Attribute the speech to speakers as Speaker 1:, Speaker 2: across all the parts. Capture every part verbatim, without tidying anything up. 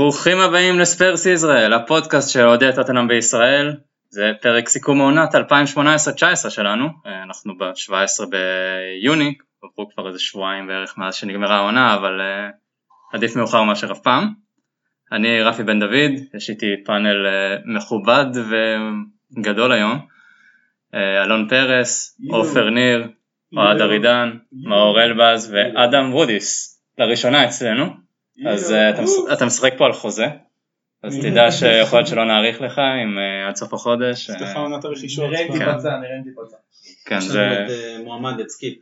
Speaker 1: ברוכים הבאים לספרס ישראל, הפודקאסט של אוהדי טוטנהאם בישראל. זה פרק סיכום העונת אלפיים שמונה עשרה תשע עשרה שלנו. אנחנו ב-שבעה עשר ביוני, עברו כבר איזה שבועיים בערך מאז שנגמרה העונה, אבל uh, עדיף מאוחר מאשר אף פעם. אני רפי בן דוד, יש איתי פאנל uh, מכובד וגדול היום. uh, אלון פרס, עופר ניר, אוהד ארידן, מאור אלבז ואדם וודיס, לראשונה אצלנו. אז אתה משחק פה על חוזה, אז תדע שיכול להיות שלא נאריך לך עם עד סוף החודש.
Speaker 2: סליחה עונת הרכישות.
Speaker 3: נראה אם תיפצע, נראה אם תיפצע.
Speaker 1: כן,
Speaker 3: יש
Speaker 1: זה...
Speaker 3: לנו את מועמד, את סקיפ.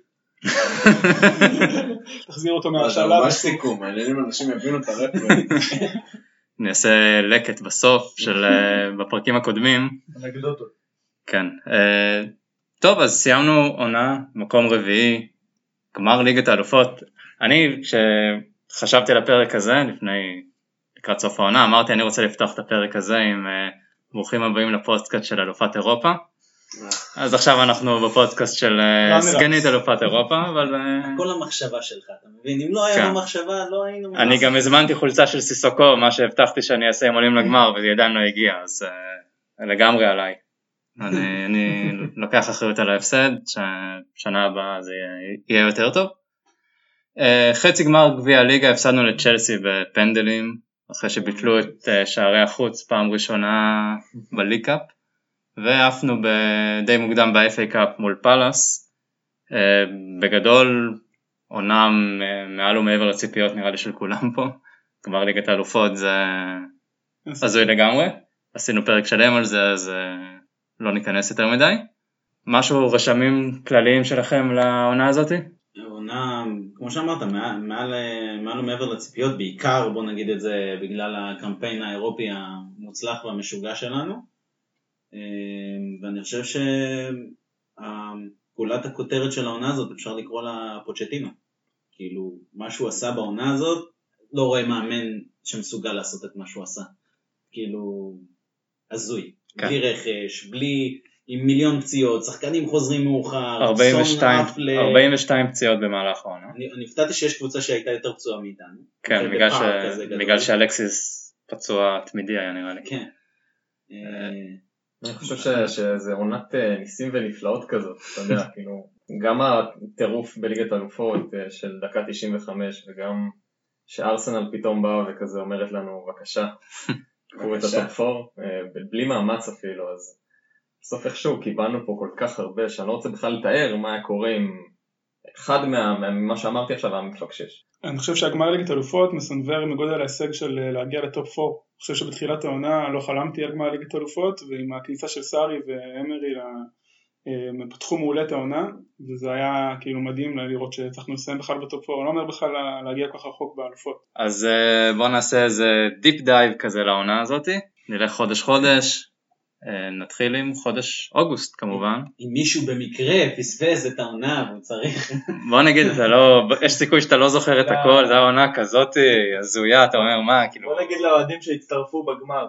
Speaker 2: תחזיר אותו מהשלב.
Speaker 4: זה ממש סיכום, מעניין אם אנשים יבינו את הרפרנס.
Speaker 1: נעשה לקט בסוף של בפרקים הקודמים.
Speaker 3: אנקדוטות.
Speaker 1: כן. טוב, אז סיימנו עונה, מקום רביעי, גמר ליגת האלופות. אני, כש... חשבתי על הפרק הזה לפני, לקראת סוף העונה, אמרתי אני רוצה לפתוח את הפרק הזה עם uh, ברוכים הבאים לפודקאסט של אלופת אירופה. אז עכשיו אנחנו בפודקאסט של uh, סגנית אלופת אירופה, אבל... Uh,
Speaker 3: כל המחשבה שלך, אתה מבין? אם לא היה במחשבה, לא היינו...
Speaker 1: אני גם הזמנתי חולצה של סיסוקו, מה שהבטחתי שאני אעשה עם עולים לגמר, וזה עדיין לא הגיע, אז uh, לגמרי עליי. אני, אני לוקח אחריות על ההפסד, ששנה הבאה זה יהיה יותר טוב. Uh, חצי גמר גביע הליגה הפסדנו לצ'לסי בפנדלים אחרי שביטלו את uh, שערי החוץ פעם ראשונה בליג קאפ, ועפנו די מוקדם ב-אף איי קאפ מול פלאס. uh, בגדול עונה מעל ומעבר לציפיות נראה לי של כולם פה. גמר ליגת האלופות זה הזוי לגמרי, עשינו פרק שלם על זה, אז uh, לא ניכנס יותר מדי. משהו רשמים כלליים שלכם לעונה הזאת?
Speaker 3: עונה, כמו שאמרת, מעל, מעל, מעל ומעבר לציפיות, בעיקר בוא נגיד את זה בגלל הקמפיין האירופי המוצלח והמשוגע שלנו, ואני חושב שפעולת הכותרת של העונה הזאת אפשר לקרוא לה פוצ'טינו. כאילו מה שהוא עשה בעונה הזאת, לא רואה מאמן שמסוגל לעשות את מה שהוא עשה, כאילו הזוי, כן. בלי רכש, בלי... עם מיליון פציעות, שחקנים חוזרים מאוחר,
Speaker 1: ארבעים ושתיים פציעות במהלך העונה.
Speaker 3: אני הפתעתי שיש קבוצה שהייתה יותר פצועה מאיתנו.
Speaker 1: כן, בגלל שאלקסיס פצוע תמידי היה נראה לי.
Speaker 3: כן.
Speaker 4: אני חושב שזה עונת ניסים ונפלאות כזאת, אתה יודע, כאילו, גם הטירוף בליגת האלופות של דקה תשעים וחמש, וגם שארסנל פתאום באה וכזה אומרת לנו, בבקשה, קחו את הטופ פור, בלי מאמץ אפילו, אז... בסוף איכשהו קיבלנו פה כל כך הרבה שאני לא רוצה בכלל לתאר מה היה קורה עם אחד ממה שאמרתי עכשיו המפלגשש.
Speaker 2: אני חושב שהגמר ליגת האלופות מסנוור מגודל ההישג של להגיע לטופ ארבע. אני חושב שבתחילת העונה לא חלמתי על גמר ליגת האלופות, ועם הכניסה של סארי ואמרי הם פתחו מעולה את העונה, וזה היה כאילו מדהים לראות שצריכנו לסיים בכלל בטופ ארבע, אני לא אומר בכלל להגיע כל כך רחוק באלופות.
Speaker 1: אז בואו נעשה איזה דיפ דייב כזה לעונה הזאת, נלך חודש חודש. נתחיל עם חודש אוגוסט כמובן.
Speaker 3: אם מישהו במקרה פספס את העונה והוא צריך...
Speaker 1: בוא נגיד, לא, יש סיכוי שאתה לא זוכר את הכל, זה העונה כזאת הזויה, אתה אומר מה, כאילו...
Speaker 5: בוא נגיד לאוהדים שהצטרפו בגמר.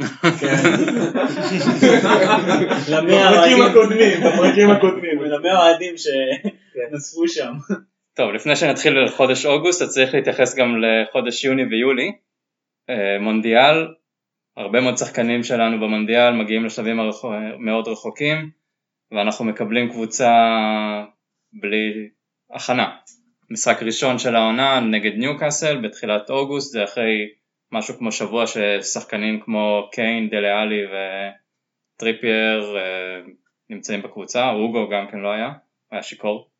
Speaker 3: בפרקים הקודמים, בפרקים הקודמים, ולמי האוהדים שנוספו שם.
Speaker 1: טוב, לפני שנתחיל לחודש אוגוסט, אז צריך להתייחס גם לחודש יוני ויולי. מונדיאל, הרבה מאוד שחקנים שלנו במונדיאל מגיעים לשלבים מאוד רחוקים, ואנחנו מקבלים קבוצה בלי הכנה. משחק ראשון של העונה נגד ניוקאסל בתחילת אוגוסט, זה אחרי משהו כמו שבוע ששחקנים כמו קיין, דלה אלי וטריפייר נמצאים בקבוצה, אוגו גם כן לא היה, היה שיקור.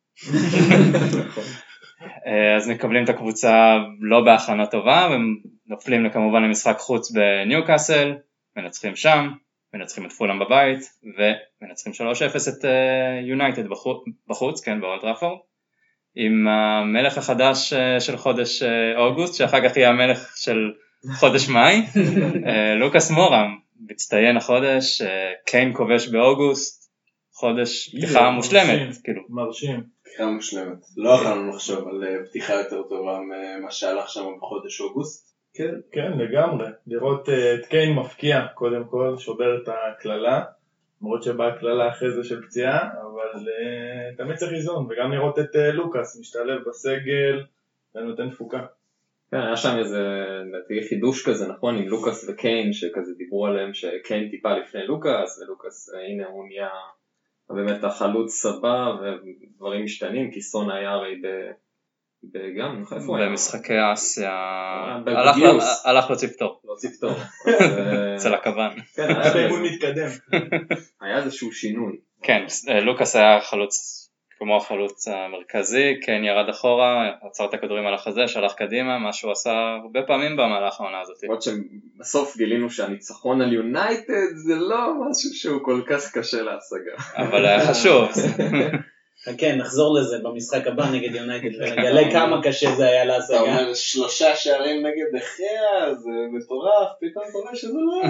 Speaker 1: אז מקבלים את הקבוצה לא בהכנה טובה, ונופלים כמובן למשחק חוץ בניוקאסל, מנצחים שם, מנצחים את פולאם בבית, ומנצחים שלוש אפס את יונייטד בחוץ, כן, באולד טראפורד, עם המלך החדש של חודש אוגוסט, שאחר כך יהיה המלך של חודש מאי, לוקאס מורם, מצטיין החודש, קיין כובש באוגוסט, חודש פתיחה מושלמת, כאילו.
Speaker 5: מרשים.
Speaker 4: פתיחה מושלמת. לא יכולנו לחשוב על פתיחה יותר טובה ממה שהלך שם בחודש אוגוסט.
Speaker 5: כן, כן, לגמרי. לראות את קיין מפקיע, קודם כל, שובר את הכללה, למרות שבאה הכללה אחרי זה של פציעה, אבל תמיד צריך איזון, וגם לראות את לוקאס משתלב בסגל ונותן תפוקה.
Speaker 4: כן, היה שם איזה חידוש כזה, נכון, עם לוקאס וקיין, שכזה דיברו עליהם שקיין טיפה לפני לוקאס, ולוקאס, הנה הוא נהיה באמת החלוץ הבא, ודברים משתנים, כי סון היה הרי בגם, איפה הוא היה?
Speaker 1: במשחקי אסיה,
Speaker 4: בגיוס.
Speaker 1: הלך להוציא פטור.
Speaker 4: להוציא פטור.
Speaker 1: אצל הכוון.
Speaker 4: כן, היה
Speaker 5: באימון מתקדם.
Speaker 4: היה איזשהו שינוי.
Speaker 1: כן, לוקאס היה חלוץ כמו החלוץ המרכזי, כן ירד אחורה, עצר את הכדורים על החזה, שלח קדימה, מה שהוא עשה הרבה פעמים במהלך העונה הזאת.
Speaker 4: למרות שבסוף גילינו שהניצחון על יונייטד זה לא משהו שהוא כל כך קשה להשגה.
Speaker 1: אבל היה חשוב.
Speaker 3: כן, נחזור לזה במשחק הבא נגד יונייטד, ונגלה כמה קשה זה היה להשגה.
Speaker 5: אתה אומר שלושה שערים נגד אחיה, זה מטורף, פתאום אתה רואה שזה לא...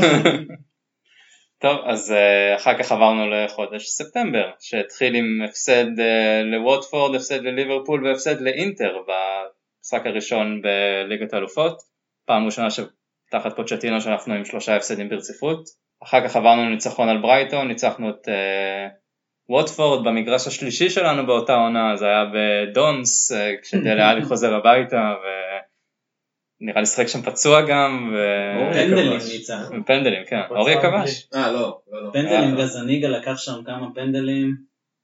Speaker 1: טוב, אז uh, אחר כך עברנו לחודש ספטמבר, שהתחיל עם הפסד uh, לווטפורד, הפסד לליברפול והפסד לאינטר במשחק הראשון בליגת האלופות. פעם ראשונה שתחת פוצ'טינו שאנחנו עם שלושה הפסדים ברציפות. אחר כך עברנו לניצחון על ברייטון, ניצחנו את uh, ווטפורד במגרש השלישי שלנו באותה עונה, זה היה בדונס, uh, כשדלה עלי חוזר הביתה ו... נראה לי שחק שם פצוע גם,
Speaker 3: פנדלים ניצח.
Speaker 1: פנדלים, כן, אורי כבש.
Speaker 4: אה, לא.
Speaker 3: פנדלים, גזניגה לקח שם כמה פנדלים.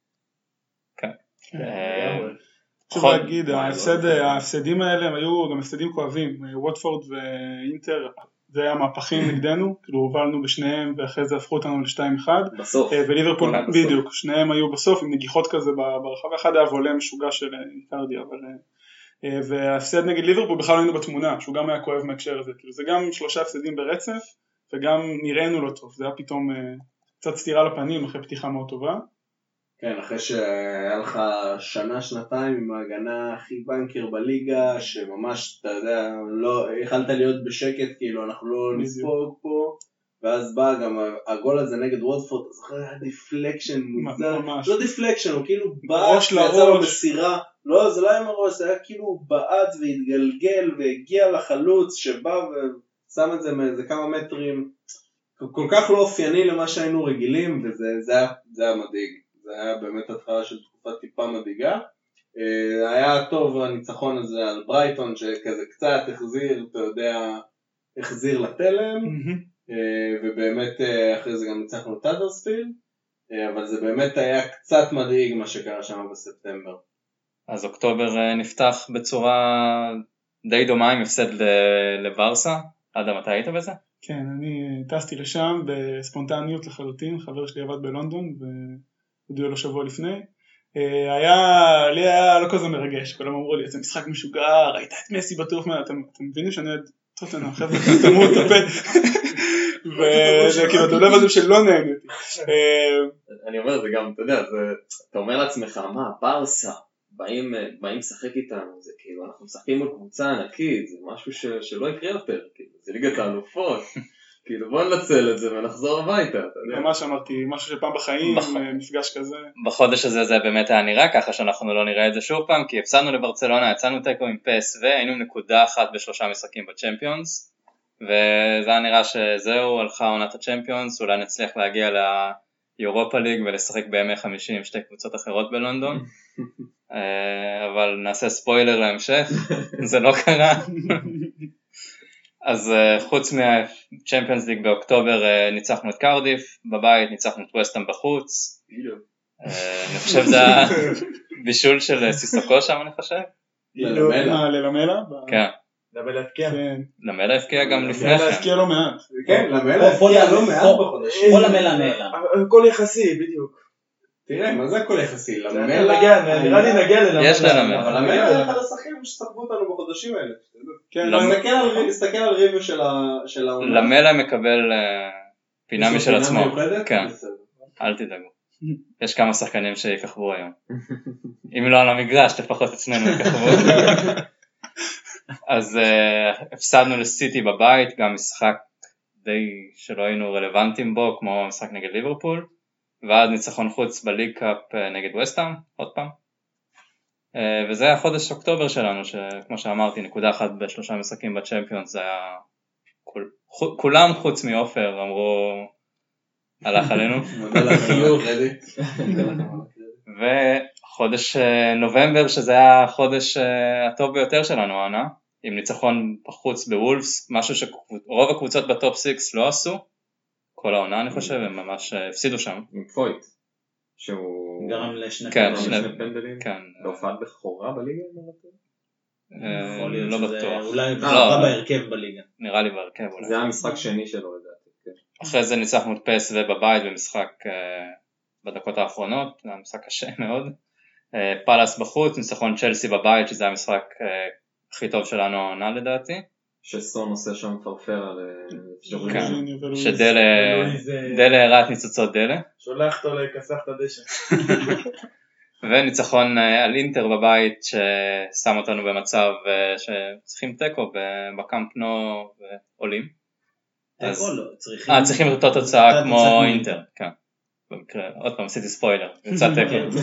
Speaker 1: כן.
Speaker 2: חשוב להגיד, ההפסדים האלה הם היו גם הפסדים כואבים, ווטפורד ואינטר, זה היה מהפכים נגדנו, כאילו הובלנו בשניהם ואחרי זה הפכו אותנו לשתיים אחד.
Speaker 4: בסוף.
Speaker 2: וליברפול, בדיוק, שניהם היו בסוף עם נגיחות כזה ברחבה, אחד היה וולה משוגע של איקרדי, אבל... וההפסד נגד ליברפול בכלל לא היינו בתמונה, שהוא גם היה כואב מהקשר הזה, כאילו זה גם שלושה הפסדים ברצף, וגם נראינו לא טוב, זה היה פתאום קצת סתירה לפנים אחרי פתיחה מאוד טובה.
Speaker 5: כן, אחרי שהיה לך שנה, שנתיים עם ההגנה הכי בנקר בליגה, שממש, אתה יודע, לא, יכלת להיות בשקט, כאילו אנחנו לא נספוג פה, ואז בא גם הגול הזה נגד ווטפורד, אתה זוכר, היה דיפלקשן מוזר, לא דיפלקשן, הוא כאילו בעט ויצא לו מסירה, לא, זה לא היה מראש, זה היה כאילו בעט והתגלגל והגיע לחלוץ שבא ושם את זה מאיזה כמה מטרים, כל כך לא אופייני למה שהיינו רגילים, וזה זה היה, זה היה מדאיג, זה היה באמת התחלה של תקופה טיפה מדאיגה. היה טוב הניצחון הזה על ברייטון שכזה קצת החזיר, אתה יודע, החזיר לתלם, ובאמת אחרי זה גם ניצחנו את האדרספילד, אבל זה באמת היה קצת מדאיג מה שקרה שם בספטמבר.
Speaker 1: אז אוקטובר נפתח בצורה די דומה עם הפסד לברסה. אדם, אתה היית בזה?
Speaker 2: כן, אני טסתי לשם בספונטניות לחלוטין, חבר שלי עבד בלונדון והודיעו לו שבוע לפני. היה, לי היה לא כזה מרגש, כולם אמרו לי, זה משחק משוגע, ראית את מסי בטוח, אתם, אתם מבינים שאני עוד טוטנהאם, חבר'ה, תמו את הפה, וכאילו אתם לא הבנתם שלא נהניתי.
Speaker 4: אני אומר, זה גם, אתה יודע, אתה אומר לעצמך, מה, ברסה, באים, באים לשחק איתנו, זה כאילו, אנחנו משחקים על קבוצה ענקית, זה משהו ש, שלא יקרה יותר, כאילו, זה ליגת האלופות, כאילו בוא ננצל את זה ונחזור הביתה, אתה יודע.
Speaker 2: ממש אמרתי, משהו שפעם בחיים, מפגש כזה.
Speaker 1: בחודש הזה זה באמת היה נראה ככה, שאנחנו לא נראה את זה שוב פעם, כי הפסדנו לברצלונה, יצאנו תיקו עם פי אס וי, היינו נקודה אחת בשלושה משחקים בצ'מפיונס, וזה היה נראה שזהו, הלכה עונת הצ'מפיונס, אולי נצליח להגיע ליורופה ליג ולשחק בימי חמישי עם שתי קבוצות אחרות בלונדון. אבל נעשה ספוילר להמשך, זה לא קרה. אז חוץ מהצ'מפיונס ליג באוקטובר ניצחנו את קרדיף בבית, ניצחנו את ווסטהאם בחוץ. אני חושב זה בישול של סיסוקו שם, אני חושב.
Speaker 2: ללמלה?
Speaker 1: כן.
Speaker 5: למלה הפקיע?
Speaker 1: למלה הפקיע גם לפני
Speaker 2: למלה הפקיע לא מעט.
Speaker 5: כן, למלה הפקיע לא מעט בחודשים.
Speaker 3: כל המלה נעלם.
Speaker 5: הכל יחסי, בדיוק. תראה, מה זה הכל יחסי? למלה... נראה לי נגיע ללמלה.
Speaker 1: יש ללמלה.
Speaker 5: אבל למלה היה אחד השחקנים שסחבו אותנו בחודשים האלה. תסתכל על ריבו של העונה.
Speaker 1: למלה מקבל פינה משל עצמו.
Speaker 5: פינה מיוחדת?
Speaker 1: כן, אל תדאגו. יש כמה שחקנים שיקחבו היום. אם לא על המגרש, לפחות אצלנו יקחבו. אז הפסדנו לסיטי בבית, גם משחק די שלא היינו רלוונטיים בו, כמו משחק נגד ליברפול. ועד ניצחון חוץ בליג קאפ נגד ווסטהאם, עוד פעם. וזה היה חודש אוקטובר שלנו, שכמו שאמרתי, נקודה אחת בשלושה משחקים בצ'מפיונס, זה היה... כולם חוץ מאופר אמרו, הלך עלינו. וחודש נובמבר, שזה היה החודש הטוב ביותר שלנו, ענה, עם ניצחון בחוץ בוולפס, משהו שרוב הקבוצות בטופ סיקס לא עשו, כל העונה אני חושב, הם ממש הפסידו שם.
Speaker 4: עם פויט, שהוא
Speaker 3: גרם לשני
Speaker 1: כן,
Speaker 4: פנדלים,
Speaker 1: כן.
Speaker 4: בהופעת בכורה בליגה?
Speaker 3: יכול להיות
Speaker 1: לא
Speaker 3: שזה
Speaker 1: בטוח.
Speaker 3: אולי
Speaker 1: לא.
Speaker 3: בכורה בהרכב בליגה.
Speaker 1: נראה לי בהרכב אולי.
Speaker 4: זה היה המשחק שני שלו לדעתי. כן.
Speaker 1: אחרי זה ניצחנו את פס ובבית במשחק בדקות האחרונות, זה היה משחק קשה מאוד. פלאס בחוץ, ניצחון צ'לסי בבית, שזה היה המשחק הכי טוב שלנו העונה לדעתי.
Speaker 4: שסון עושה שם פרפר על
Speaker 1: כן,
Speaker 2: ולואיז.
Speaker 1: שדלה הראה את ניצוצות דלה.
Speaker 6: שולח אותו לכסח את הדשא.
Speaker 1: וניצחון על אינטר בבית ששם אותנו במצב שצריכים טקו בקאמפ נו ועולים.
Speaker 3: תקו לא, צריכים...
Speaker 1: אה, צריכים את אותה תוצאה כמו אינטר, כן. במקרה, עוד פעם עשיתי ספוילר, יצא תקו.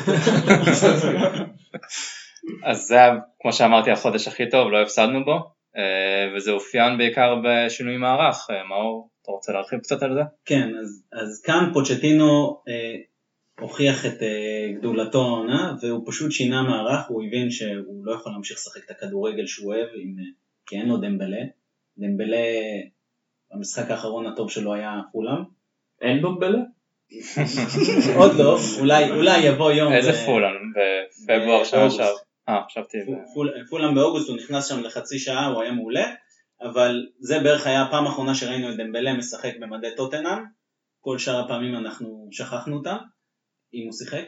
Speaker 1: אז זה היה, כמו שאמרתי, החודש הכי טוב, לא הפסדנו בו, וזה אופיין בעיקר בשינוי מערך. מאור, אתה רוצה להרחיב קצת על זה?
Speaker 3: כן, אז, אז כאן פוצ'טינו אה, הוכיח את אה, גדולתו העונה, והוא פשוט שינה מערך, הוא הבין שהוא לא יכול להמשיך לשחק את הכדורגל שהוא אוהב, עם, כי אין לו דמבלה. דמבלה, המשחק האחרון הטוב שלו היה פולאם.
Speaker 4: אין דמבלה?
Speaker 3: עוד לא, אולי, אולי יבוא יום.
Speaker 1: איזה פולאם? בפברואר שעה שעבר. אה, חשבתי.
Speaker 3: פולאם באוגוסט, הוא נכנס שם לחצי שעה, הוא היה מעולה, אבל זה בערך היה הפעם האחרונה שראינו את דמבלה משחק במדי טוטנהאם, כל שאר הפעמים אנחנו שכחנו אותם, אם הוא שיחק,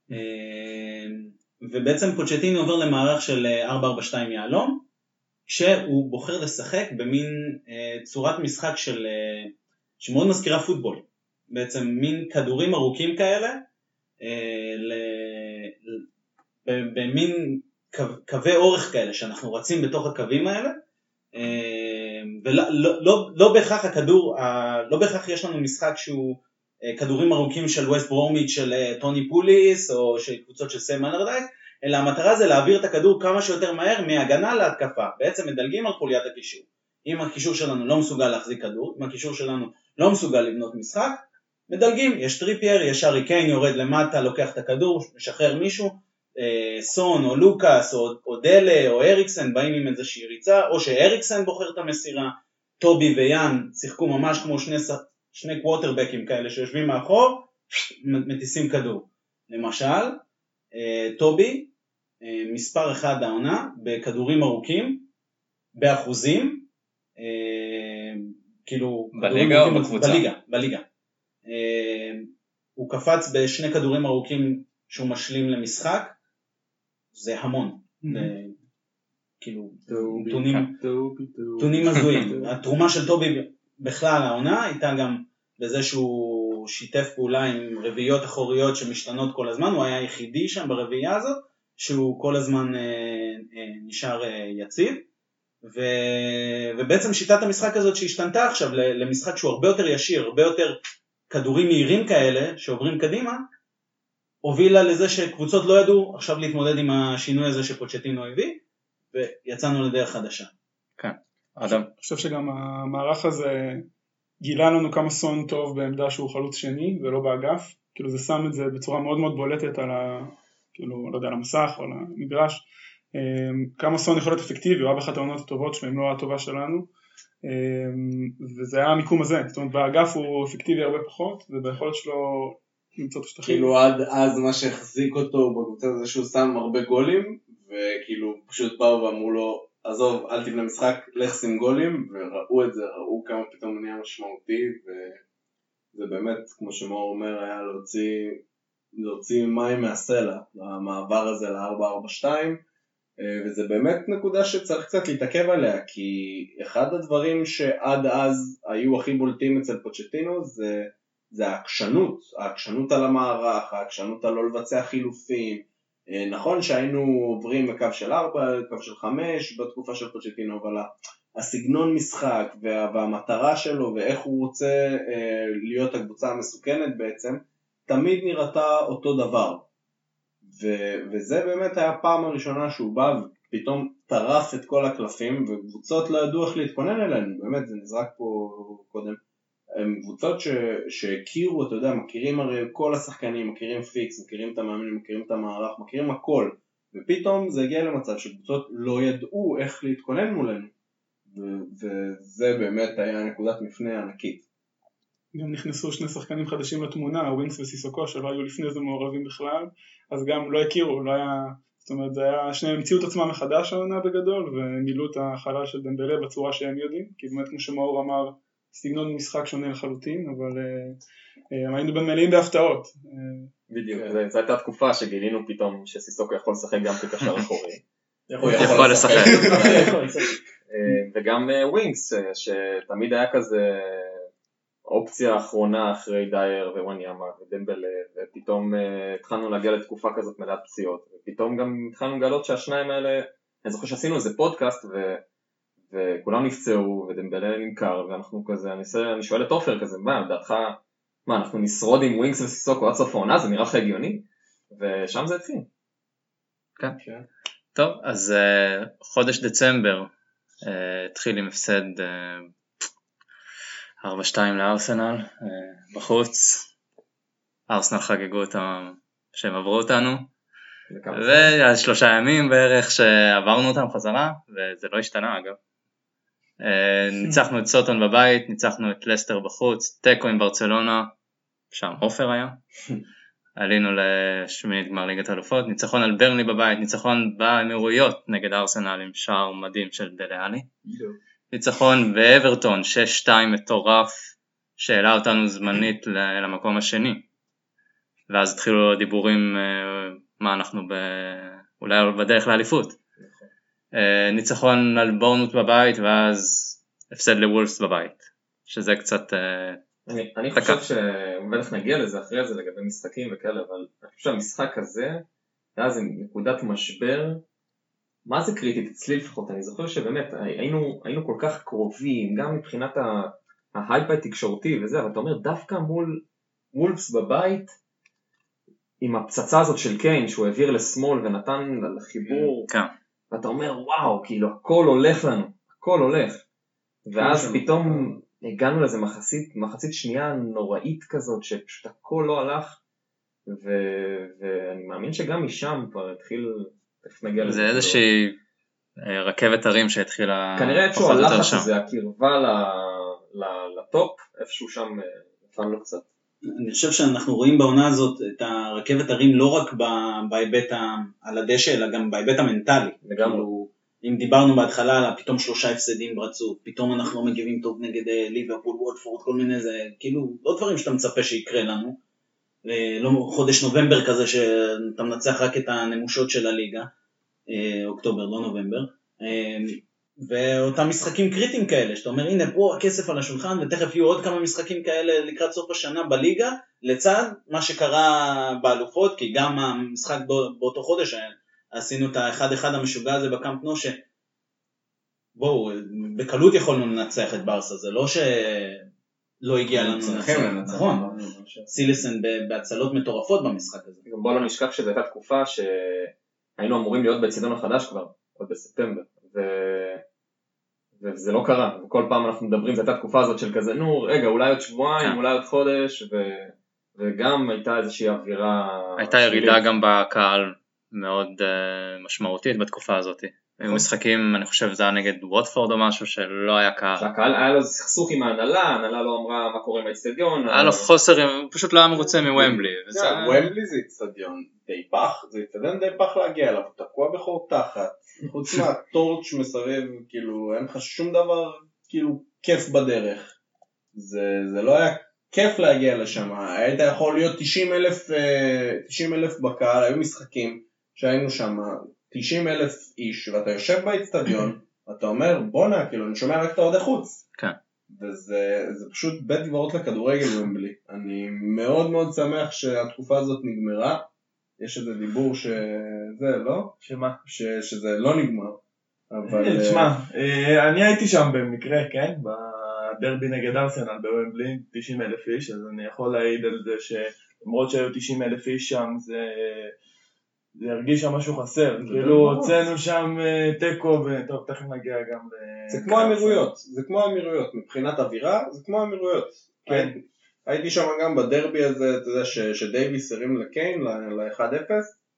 Speaker 3: ובעצם פוצ'טינו עובר למערך של ארבע ארבע שתיים יעלום, כשהוא בוחר לשחק במין צורת משחק של, שמאוד מזכירה פוטבול, בעצם מין כדורים ארוכים כאלה, במין קווי אורך כאלה שאנחנו רצים בתוך הקווים האלה, ולא לא, לא, לא בהכרח הכדור, לא בהכרח יש לנו משחק שהוא כדורים ארוכים של ווסט ברומיץ' של טוני פוליס או של קבוצות של סם אלרדייס, אלא המטרה זה להעביר את הכדור כמה שיותר מהר מהגנה להתקפה, בעצם מדלגים על חוליית הקישור. אם הקישור שלנו לא מסוגל להחזיק כדור, אם הקישור שלנו לא מסוגל לבנות משחק, מדלגים, יש טריפייר, יש ארי קיין יורד למטה, לוקח את הכדור, משחרר מישהו, סון או לוקאס או, או דלה או אריקסן באים עם איזושהי ריצה, או שאריקסן בוחר את המסירה, טובי ויאן שיחקו ממש כמו שני, שני קווטרבקים כאלה שיושבים מאחור, מטיסים כדור. למשל, טובי, מספר אחד העונה, בכדורים ארוכים, באחוזים, כאילו...
Speaker 1: בליגה או בקבוצה?
Speaker 3: בליגה, בליגה. הוא קפץ בשני כדורים ארוכים שהוא משלים למשחק, זה המון, כאילו, נתונים הזויים. התרומה של טובי בכלל העונה הייתה גם בזה שהוא שיתף פעולה עם רביעיות אחוריות שמשתנות כל הזמן, הוא היה היחידי שם ברביעייה הזאת, שהוא כל הזמן נשאר יציב, ובעצם שיטת המשחק הזאת שהשתנתה עכשיו למשחק שהוא הרבה יותר ישיר, הרבה יותר כדורים מהירים כאלה שעוברים קדימה, הובילה לזה שקבוצות לא ידעו עכשיו להתמודד עם השינוי הזה שפוצ'טינו הביא, ויצאנו לדרך חדשה.
Speaker 1: כן, אדם.
Speaker 2: אני חושב שגם המערך הזה גילה לנו כמה סון טוב בעמדה שהוא חלוץ שני ולא באגף, כאילו זה שם את זה בצורה מאוד מאוד בולטת על ה... כאילו, לא יודע, על המסך או על המגרש, כמה סון יכול להיות אפקטיבי, הוא היה באחת העונות הטובות שלו, אם לא הטובה שלנו, וזה היה המיקום הזה, זאת אומרת, באגף הוא אפקטיבי הרבה פחות, וביכולת שלו למצוא את השטחים.
Speaker 5: כאילו עד אז מה שהחזיק אותו בקבוצה זה שהוא שם הרבה גולים, וכאילו פשוט באו ואמרו לו, עזוב, אל תבנה משחק, לך שים גולים, וראו את זה, ראו כמה פתאום נהיה משמעותי, וזה באמת, כמו שמור אומר, היה להוציא, להוציא מים מהסלע, המעבר הזה ל-ארבע ארבע שתיים, וזה באמת נקודה שצריך קצת להתעכב עליה, כי אחד הדברים שעד אז היו הכי בולטים אצל פוצ'טינו זה, זה העקשנות, העקשנות על המערך, העקשנות על לא לבצע חילופים. נכון שהיינו עוברים מקו של ארבע, קו של חמש בתקופה של פוצ'טינו, אבל הסגנון משחק והמטרה שלו ואיך הוא רוצה להיות הקבוצה המסוכנת בעצם, תמיד נראתה אותו דבר. ו- וזה באמת היה הפעם הראשונה שהוא בא ופתאום טרף את כל הקלפים, וקבוצות לא ידעו איך להתכונן אלינו, באמת זה נזרק פה קודם, הם קבוצות ש- שהכירו, אתה יודע, מכירים הרי כל השחקנים, מכירים פיקס, מכירים את המאמנים, מכירים את המערך, מכירים הכל, ופתאום זה הגיע למצב שקבוצות לא ידעו איך להתכונן מולנו, וזה באמת היה נקודת מפנה ענקית.
Speaker 2: גם נכנסו שני שחקנים חדשים לתמונה, ווינקס וסיסוקו, שלא היו לפני זה מעורבים בכלל, אז גם לא הכירו, לא היה, זאת אומרת, זה היה, שניהם המציאו את עצמם מחדש העונה בגדול, ומילאו את החלל של דמבלה בצורה שהם יודעים, כי באמת כמו שמאור אמר, סגנון משחק שונה לחלוטין, אבל אה, היינו במלאים בהפתעות.
Speaker 4: בדיוק, זו הייתה תקופה שגילינו פתאום שסיסוקו יכול לשחק גם כקשר אחורי.
Speaker 1: יכול לשחק.
Speaker 4: וגם ווינקס, שתמיד היה כזה אופציה אחרונה אחרי דייר ווואניאמה ודמבלה, ופתאום התחלנו להגיע לתקופה כזאת מלאת פציעות, ופתאום גם התחלנו לגלות שהשניים האלה, אני זוכר שעשינו איזה פודקאסט וכולם נפצעו ודמבלה נמכר, ואנחנו כזה, אני שואל את אופר כזה, מה, לדעתך, מה, אנחנו נשרוד עם ווינקס וסיסוקו עד סוף העונה, זה נראה לך הגיוני? ושם זה התחיל.
Speaker 1: כן. טוב, אז חודש דצמבר התחיל עם הפסד ארבע שתיים לארסנל בחוץ. ארסנל חגגו אותם שהם עברו אותנו, ואז שלושה ימים בערך שעברנו אותם חזרה, וזה לא השתנה אגב. ניצחנו את סוטון בבית, ניצחנו את לסטר בחוץ, טקו עם ברצלונה, שם אופר היה. עלינו לשמינית גמר ליגת האלופות, ניצחון על ברני בבית, ניצחון באמירויות נגד ארסנל עם שער מדהים של דלה עלי. ניצחון באברטון שש שתיים מטורף שהעלה אותנו זמנית למקום השני, ואז התחילו דיבורים מה אנחנו ב... אולי בדרך לאליפות. ניצחון על בורנמוט בבית ואז הפסד לוולפס בבית, שזה קצת
Speaker 4: אני, אני חושב שבטח נגיע לזה אחרי זה לגבי משחקים וכאלה, אבל אני חושב שהמשחק הזה היה איזה נקודת משבר, מה זה קריטית אצלי לפחות, אני זוכר שבאמת היינו, היינו כל כך קרובים, גם מבחינת ההייפ התקשורתי וזה, אבל אתה אומר דווקא מול וולפס בבית, עם הפצצה הזאת של קיין שהוא העביר לשמאל ונתן לחיבור,
Speaker 1: כן.
Speaker 4: ואתה אומר וואו, כאילו הכל הולך לנו, הכל הולך, ואז פתאום הגענו לזה מחצית, מחצית שנייה נוראית כזאת, שפשוט הכל לא הלך, ו... ואני מאמין שגם משם כבר התחיל, תכף נגיע לזה.
Speaker 1: זה איזושהי רכבת הרים שהתחילה
Speaker 4: כנראה איפשהו הלחץ הזה, הקרבה ל... ל... לטופ, איפשהו שם נפל לו קצת.
Speaker 3: אני חושב שאנחנו רואים בעונה הזאת את הרכבת הרים לא רק בהיבט על הדשא, אלא גם בהיבט המנטלי.
Speaker 4: לגמרי.
Speaker 3: אם דיברנו בהתחלה על פתאום שלושה הפסדים ברצוף, פתאום אנחנו מגיבים טוב נגד ליברפול, וולפורד, כל מיני זה, כאילו, לא דברים שאתה מצפה שיקרה לנו, לא חודש נובמבר כזה שאתה מנצח רק את הנמושות של הליגה, אוקטובר, לא נובמבר, ואותם משחקים קריטיים כאלה, שאתה אומר, הנה פה הכסף על השולחן, ותכף יהיו עוד כמה משחקים כאלה לקראת סוף השנה בליגה, לצד מה שקרה באלופות, כי גם המשחק באותו חודש, עשינו את האחד אחד המשוגע הזה בקאמפ נו, שבואו, בקלות יכולנו לנצח את ברסה, זה לא שלא הגיע לנו לנצח, נכון, סילסן בהצלות מטורפות במשחק הזה.
Speaker 4: גם בוא לא נשכח שזו הייתה תקופה שהיינו אמורים להיות בצידון החדש כבר, עוד בספטמבר, ו... וזה לא קרה, וכל פעם אנחנו מדברים, זו הייתה תקופה הזאת של כזה, נו, רגע, אולי עוד שבועיים, אולי עוד חודש, ו... וגם הייתה איזושהי אווירה...
Speaker 1: הייתה ירידה גם בקהל מאוד uh, משמעותית בתקופה הזאת. היו משחקים, אני חושב זה היה נגד ווטפורד או משהו שלא היה קהל.
Speaker 4: שהקהל היה לו סכסוך עם ההנהלה, ההנהלה לא אמרה מה קורה עם האצטדיון.
Speaker 1: היה לו חוסר, הוא פשוט לא היה מרוצה מוומבלי.
Speaker 5: וומבלי זה אצטדיון די פח, זה אצטדיון די פח להגיע אליו, הוא תקוע בחור תחת, חוץ מהטורץ' מסביב, כאילו אין לך שום דבר כאילו כיף בדרך. זה לא היה כיף להגיע לשם, היית יכול להיות תשעים אלף בקהל, היו משחקים שהיינו שם תשעים אלף איש, ואתה יושב באצטדיון, ואתה אומר בונה, כאילו אני שומע רק את העודי חוץ.
Speaker 1: כן.
Speaker 5: וזה זה פשוט בית דברות לכדורגל ומבלי. אני מאוד מאוד שמח שהתקופה הזאת נגמרה, יש איזה דיבור שזה לא?
Speaker 6: שמה?
Speaker 5: ש, שזה לא נגמר. אבל...
Speaker 6: תשמע, אני הייתי שם במקרה, כן? בדרבי נגד ארסנל בוומבלי, תשעים אלף איש, אז אני יכול להעיד על זה שלמרות שהיו תשעים אלף איש שם, זה... זה הרגיש שם משהו חסר, כאילו הוצאנו שם טקו, וטוב, תכף נגיע גם ל...
Speaker 5: זה כמו אמירויות, זה כמו אמירויות, מבחינת אווירה, זה כמו אמירויות. כן. הייתי שם גם בדרבי הזה, אתה יודע, שדייביס הרים לקיין, ל-אחד אפס,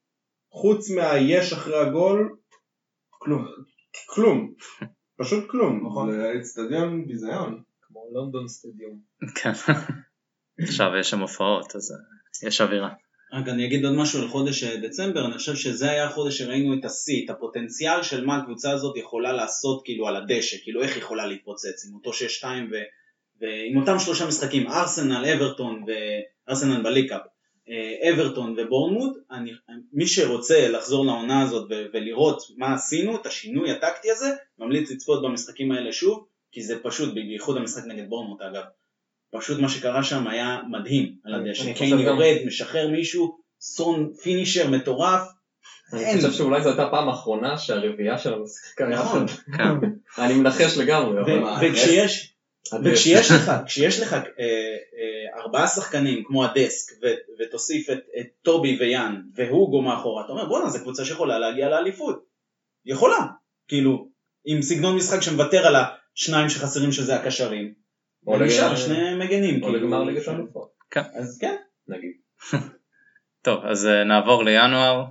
Speaker 5: חוץ מהיש אחרי הגול,
Speaker 6: כלום.
Speaker 5: כלום. פשוט כלום.
Speaker 6: נכון.
Speaker 5: זה אצטדיון ביזיון.
Speaker 4: כמו לונדון סטדיום.
Speaker 1: כן. עכשיו יש שם הופעות, אז יש אווירה.
Speaker 3: רק אני אגיד עוד משהו על חודש דצמבר, אני חושב שזה היה החודש שראינו את השיא, את הפוטנציאל של מה הקבוצה הזאת יכולה לעשות כאילו על הדשא, כאילו איך יכולה להתפוצץ, עם אותו שש שתיים ועם אותם שלושה משחקים, ארסנל, אברטון וארסנל בליקאפ, אברטון ובורנמוט, אני, מי שרוצה לחזור לעונה הזאת ו- ולראות מה עשינו, את השינוי הטקטי הזה, ממליץ לצפות במשחקים האלה שוב, כי זה פשוט, בייחוד המשחק נגד בורנמוט אגב, פשוט מה שקרה שם היה מדהים על הדשא, קיין יורד, משחרר מישהו, סון פינישר מטורף.
Speaker 4: אני חושב שאולי זו הייתה פעם האחרונה שהרביעייה שלנו שיחקה
Speaker 3: נכון.
Speaker 4: יחד. אני מנחש לגמרי.
Speaker 3: וכשיש וכשיש לך, כשיש לך ארבעה שחקנים כמו הדסק ותוסיף את טובי ויאן והוגו מאחורה, אתה אומר בוא'נה, זו קבוצה שיכולה להגיע לאליפות. יכולה. כאילו, עם סגנון משחק שמוותר על השניים שחסרים שזה הקשרים. ונשאר שני מגנים.
Speaker 4: או לגמר ליגת האלופות.
Speaker 3: אז כן.
Speaker 4: נגיד.
Speaker 1: טוב, אז נעבור לינואר.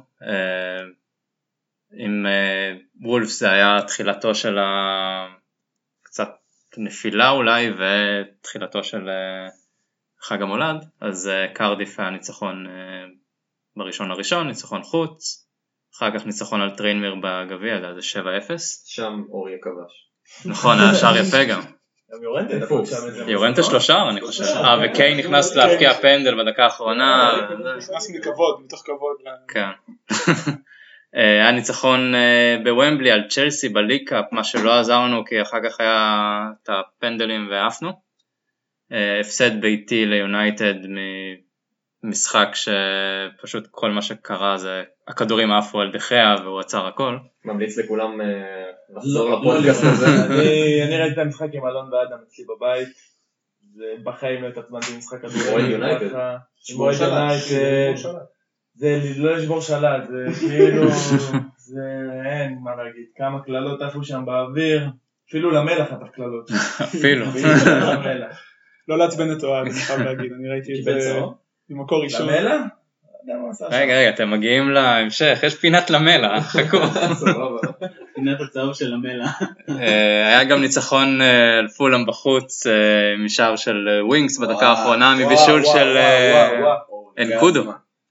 Speaker 1: עם וולפס זה היה תחילתו של קצת נפילה אולי, ותחילתו של חג המולד. אז קרדיף היה ניצחון בראשון הראשון, ניצחון חוץ, אחר כך ניצחון על טריינמיר בגביע, זה שבע אפס.
Speaker 4: שם אוריה כבש.
Speaker 1: נכון, היה שער יפה גם.
Speaker 6: גם יורנטה דפוק שם איזה...
Speaker 1: יורנטה שלושה, אני חושב. אה, וקיי נכנס להפקיע פנדל בדקה האחרונה.
Speaker 2: נכנס מכבוד, מתוך כבוד.
Speaker 1: כן. היה ניצחון בוומבלי על צ'לסי בליקאפ, מה שלא עזר לנו כי אחר כך היה את הפנדלים ועפנו. הפסד ביתי ליונייטד ממשחק שפשוט כל מה שקרה זה הכדורים עפו על דחיה והוא עצר הכל.
Speaker 4: ממליץ לכולם לחזור לפודקאסט הזה.
Speaker 6: אני ראיתי את המשחק עם אלון ואדם אצלי בבית, בחיים לא התעצמנתי במשחק כדורגל.
Speaker 4: רואה יונייטד.
Speaker 6: רואה יונייטד. זה לא לשבור שלט, זה כאילו, זה אין מה להגיד, כמה כללות עפו שם באוויר, אפילו למלח חטף כללות.
Speaker 1: אפילו.
Speaker 2: לא לעצבן את אוהד, אני חייב להגיד, אני ראיתי את זה ממקור ראשון.
Speaker 6: למלח?
Speaker 1: רגע, רגע, אתם מגיעים להמשך, יש פינת למלח, חכו.
Speaker 3: פינת הצהוב של למלח.
Speaker 1: היה גם ניצחון על פולאם בחוץ, משער של ווינקס בדקה האחרונה, מבישול של אנקודו.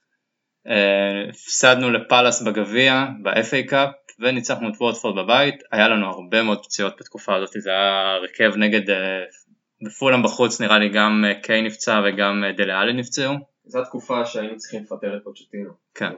Speaker 1: הפסדנו לפלאס בגביע, ב-אף איי קאפ, וניצחנו את וורדפורד בבית. היה לנו הרבה מאוד פציעות בתקופה הזאת, זה היה רכב נגד, בפולאם בחוץ נראה לי גם קיי נפצע וגם דלה אלי נפצעו.
Speaker 4: זו התקופה שהיינו צריכים לפטר את פוצ'טינו.
Speaker 1: כן.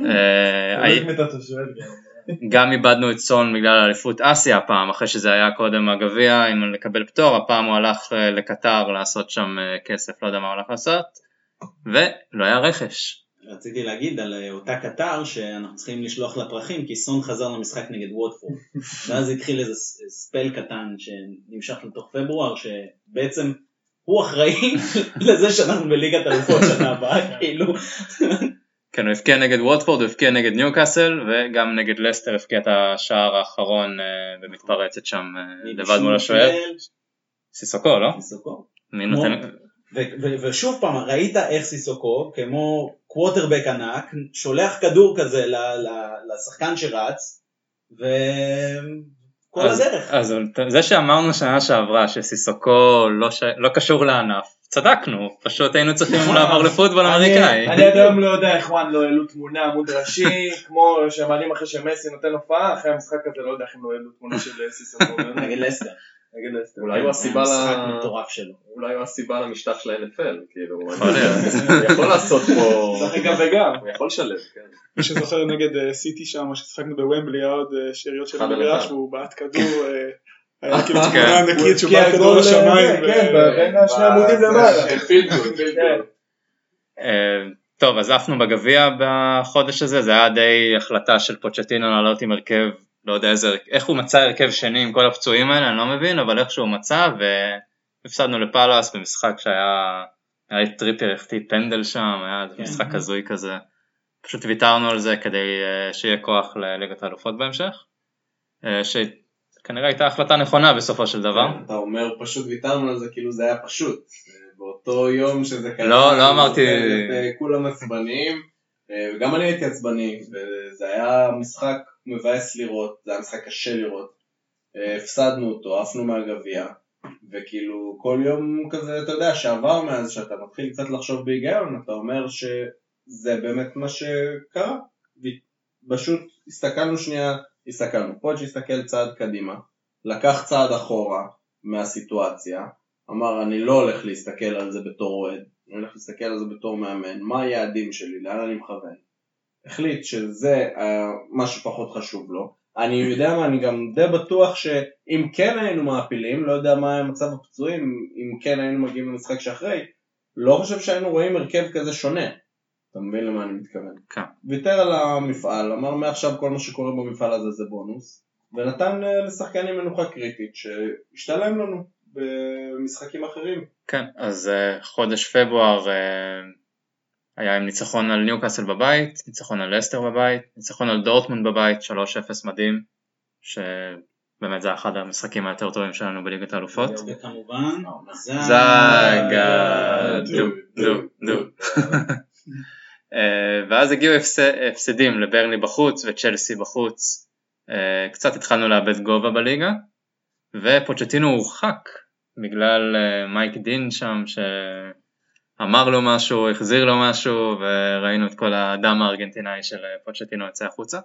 Speaker 1: גם איבדנו את סון בגלל האליפות אסיה הפעם, אחרי שזה היה קודם הגביע, אם לקבל פטור, הפעם הוא הלך לקטר לעשות שם כסף, לא יודע מה הוא הלך לעשות, ולא היה רכש.
Speaker 3: רציתי להגיד על אותה קטר שאנחנו צריכים לשלוח לפרחים, כי סון חזר למשחק נגד וודפורד, ואז התחיל איזה ספל קטן שנמשך לתוך פברואר, שבעצם הוא אחראי לזה שאנחנו בליגת האלופות שנה הבאה, כאילו.
Speaker 1: כן, הוא הפקיע נגד וודפורד, הוא הפקיע נגד ניוקאסל, וגם נגד לסטר הפקיע את השער האחרון ומתפרצת שם לבד מול השוער. סיסוקו, לא?
Speaker 3: סיסוקו.
Speaker 1: מי נותן...
Speaker 3: ושוב פעם, ראית איך סיסוקו, כמו קווטרבק ענק, שולח כדור כזה לשחקן שרץ, וכל הדרך.
Speaker 1: אז זה שאמרנו שנה שעברה שסיסוקו לא קשור לענף, צדקנו, פשוט היינו צריכים לעבור לפוטבול אמריקאי.
Speaker 6: אני עד היום לא יודע איך וואן לא העלו תמונה עמוד ראשי, כמו שמעלים אחרי שמסי נותן הופעה, אחרי המשחק הזה לא יודע איך הם לא העלו תמונה של סיסוקו.
Speaker 3: נגד לסטר.
Speaker 4: אולי הוא הסיבה
Speaker 3: מטורף שלו.
Speaker 4: אולי הוא הסיבה למשטח של ה-אן אף אל, כאילו, הוא יכול לעשות פה,
Speaker 6: שחק גם וגם,
Speaker 4: הוא יכול לשלב, כן.
Speaker 2: מי שזוכר נגד סיטי שם, ששחקנו בוומבלי, היה עוד שאריות של המגרש, והוא בעט כדור, היה כאילו תמונה ענקית, שהוא בעט כדור לשמיים.
Speaker 6: כן, בין שני עמודים למעלה.
Speaker 4: פילטור, פילטור.
Speaker 1: טוב, אז עפנו בגביע בחודש הזה, זה היה די החלטה של פוצ'טינו לעלות עם הרכב, לא יודע איזה, איך הוא מצא הרכב שני עם כל הפצועים האלה, אני לא מבין, אבל איך שהוא מצא, והפסדנו לפלאס במשחק שהיה, היה טריפר החטיא פנדל שם, היה משחק הזוי כזה, פשוט ויתרנו על זה כדי שיהיה כוח לליגת האלופות בהמשך, שכנראה הייתה החלטה נכונה בסופו של דבר.
Speaker 5: אתה אומר פשוט ויתרנו על זה כאילו זה היה פשוט, באותו יום שזה קרה,
Speaker 1: לא, לא אמרתי,
Speaker 5: כולם עצבניים, וגם אני הייתי עצבני, וזה היה משחק מבאס לראות, זה היה משחק קשה לראות. הפסדנו אותו, עפנו מהגביע, וכאילו כל יום כזה, אתה יודע, שעבר מאז שאתה מתחיל קצת לחשוב בהיגיון, אתה אומר שזה באמת מה שקרה. פשוט הסתכלנו שנייה, הסתכלנו, פוג' הסתכל צעד קדימה, לקח צעד אחורה מהסיטואציה, אמר אני לא הולך להסתכל על זה בתור אוהד, אני הולך להסתכל על זה בתור מאמן, מה היעדים שלי, לאן אני מכוון. החליט שזה מה שפחות חשוב לו. אני יודע מה, אני גם די בטוח שאם כן היינו מעפילים, לא יודע מה המצב הפצועים, אם כן היינו מגיעים למשחק שאחרי, לא חושב שהיינו רואים הרכב כזה שונה. אתה מבין למה אני מתכוון?
Speaker 1: כן.
Speaker 5: ויתר על המפעל, אמר מעכשיו כל מה שקורה במפעל הזה זה בונוס, ונתן לשחקנים מנוחה קריטית שהשתלם לנו במשחקים אחרים.
Speaker 1: כן, אז uh, חודש פברואר uh, היה עם ניצחון על ניוקאסל בבית, ניצחון על לסטר בבית, ניצחון על דורטמונד בבית, שלוש אפס מדהים, שבאמת זה אחד המשחקים היותר טובים שלנו בליגת האלופות.
Speaker 3: וכמובן,
Speaker 1: זאגה, דו, דו, דו. ואז הגיעו הפסדים לברנלי בחוץ וצ'לסי בחוץ, קצת התחלנו לאבד גובה בליגה, ופוצ'טינו הורחק בגלל מייק דין שם שאמר לו משהו, החזיר לו משהו, וראינו את כל הדם הארגנטינאי של פוצ'טינו יוצא החוצה.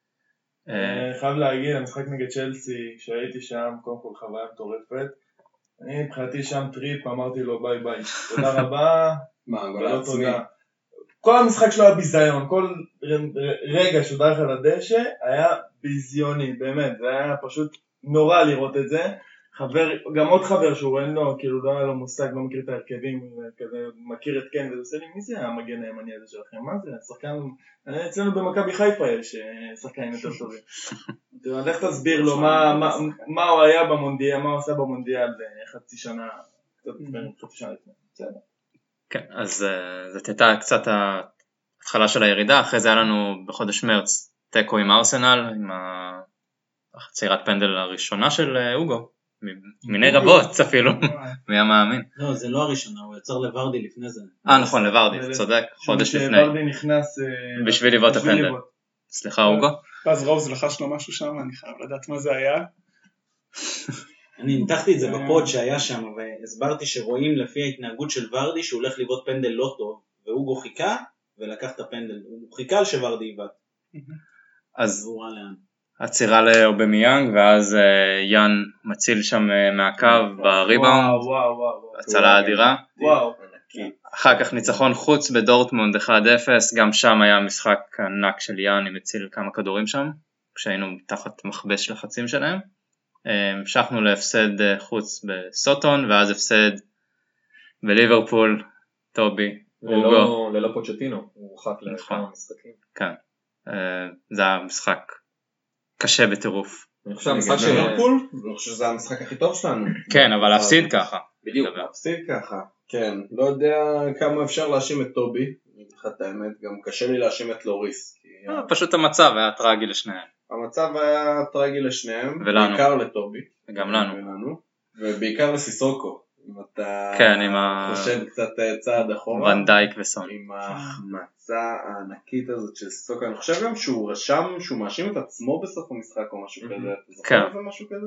Speaker 6: חייב להגיד, המשחק נגד צ'לסי, שהייתי שם, קודם כל חוויה מטורפת, אני מבחינתי שם טריפ, אמרתי לו ביי ביי, תודה רבה, ולא תודה. כל המשחק שלו היה ביזיון, כל רגע שהוא דרך על הדשא היה ביזיוני, באמת, זה היה פשוט נורא לראות את זה. חבר, גם עוד חבר שהוא אין לו, כאילו לא היה לו מושג, לא מכיר את ההרכבים, כזה מכיר את כן, וזה עושה לי, מי זה המגן הימני הזה שלכם? מה זה? שחקן, אצלנו במכבי חיפה יש שחקנים יותר טובים. לך תסביר לו מה, מה, מה הוא היה במונדיאל, מה הוא עשה במונדיאל חצי שנה, קצת חצי שנה לפני, בסדר.
Speaker 1: כן, אז זאת הייתה קצת ההתחלה של הירידה, אחרי זה היה לנו בחודש מרץ טקו עם ארסנל, עם הצעירת פנדל הראשונה של אוגו, מיני רבות אפילו, מי המאמין.
Speaker 3: לא, זה לא הראשונה, הוא יצר לוורדי לפני זה.
Speaker 1: אה נכון, לוורדי, צודק, חודש לפני.
Speaker 6: שוורדי נכנס
Speaker 1: בשביל לבעוט הפנדל. סליחה אוגו.
Speaker 2: ואז רוז לחש לו משהו שם, אני חייב לדעת מה זה היה.
Speaker 3: אני ניתחתי את זה בפוד שהיה שם, והסברתי שרואים לפי ההתנהגות של ורדי שהוא הולך לבעוט פנדל לא טוב, והוגו חיכה ולקח את הפנדל, הוא חיכה על שוורדי יבעט.
Speaker 1: אז הצירה לאובמיאנג, ואז יאן מציל שם מהקו בריבאונד, הצלה אדירה. אחר כך ניצחון חוץ בדורטמונד אחד אפס, גם שם היה משחק ענק של יאן, עם מציל כמה כדורים שם, כשהיינו תחת מכבש לחצים שלהם. המשכנו להפסד חוץ בסוטון, ואז הפסד בליברפול, טובי, אוגו.
Speaker 4: ללא פוצ'טינו, הוא הורחק לכמה משחקים.
Speaker 1: כן, זה היה משחק קשה בטירוף.
Speaker 5: אני חושב המשחק של ליברפול, אני חושב שזה המשחק הכי טוב שלנו.
Speaker 1: כן, אבל להפסיד ככה.
Speaker 5: בדיוק, להפסיד ככה. כן, לא יודע כמה אפשר להאשים את טובי, אני אגיד לך את האמת, גם קשה לי להאשים את לוריס.
Speaker 1: פשוט המצב היה טרגי לשניהם.
Speaker 5: המצב היה טרגי לשניהם,
Speaker 1: ולנו.
Speaker 5: בעיקר לטובי.
Speaker 1: וגם לנו.
Speaker 5: ולנו. ובעיקר לסיסוקו. אם אתה
Speaker 1: כן, עם ה...
Speaker 5: חושב קצת צעד אחורה.
Speaker 1: ונדייק וסון.
Speaker 5: עם ההחמצה הענקית הזאת של סיסוקו. אני חושב גם שהוא רשם, שהוא מאשים את עצמו בסוף המשחק או משהו כזה. אתה זוכר על זה משהו כזה?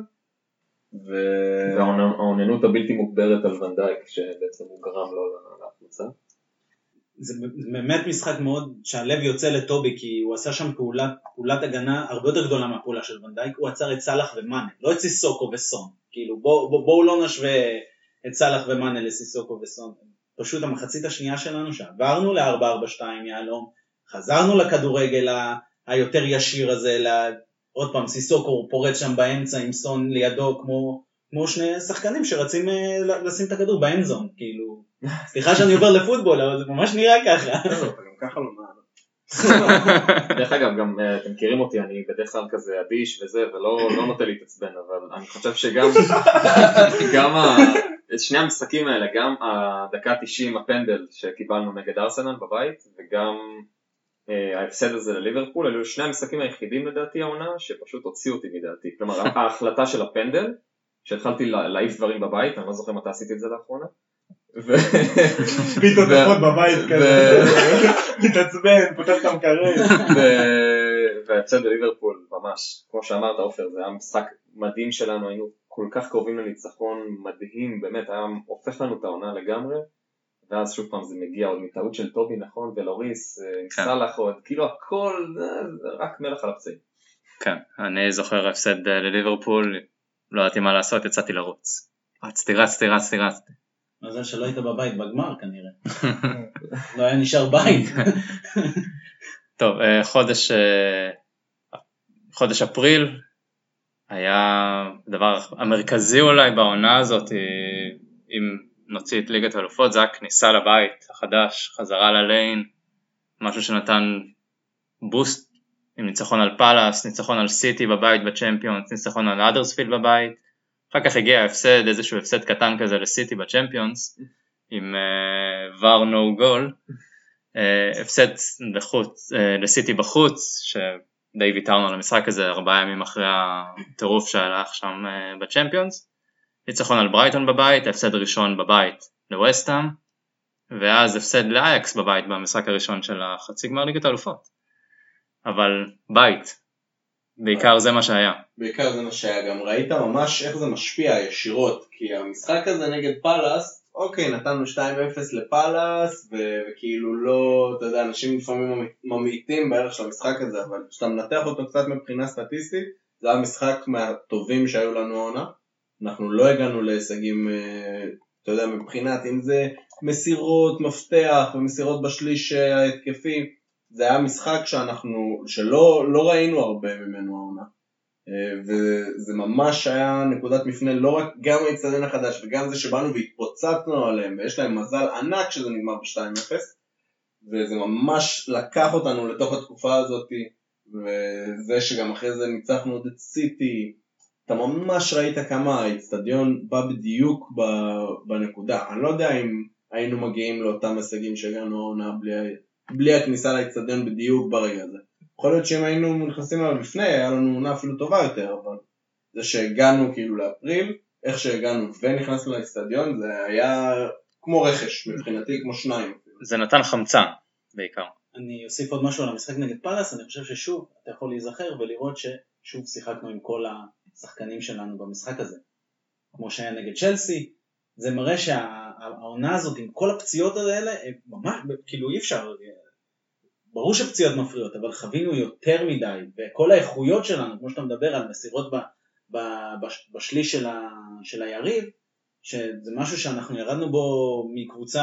Speaker 4: והעוננות הבלתי מוגברת על ונדייק, שבעצם הוא גרם לו להחמצה.
Speaker 3: זה באמת משחק מאוד שהלב יוצא לטובי, כי הוא עשה שם פעולת, פעולת הגנה הרבה יותר גדולה מהפעולה של ונדייק, הוא עצר את סלח ומאנה, לא את סיסוקו וסון, כאילו בואו בוא, בוא לא נשווה את סלח ומאנה לסיסוקו וסון, פשוט המחצית השנייה שלנו שעברנו ל-ארבע ארבע שתיים יעלום, חזרנו לכדורגל היותר ישיר הזה, לה... עוד פעם סיסוקו פורץ שם באמצע עם סון לידו כמו, כמו שני שחקנים שרצים לשים את הכדור באנזון, כאילו סליחה שאני עובר לפוטבול, אבל זה ממש נראה ככה.
Speaker 5: גם ככה לא מעלה.
Speaker 4: דרך אגב, גם אתם מכירים אותי, אני בדרך כלל כזה אדיש וזה, ולא נוטה להתעצבן, אבל אני חושב שגם את שני המשחקים האלה, גם הדקה תשעים הפנדל שקיבלנו נגד ארסנל בבית, וגם ההפסד הזה לליברפול, אלו שני המשחקים היחידים לדעתי העונה, שפשוט הוציאו אותי מדעתי. כלומר, ההחלטה של הפנדל, שהתחלתי להעיף דברים בבית, אני לא זוכר מתי עשיתי את זה לאחרונה,
Speaker 6: פיתות תפות בבית כזה, מתעצבן, פותח את המקרר.
Speaker 4: והפסד בליברפול, ממש, כמו שאמרת עופר, זה היה משחק מדהים שלנו, היינו כל כך קרובים לניצחון מדהים, באמת היה הופך לנו את העונה לגמרי, ואז שוב פעם זה מגיע עוד מטעות של טובי נכון, ולוריס, עם סלאח עוד, כאילו הכל, רק מלך על הפצעים.
Speaker 1: כן, אני זוכר הפסד לליברפול, לא ידעתי מה לעשות, יצאתי לרוץ. רצתי, רצתי, רצתי, רצתי.
Speaker 3: מזל שלא היית בבית בגמר כנראה. לא היה נשאר בית.
Speaker 1: טוב, חודש, חודש אפריל היה דבר המרכזי אולי בעונה הזאת, אם נוציא את ליגת האלופות, זה הכניסה לבית החדש, חזרה לליין, משהו שנתן בוסט, עם ניצחון על פאלאס, ניצחון על סיטי בבית בצ'מפיונס, ניצחון על אדרספילד בבית, אחר כך הגיע הפסד, איזשהו הפסד קטן כזה לסיטי בצ'מפיונס, עם ור נו גול, הפסד לחוץ, לסיטי בחוץ, שדי ויתרנו על המשחק הזה ארבעה ימים אחרי הטירוף שהלך שם בצ'מפיונס, ניצחון על ברייטון בבית, הפסד ראשון בבית לווסטהאם, ואז הפסד לאייקס בבית במשחק הראשון של החצי גמר ליגת האלופות. אבל בית, בעיקר זה מה שהיה.
Speaker 5: בעיקר זה מה שהיה, גם ראית ממש איך זה משפיע ישירות, כי המשחק הזה נגד פאלאס, אוקיי, נתנו שתיים אפס לפאלאס, וכאילו לא, אתה יודע, אנשים לפעמים ממעיטים בערך של המשחק הזה, אבל כשאתה מנתח אותו קצת מבחינה סטטיסטית, זה היה משחק מהטובים שהיו לנו העונה, אנחנו לא הגענו להישגים, אתה יודע, מבחינת, אם זה מסירות מפתח ומסירות בשליש ההתקפי, זה היה משחק שאנחנו, שלא לא ראינו הרבה ממנו העונה, וזה ממש היה נקודת מפנה, לא רק גם האצטדיון החדש וגם זה שבאנו והתפוצצנו עליהם, ויש להם מזל ענק שזה נגמר ב-שתיים אפס, וזה ממש לקח אותנו לתוך התקופה הזאת, וזה שגם אחרי זה ניצחנו עוד את סיטי, אתה ממש ראית כמה האצטדיון בא בדיוק בנקודה, אני לא יודע אם היינו מגיעים לאותם הישגים שהגענו העונה בלי בלי הכניסה לאצטדיון בדיוק ברגע הזה. יכול להיות שאם היינו נכנסים עליו לפני, היה לנו עונה אפילו טובה יותר, אבל זה שהגענו כאילו לאפריל, איך שהגענו ונכנסנו לאצטדיון, זה היה כמו רכש מבחינתי, כמו שניים.
Speaker 1: זה נתן חמצן בעיקר.
Speaker 3: אני אוסיף עוד משהו על המשחק נגד פאלאס, אני חושב ששוב, אתה יכול להיזכר ולראות ששוב שיחקנו עם כל השחקנים שלנו במשחק הזה. כמו שהיה נגד צ'לסי, זה מראה שהעונה הזאת עם כל הפציעות האלה, ממש, כאילו אי אפשר, ברור שפציעות מפריעות, אבל חווינו יותר מדי, וכל האיכויות שלנו, כמו שאתה מדבר על מסירות ב, ב, בשליש של, ה, של היריב, שזה משהו שאנחנו ירדנו בו מקבוצה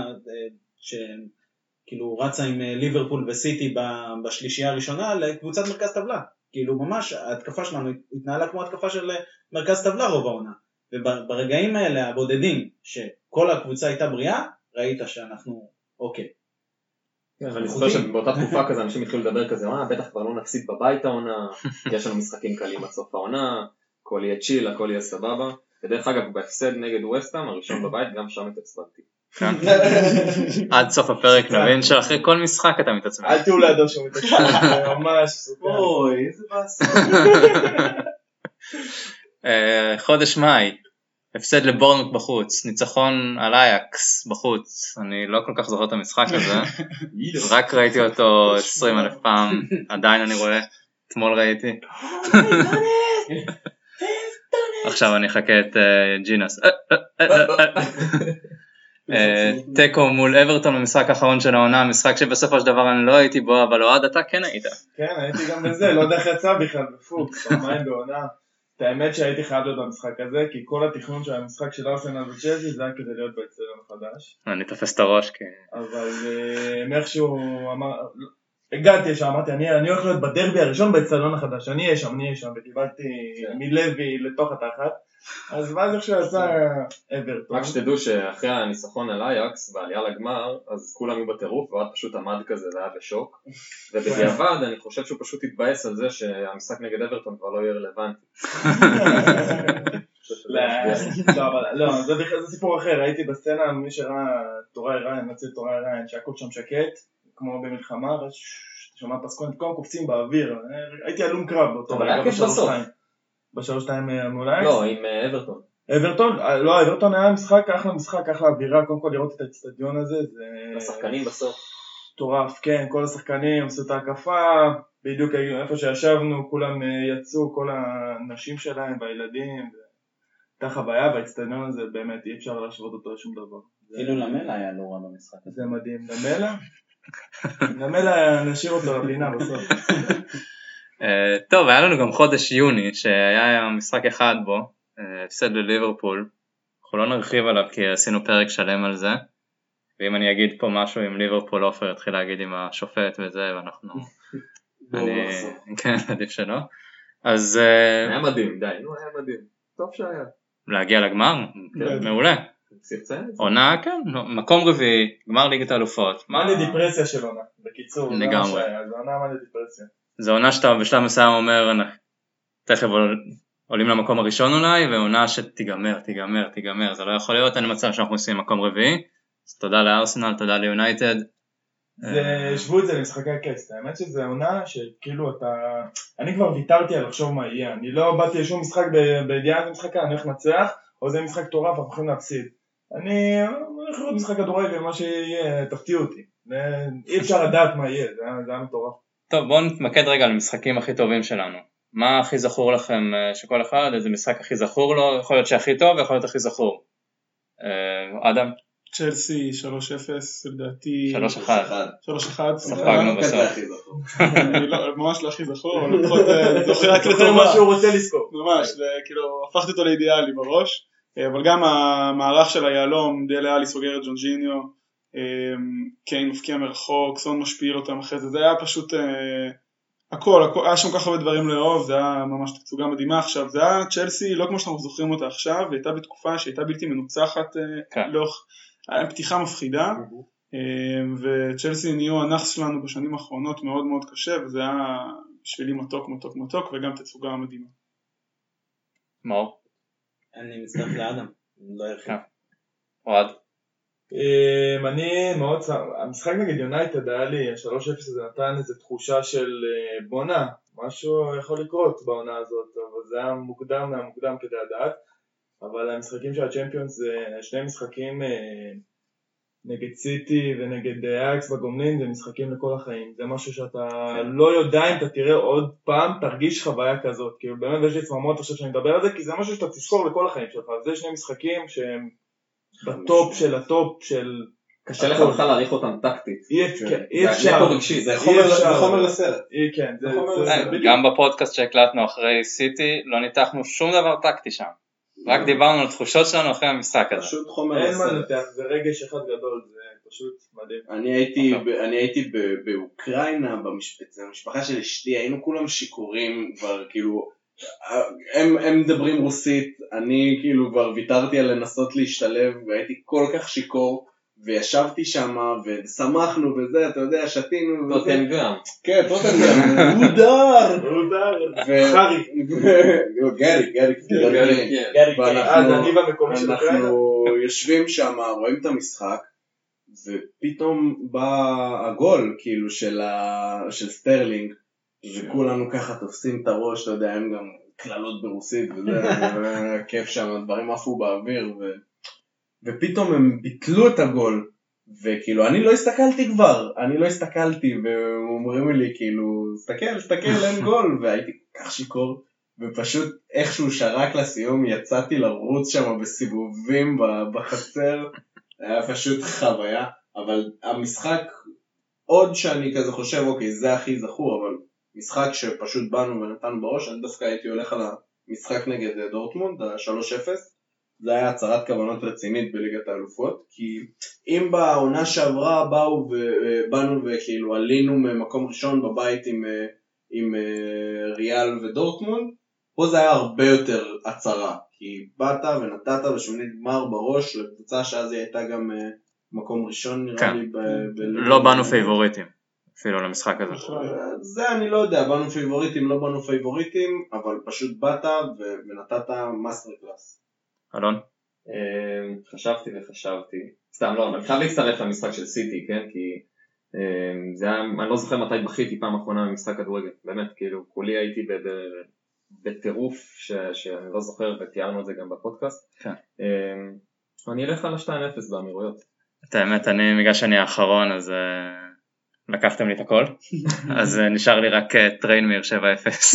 Speaker 3: שכאילו רצה עם ליברפול וסיטי בשלישייה הראשונה, לקבוצת מרכז טבלה, כאילו ממש ההתקפה שלנו התנהלה כמו התקפה של מרכז טבלה רוב העונה, וברגעים האלה הבודדים שכל הקבוצה הייתה בריאה, ראית שאנחנו אוקיי.
Speaker 4: אני זוכר שבאותה תקופה כזה אנשים התחילו לדבר כזה, אה בטח כבר לא נפסיד בבית העונה, כי יש לנו משחקים קלים עד סוף העונה, הכל יהיה צ'יל, הכל יהיה סבבה, ודרך אגב בהפסד נגד ווסטהאם, הראשון בבית, גם שם התעצבנתי.
Speaker 1: עד סוף הפרק נבין שאחרי כל משחק אתה מתעצבן.
Speaker 6: אל תהיו לידו שהוא מתעצבן, זה ממש סופר.
Speaker 5: אוי, איזה באס.
Speaker 1: חודש מאי, הפסד לבורנמוט בחוץ, ניצחון על אייקס בחוץ, אני לא כל כך זוכר את המשחק הזה, רק ראיתי אותו עשרים אלף פעם, עדיין אני רואה, אתמול ראיתי. עכשיו אני אחכה את ג'ינס. טקו מול אברטון במשחק האחרון של העונה, משחק שבסופו של דבר אני לא הייתי בו, אבל אוהד אתה כן היית.
Speaker 6: כן, הייתי גם בזה, לא דרך יצא בכלל, בפוקס, פעמיים בעונה. את האמת שהייתי חייב להיות במשחק הזה, כי כל התכנון של המשחק של ארסנל וצ'לסי זה היה כדי להיות באצטדיון החדש.
Speaker 1: אני תופס את הראש, כי...
Speaker 6: אבל מאיכשהו אמר... הגעתי שם, אמרתי, אני הולך להיות בדרבי הראשון באצטדיון החדש, אני אהיה שם, אני אהיה שם, וקיבלתי מלוי לתוך התחת, אז ואז איכשהו יצא אברטון.
Speaker 4: רק שתדעו שאחרי הניצחון על אייקס בעלייה לגמר, אז כולם היו בטירוף, ועד פשוט עמד כזה והיה בשוק, ובדיעבד אני חושב שהוא פשוט התבאס על זה שהמשחק נגד אברטון כבר לא יהיה רלוונטי.
Speaker 6: לא, זה סיפור אחר, הייתי בסצנה, מי שראה תוראי ריין, נציל תוראי ריין, שהכל שם שקט, כמו במלחמה, ושומע פסקון, כולם קופצים באוויר, הייתי אלום קרב באותו
Speaker 4: רגע בשלוש שתיים.
Speaker 6: בשלוש שתיים מול אייקס?
Speaker 4: לא, עם אברטון.
Speaker 6: אברטון, לא, אברטון היה משחק, אחלה משחק, אחלה אווירה, קודם כל לראות את האצטדיון הזה, זה...
Speaker 4: השחקנים בסוף.
Speaker 6: מטורף, כן, כל השחקנים עשו את ההקפה, בדיוק איפה שישבנו, כולם יצאו, כל הנשים שלהם והילדים, הייתה חוויה, והאצטדיון הזה באמת אי אפשר להשוות אותו לשום דבר.
Speaker 3: אפילו למלה היה לא רע במשחק הזה.
Speaker 6: זה מדהים, למלה? למלה נשאיר אותו לפינה בסוף.
Speaker 1: טוב, היה לנו גם חודש יוני, שהיה משחק אחד בו, הפסד לליברפול, אנחנו לא נרחיב עליו כי עשינו פרק שלם על זה, ואם אני אגיד פה משהו עם ליברפול, אופר יתחיל להגיד עם השופט וזה, ואנחנו... כן, עדיף שלא. אז...
Speaker 4: היה מדהים, די, נו, היה מדהים. טוב שהיה.
Speaker 1: להגיע לגמר? מעולה. עונה, כן, מקום רביעי, גמר ליגת האלופות.
Speaker 6: מה לדיפרסיה של עונה? בקיצור, זה מה שהיה, זה עונה מה לדיפרסיה.
Speaker 1: זה עונה שאתה בשלב מסוים אומר, תכף עולים למקום הראשון אולי, ועונה שתיגמר, תיגמר, תיגמר, זה לא יכול להיות, אין מצב שאנחנו עושים מקום רביעי, אז תודה לארסנל, תודה ליונייטד.
Speaker 6: זה, שבו את זה למשחקי הקייסט, האמת שזה עונה שכאילו אתה, אני כבר ויתרתי על לחשוב מה יהיה, אני לא באתי לשום משחק בידיעה זה משחק, אני הולך לנצח, או זה משחק טורף, אנחנו הולכים להפסיד. אני הולך לראות משחק כדורגל, מה שיהיה, תפתיעו אותי, אי אפשר לדעת מה יהיה, זה היה מטורף.
Speaker 1: טוב, בואו נתמקד רגע על המשחקים הכי טובים שלנו. מה הכי זכור לכם שכל אחד, איזה משחק הכי זכור לו, יכול להיות שהכי טוב ויכול להיות הכי זכור. אדם?
Speaker 2: צ'לסי שלוש אפס, לדעתי...
Speaker 1: שלוש אחת.
Speaker 2: שלוש אחת.
Speaker 1: ספגנו בסוף.
Speaker 2: ממש לא הכי זכור, אבל לפחות זוכר רק לטובה.
Speaker 6: מה שהוא רוצה לזכור.
Speaker 2: ממש, כאילו, הפכתי אותו לאידיאלי בראש. אבל גם המערך של היעלום, דלה אלי סוגר את ג'ונג'יניו, קיין מפקיע מרחוק, סון משפיל אותם אחרי זה, זה היה פשוט... הכל, הכל, היה שם כל כך הרבה דברים לאהוב, זה היה ממש תצוגה מדהימה עכשיו, זה היה צ'לסי, לא כמו שאנחנו זוכרים אותה עכשיו, והייתה בתקופה שהייתה בלתי מנוצחת,
Speaker 1: כן.
Speaker 2: לאורך, היה פתיחה מפחידה, וצ'לסי נהיו הנכס שלנו בשנים האחרונות מאוד מאוד קשה, וזה היה בשבילי מתוק מתוק מתוק, וגם תצוגה מדהימה.
Speaker 1: מאור?
Speaker 3: אני מצטרף לאדם, לא ירחיב.
Speaker 1: אוהד?
Speaker 6: אני מאוד, המשחק נגד יונייטד היה לי שלוש אפס, זה נתן איזו תחושה של בונה, משהו יכול לקרות בעונה הזאת, אבל זה היה מוקדם, היה מוקדם כדי לדעת, אבל המשחקים של הצ'מפיונס זה שני משחקים נגד סיטי ונגד אייקס בגומלין, זה משחקים לכל החיים, זה משהו שאתה לא יודע אם אתה תראה עוד פעם, תרגיש חוויה כזאת, כאילו באמת יש לי צמרמורת עכשיו שאני מדבר על זה, כי זה משהו שאתה תזכור לכל החיים שלך, זה שני משחקים שהם בטופ של הטופ של...
Speaker 4: קשה לך בכלל להעריך אותם טקטית.
Speaker 6: אי אפשר.
Speaker 3: זה חומר לסרט.
Speaker 1: גם בפודקאסט שהקלטנו אחרי סיטי, לא ניתחנו שום דבר טקטי שם. רק דיברנו על תחושות שלנו אחרי המשחק הזה.
Speaker 3: פשוט חומר לסרט.
Speaker 6: אין מה ניתח, זה רגש אחד גדול, זה פשוט מדהים.
Speaker 5: אני הייתי באוקראינה, במשפחה של אשתי, היינו כולם שיכורים כבר כאילו... הם, הם מדברים רוסית, אני כאילו כבר ויתרתי על לנסות להשתלב והייתי כל כך שיקור וישבתי שם ושמחנו וזה, אתה יודע, שתינו
Speaker 4: טוטנגרם.
Speaker 5: כן, טוטנגרם, הודר
Speaker 6: חרי
Speaker 5: גרי, גרי ואנחנו יושבים שם, רואים את המשחק ופתאום בא הגול כאילו של סטרלינג וכולנו ככה תופסים את הראש, אתה יודע, הם גם כללות ברוסית וזה, כיף שם, הדברים עפו באוויר, ו... ופתאום הם ביטלו את הגול, וכאילו, אני לא הסתכלתי כבר, אני לא הסתכלתי, ואומרים לי, כאילו, סתכל, סתכל, אין גול, והייתי כך שיקור, ופשוט איכשהו שרק לסיום, יצאתי לרוץ שם בסיבובים בחצר, היה פשוט חוויה, אבל המשחק, עוד שאני כזה חושב, אוקיי, זה הכי זכור, אבל משחק שפשוט באנו ונתנו בראש, אני דווקא הייתי הולך על המשחק נגד דורטמונד, ה-שלוש אפס, זה היה הצהרת כוונות רצינית בליגת האלופות, כי אם בעונה שעברה באו ובאנו וכאילו עלינו ממקום ראשון בבית עם, עם ריאל ודורטמונד, פה זה היה הרבה יותר הצהרה, כי באת ונתת ושמינית גמר בראש לקבוצה שאז היא הייתה גם מקום ראשון נראה
Speaker 1: כן.
Speaker 2: לי.
Speaker 1: לא באנו פייבוריטים. אפילו למשחק הזה.
Speaker 5: זה אני לא יודע, באנו פייבוריטים, לא באנו פייבוריטים, אבל פשוט באת ונתת מאסטר קלאס.
Speaker 1: אלון?
Speaker 4: חשבתי וחשבתי, סתם לא, אני חייב להצטרף למשחק של סיטי, כן, כי זה היה, אני לא זוכר מתי בכיתי פעם אחרונה במשחק כדורגל, באמת, כאילו, כולי הייתי בטירוף ש, שאני לא זוכר ותיארנו את זה גם בפודקאסט.
Speaker 1: כן.
Speaker 4: אני אלך על ה-שתיים אפס באמירויות.
Speaker 1: את האמת, אני, בגלל שאני האחרון, אז uh, לקחתם לי את הכל, אז uh, נשאר לי רק uh, טריינמיר שבע אפס.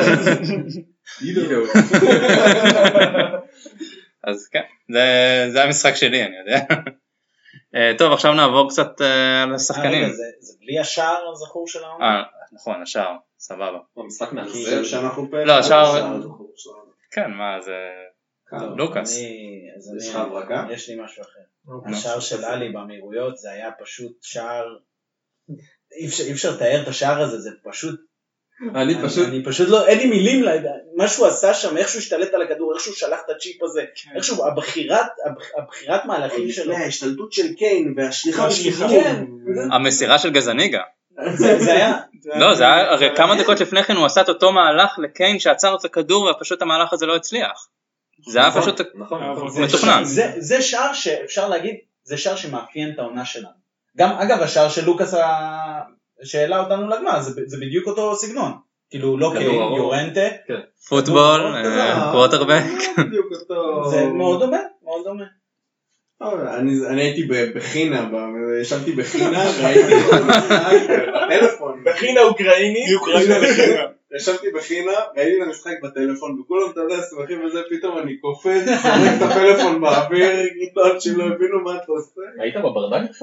Speaker 1: אז כן, זה, זה המשחק שלי, אני יודע. uh, טוב, עכשיו נעבור קצת uh, על השחקנים.
Speaker 3: זה, זה בלי השער הזכור של העונה?
Speaker 1: אה, נכון, השער, סבבה.
Speaker 4: המשחק מאכזב.
Speaker 5: זה שאנחנו פה...
Speaker 1: לא, השער... כן, מה, זה... לוקאס.
Speaker 5: יש לך הברקה?
Speaker 3: יש לי משהו אחר. השער של אלי באמירויות זה היה פשוט שער, אי אפשר לתאר את השער הזה, זה פשוט,
Speaker 4: אני פשוט,
Speaker 3: אני פשוט לא, אין לי מילים, מה שהוא עשה שם, איך שהוא השתלט על הכדור, איך שהוא שלח את הצ'יפ הזה, איך שהוא, הבחירת מהלכים שלו.
Speaker 5: ההשתלטות של קיין והשליחה בשליחה.
Speaker 1: המסירה של גזניגה.
Speaker 3: זה היה...
Speaker 1: לא, זה היה, הרי כמה דקות לפני כן הוא עשה את אותו מהלך לקיין שעצר את הכדור ופשוט המהלך הזה לא הצליח. זה היה פשוט מתוכנן.
Speaker 3: זה שער שאפשר להגיד, זה שער שמאפיין את העונה שלנו. גם אגב השער של לוקאס שהעלה אותנו לגמר, זה בדיוק אותו סגנון. כאילו לא קיין, יורנטה.
Speaker 1: פוטבול, קווטרבק.
Speaker 3: זה מאוד דומה, מאוד דומה.
Speaker 5: אני הייתי בחינה, ישבתי בחינה, ראיתי בטלפון.
Speaker 6: בחינה אוקראינית.
Speaker 5: ישבתי בחינה, ראיתי את המשחק בטלפון, וכולם אתה יודע, שמחים וזה, פתאום אני קופץ, חורק את הפלאפון באוויר, עד שלא הבינו מה אתה עושה.
Speaker 4: היית בברדק עכשיו?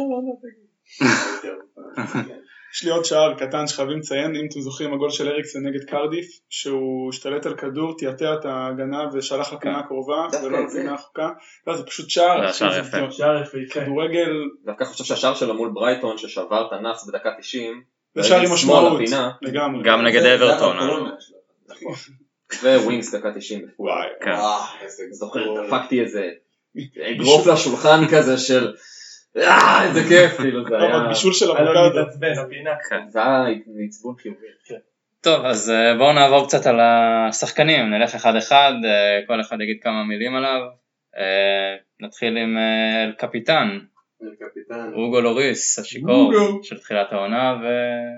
Speaker 2: יש לי עוד שער קטן שחייבים לציין, אם אתם זוכרים הגול של אריקסן נגד קרדיף, שהוא השתלט על כדור, תיאטע את ההגנה ושלח לקנה הקרובה, ולא לפינה החוקה, זה פשוט שער,
Speaker 6: שער יפה,
Speaker 2: כדורגל.
Speaker 4: דווקא חושב שהשער שלו מול ברייטון, ששבר את הנאס בדקה תשעים,
Speaker 2: זה שער עם משמעות, לגמרי.
Speaker 1: גם נגד אברטון.
Speaker 4: וווינגס דקה תשעים בפול. זוכר, דפקתי איזה אגרוף לשולחן כזה של אה, איזה כיף, כאילו זה היה...
Speaker 2: הבישול של אבוקדו.
Speaker 4: זה היה עצבון חיובי.
Speaker 1: טוב, אז בואו נעבור קצת על השחקנים, נלך אחד אחד, כל אחד יגיד כמה מילים עליו. נתחיל עם אל קפיטן.
Speaker 5: אל קפיטן.
Speaker 1: אוגו לוריס, השיקור של תחילת העונה, ו...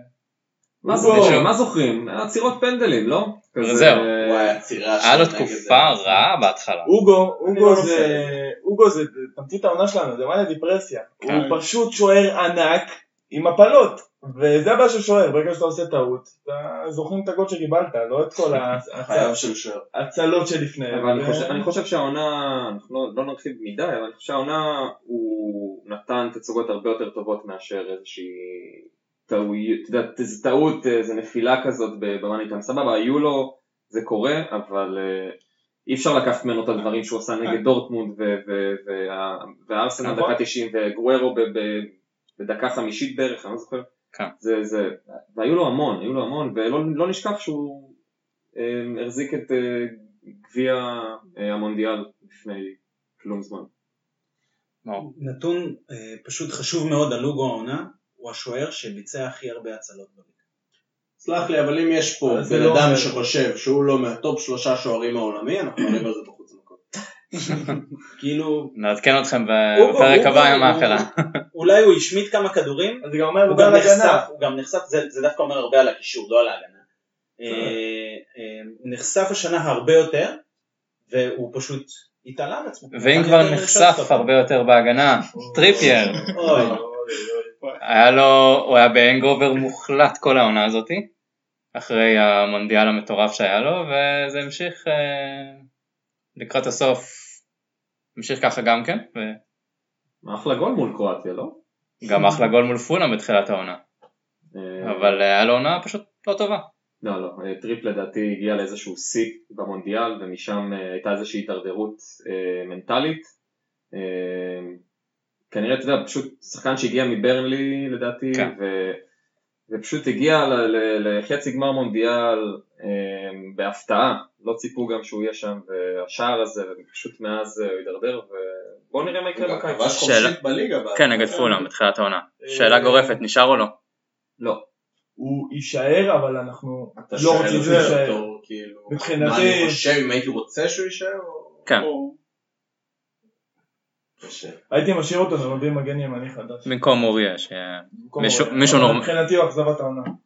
Speaker 4: מה זוכרים? עצירות פנדלים, לא?
Speaker 1: זהו.
Speaker 5: היה
Speaker 1: היה לו תקופה רעה בהתחלה.
Speaker 6: אוגו זה תמצית העונה שלנו, זה מה לדיפרסיה. הוא פשוט שוער ענק עם הפלות, וזה הבא של שוער, ברגע שאתה עושה טעות, אתה זוכרים את הגול שקיבלת, לא את כל ההצלות שלפני.
Speaker 4: אבל אני חושב שהעונה, אנחנו לא נרחיב מדי, אבל אני חושב שהעונה הוא נתן תצוגות הרבה יותר טובות מאשר איזושהי... זה טעות, זה נפילה כזאת במאניטיים, סבבה, היו לו, זה קורה, אבל אי אפשר לקחת ממנו את הדברים שהוא עושה נגד דורטמונד וארסנל דקה תשעים וגוורו בדקה חמישית בערך, אני לא זוכר, והיו לו המון, היו לו המון, ולא נשכח שהוא החזיק את גביע המונדיאל לפני כלום זמן.
Speaker 3: נתון פשוט חשוב מאוד על אוגו העונה, הוא השוער שביצע הכי הרבה הצלות בליגה.
Speaker 5: סלח לי, אבל אם יש פה בן אדם שחושב שהוא לא מהטופ שלושה שוערים העולמי, אנחנו נראה על זה בחוץ למקום.
Speaker 3: כאילו...
Speaker 1: נעדכן אתכם בפרק הבא עם המאחרה.
Speaker 3: אולי הוא ישמיט כמה כדורים, הוא גם נחשף, זה דווקא אומר הרבה על הקישור, לא על ההגנה. הוא נחשף השנה הרבה יותר, והוא פשוט התעלה על עצמו.
Speaker 1: ואם כבר נחשף הרבה יותר בהגנה, טריפייר.
Speaker 3: אוי.
Speaker 1: היה לו, הוא היה באנגובר מוחלט כל העונה הזאתי, אחרי המונדיאל המטורף שהיה לו, וזה המשיך אה, לקראת הסוף, המשיך ככה גם כן. ו...
Speaker 4: אחלה גול מול קרואטיה, לא?
Speaker 1: גם אחלה גול מול פולאם בתחילת העונה, אבל היה לו עונה פשוט לא טובה.
Speaker 4: לא, לא, טריפ לדעתי הגיע לאיזשהו שיא במונדיאל, ומשם הייתה איזושהי התדרדרות אה, מנטלית, אה, כנראה, אתה יודע, פשוט שחקן שהגיע מברנלי, לדעתי,
Speaker 1: כן.
Speaker 4: ו... ופשוט הגיע לחצי גמר מונדיאל אה, בהפתעה, לא ציפו גם שהוא יהיה שם, והשער הזה, ופשוט מאז הוא ידרדר, ובואו נראה מה יקרה בקיץ.
Speaker 1: שאלה, כן, נגד פולאם, בתחילת העונה. שאלה גורפת, נשאר או לא?
Speaker 4: לא.
Speaker 6: הוא יישאר, אבל אנחנו
Speaker 5: לא רוצים שהוא יישאר. מבחינתי... מה אני חושב, אם הייתי רוצה שהוא יישאר?
Speaker 1: כן.
Speaker 6: הייתי משאיר אותו ומביא מגן ימני חדש.
Speaker 1: במקום מוריה, מישהו נורמלי.
Speaker 6: מבחינתי הוא אכזבת העונה.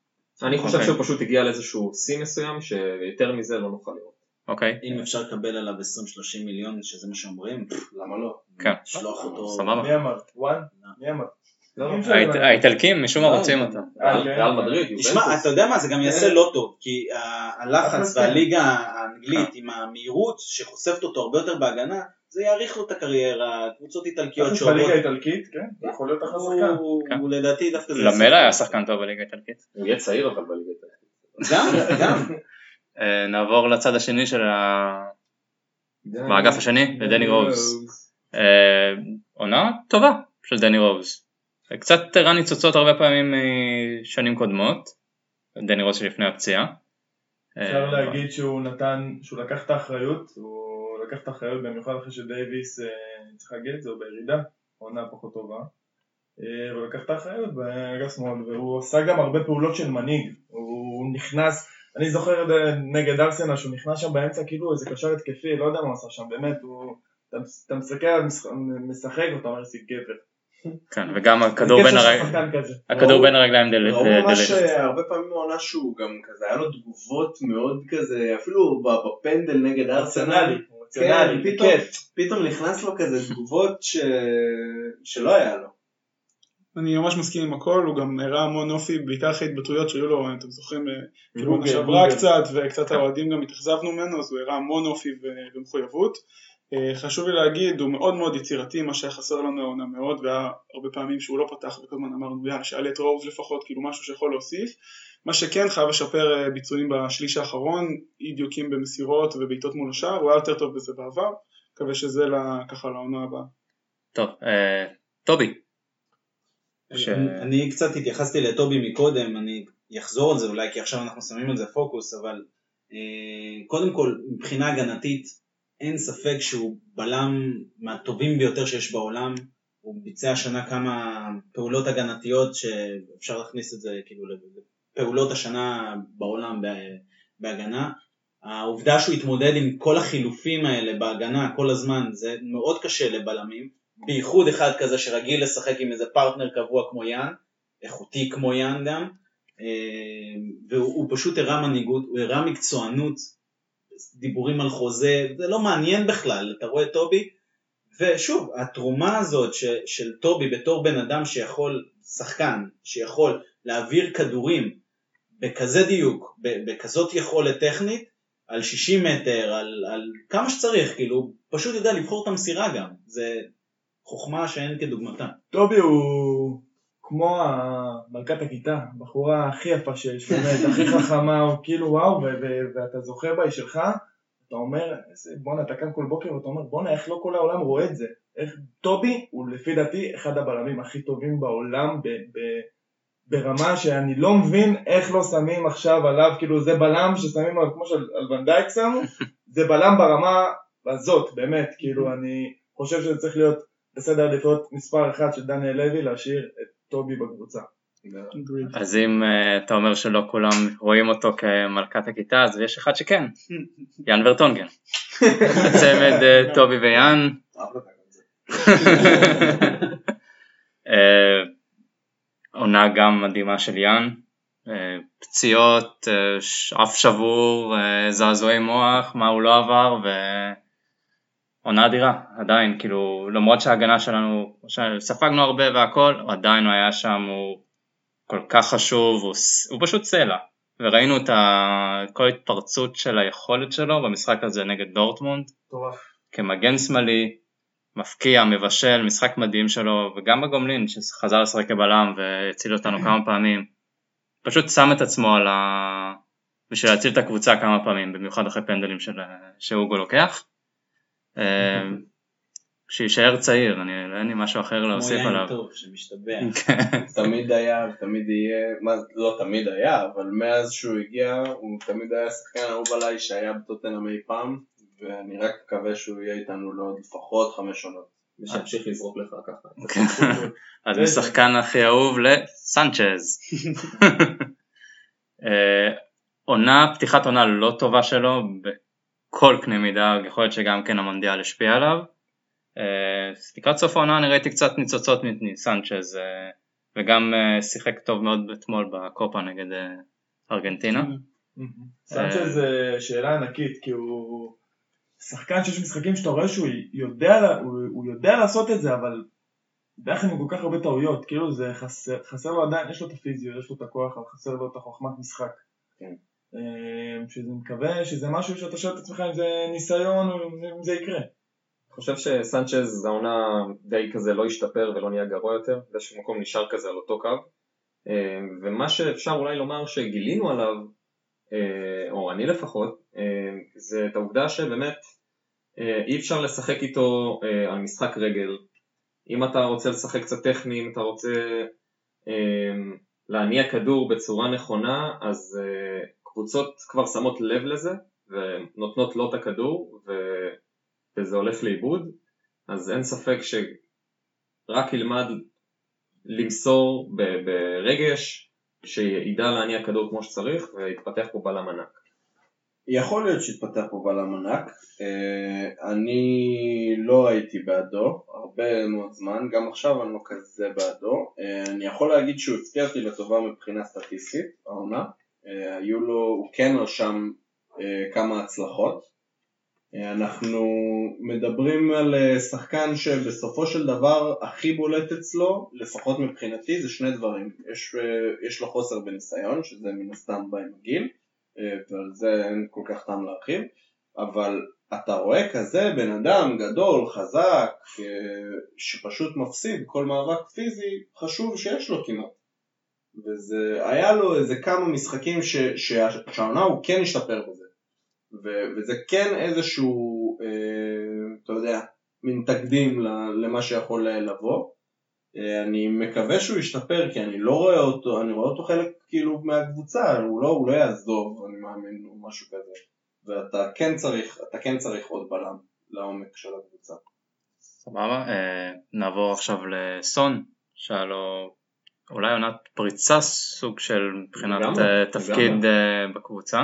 Speaker 4: אני חושב
Speaker 1: אוקיי.
Speaker 4: שהוא פשוט הגיע לאיזשהו שיא מסוים שיותר מזה לא נוכל לראות.
Speaker 1: אוקיי.
Speaker 3: אם אפשר לקבל עליו עשרים שלושים מיליון, שזה מה שאומרים,
Speaker 5: למה לא?
Speaker 1: כן.
Speaker 3: שלוח אותו.
Speaker 1: סבבה.
Speaker 6: מי אמר? וואן? מי אמר?
Speaker 1: האיט- האיטלקים משום מה רוצים אותם.
Speaker 4: ריאל מדריד,
Speaker 3: תשמע, אתה יודע מה, זה גם יעשה לא טוב, כי ה- הלחץ והליגה האנגלית עם המהירות שחושפת אותו הרבה יותר בהגנה, זה יאריך לו את הקריירה, קבוצות איטלקיות
Speaker 6: לחץ
Speaker 3: שאוהבות.
Speaker 6: בליגה האיטלקית, כן? יכול להיות אחלה שחקן.
Speaker 3: הוא
Speaker 1: כן.
Speaker 3: הוא לדעתי דווקא זה...
Speaker 1: למלה היה שחקן טוב בליגה האיטלקית.
Speaker 4: הוא יהיה צעיר אבל בליגה האיטלקית.
Speaker 3: גם, גם.
Speaker 1: אה, נעבור לצד השני של ה... באגף השני, לדני רוז. אה, עונה טובה של דני רוז. קצת הראה ניצוצות הרבה פעמים משנים קודמות, דני רוז שלפני הפציעה.
Speaker 6: אפשר להגיד שהוא נתן, שהוא לקח את האחריות, הוא לקח את האחריות במיוחד אחרי שדייביס, צריך להגיד את זה, הוא בירידה, עונה פחות טובה. הוא לקח את האחריות באגף שמאל, והוא עשה גם הרבה פעולות של מנהיג. הוא נכנס, אני זוכר נגד ארסנל שהוא נכנס שם באמצע כאילו איזה קשר התקפי, לא יודע מה הוא עשה שם, באמת, הוא, אתה מסתכל, משחק ואתה אומר סיג גבר.
Speaker 1: כן, וגם הכדור בין הרגליים, הכדור בין הרגליים דלת.
Speaker 5: ראו ממש הרבה פעמים העונה שהוא גם כזה, היה לו תגובות מאוד כזה, אפילו בפנדל נגד ארסנל, כן, פתאום נכנס לו כזה תגובות שלא היה לו.
Speaker 2: אני ממש מסכים עם הכל, הוא גם הראה המון אופי, בעיקר אחרי התבטאויות שהיו לו, אתם זוכרים, כאילו הוא שעברה קצת, וקצת האוהדים גם התאכזבנו ממנו, אז הוא הראה המון אופי ומחויבות. חשוב לי להגיד, הוא מאוד מאוד יצירתי, מה שהיה חסר לנו העונה מאוד, והיה הרבה פעמים שהוא לא פתח, וכל הזמן אמרנו, יאללה, שאלה את רוז לפחות, כאילו משהו שיכול להוסיף. מה שכן חייב לשפר ביצועים בשליש האחרון, אי דיוקים במסירות ובעיטות מול השאר, הוא היה יותר טוב בזה בעבר, מקווה שזה ככה לעונה הבאה.
Speaker 1: טוב, טובי.
Speaker 3: אני קצת התייחסתי לטובי מקודם, אני אחזור על זה אולי, כי עכשיו אנחנו שמים על זה פוקוס, אבל קודם כל, מבחינה הגנתית, אין ספק שהוא בלם מהטובים ביותר שיש בעולם, הוא ביצע השנה כמה פעולות הגנתיות שאפשר להכניס את זה כאילו לפעולות השנה בעולם בהגנה. העובדה שהוא התמודד עם כל החילופים האלה בהגנה כל הזמן, זה מאוד קשה לבלמים, בייחוד אחד כזה שרגיל לשחק עם איזה פרטנר קבוע כמו יאן, איכותי כמו יאן גם, והוא פשוט הראה מנהיגות, הוא הראה מקצוענות, דיבורים על חוזה, זה לא מעניין בכלל, אתה רואה טובי, ושוב, התרומה הזאת ש, של טובי בתור בן אדם שיכול, שחקן, שיכול להעביר כדורים בכזה דיוק, בכזאת יכולת טכנית, על שישים מטר, על, על כמה שצריך, כאילו, פשוט יודע לבחור את המסירה גם, זה חוכמה שאין כדוגמתה.
Speaker 6: טובי הוא כמו מלכת הכיתה, בחורה הכי יפה שיש, באמת, הכי חכמה, הוא כאילו וואו, ואתה זוכר בה, היא שלך, אתה אומר, בונה, אתה כאן כל בוקר, ואתה אומר, בונה, איך לא כל העולם רואה את זה? איך טובי הוא לפי דעתי אחד הבלמים הכי טובים בעולם, ברמה שאני לא מבין איך לא שמים עכשיו עליו, כאילו זה בלם ששמים עליו, כמו שעל ונדייק שמו, זה בלם ברמה הזאת, באמת, כאילו אני חושב שזה צריך להיות בסדר עדיפויות מספר אחד של דניאל לוי, להשאיר את טובי בקבוצה.
Speaker 1: אז אם uh, אתה אומר שלא כולם רואים אותו כמלכת הכיתה, אז יש אחד שכן, יאן ורטונגן. צמד uh, טובי ויאן. uh, עונה גם מדהימה של יאן, uh, פציעות, uh, אף שבור, uh, זעזועי מוח, מה הוא לא עבר, ו... עונה אדירה, עדיין, כאילו, למרות שההגנה שלנו, ספגנו הרבה והכל, עדיין הוא היה שם, הוא כל כך חשוב, הוא, הוא פשוט סלע, וראינו את ה, כל התפרצות של היכולת שלו במשחק הזה נגד דורטמונד,
Speaker 6: טוב.
Speaker 1: כמגן שמאלי, מפקיע, מבשל, משחק מדהים שלו, וגם בגומלין שחזר לשחק כבלם והציל אותנו כמה פעמים, פשוט שם את עצמו על ה... בשביל להציל את הקבוצה כמה פעמים, במיוחד אחרי פנדלים של... שהוגו לוקח. שישאר צעיר, אני אין לי משהו אחר להוסיף עליו.
Speaker 3: כמו יין טוב שמשתבע.
Speaker 5: תמיד היה ותמיד יהיה, לא תמיד היה, אבל מאז שהוא הגיע הוא תמיד היה שחקן אהוב עליי שהיה בטוטנהאם אי פעם, ואני רק מקווה שהוא יהיה איתנו לעוד לפחות חמש עונות.
Speaker 4: ושהמשיך לזרוק לך ככה.
Speaker 1: אז משחקן הכי אהוב לסנצ'ז. עונה, פתיחת עונה לא טובה שלו, כל קנה מידה, יכול להיות שגם כן המונדיאל השפיע עליו. לקראת סוף העונה אני ראיתי קצת ניצוצות מסנצ'ז, וגם שיחק טוב מאוד אתמול בקופה נגד ארגנטינה.
Speaker 6: סנצ'ז שאלה ענקית, כי הוא שחקן שיש משחקים שאתה רואה שהוא יודע, הוא יודע לעשות את זה, אבל ביחד עם כל כך הרבה טעויות, כאילו זה חסר, חסר לו עדיין, יש לו את הפיזיות, יש לו את הכוח, אבל חסר לו את החוכמת משחק.
Speaker 5: כן.
Speaker 6: שזה מקווה, שזה משהו שאתה שואל את עצמך אם זה ניסיון או אם זה יקרה.
Speaker 4: אני חושב שסנצ'ז העונה די כזה לא השתפר ולא נהיה גרוע יותר, באיזשהו מקום נשאר כזה על אותו קו, ומה שאפשר אולי לומר שגילינו עליו, או אני לפחות, זה את העובדה שבאמת אי אפשר לשחק איתו על משחק רגל. אם אתה רוצה לשחק קצת טכני, אם אתה רוצה להניע כדור בצורה נכונה, אז קבוצות כבר שמות לב לזה ונותנות לו את הכדור וזה הולך לאיבוד, אז אין ספק שרק ילמד למסור ברגש, שידע להניע כדור כמו שצריך ויתפתח פה בלם ענק.
Speaker 5: יכול להיות שהתפתח פה בלם ענק, אני לא הייתי בעדו הרבה מאוד זמן, גם עכשיו אני לא כזה בעדו. אני יכול להגיד שהוא הפתיע אותי לטובה מבחינה סטטיסטית, העונה, היו לו, הוא כן רשם כמה הצלחות. אנחנו מדברים על שחקן שבסופו של דבר הכי בולט אצלו, לפחות מבחינתי, זה שני דברים. יש, יש לו חוסר בניסיון, שזה מן הסתם בא עם הגיל, ועל זה אין כל כך טעם להרחיב, אבל אתה רואה כזה בן אדם גדול, חזק, שפשוט מפסיד כל מאבק פיזי חשוב שיש לו כמעט. וזה, היה לו איזה כמה משחקים ש, שהשעונה הוא כן השתפר בזה. וזה כן איזשהו, אתה יודע, מין תקדים למה שיכול לבוא. אני מקווה שהוא ישתפר, כי אני לא רואה אותו, אני רואה אותו חלק כאילו מהקבוצה, הוא לא, הוא לא יעזוב, אני מאמין, או משהו כזה. ואתה כן צריך, אתה כן צריך עוד בלם לעומק של הקבוצה.
Speaker 1: סבבה, נעבור עכשיו לסון, שהיה לו אולי עונת פריצה סוג של מבחינת תפקיד בקבוצה.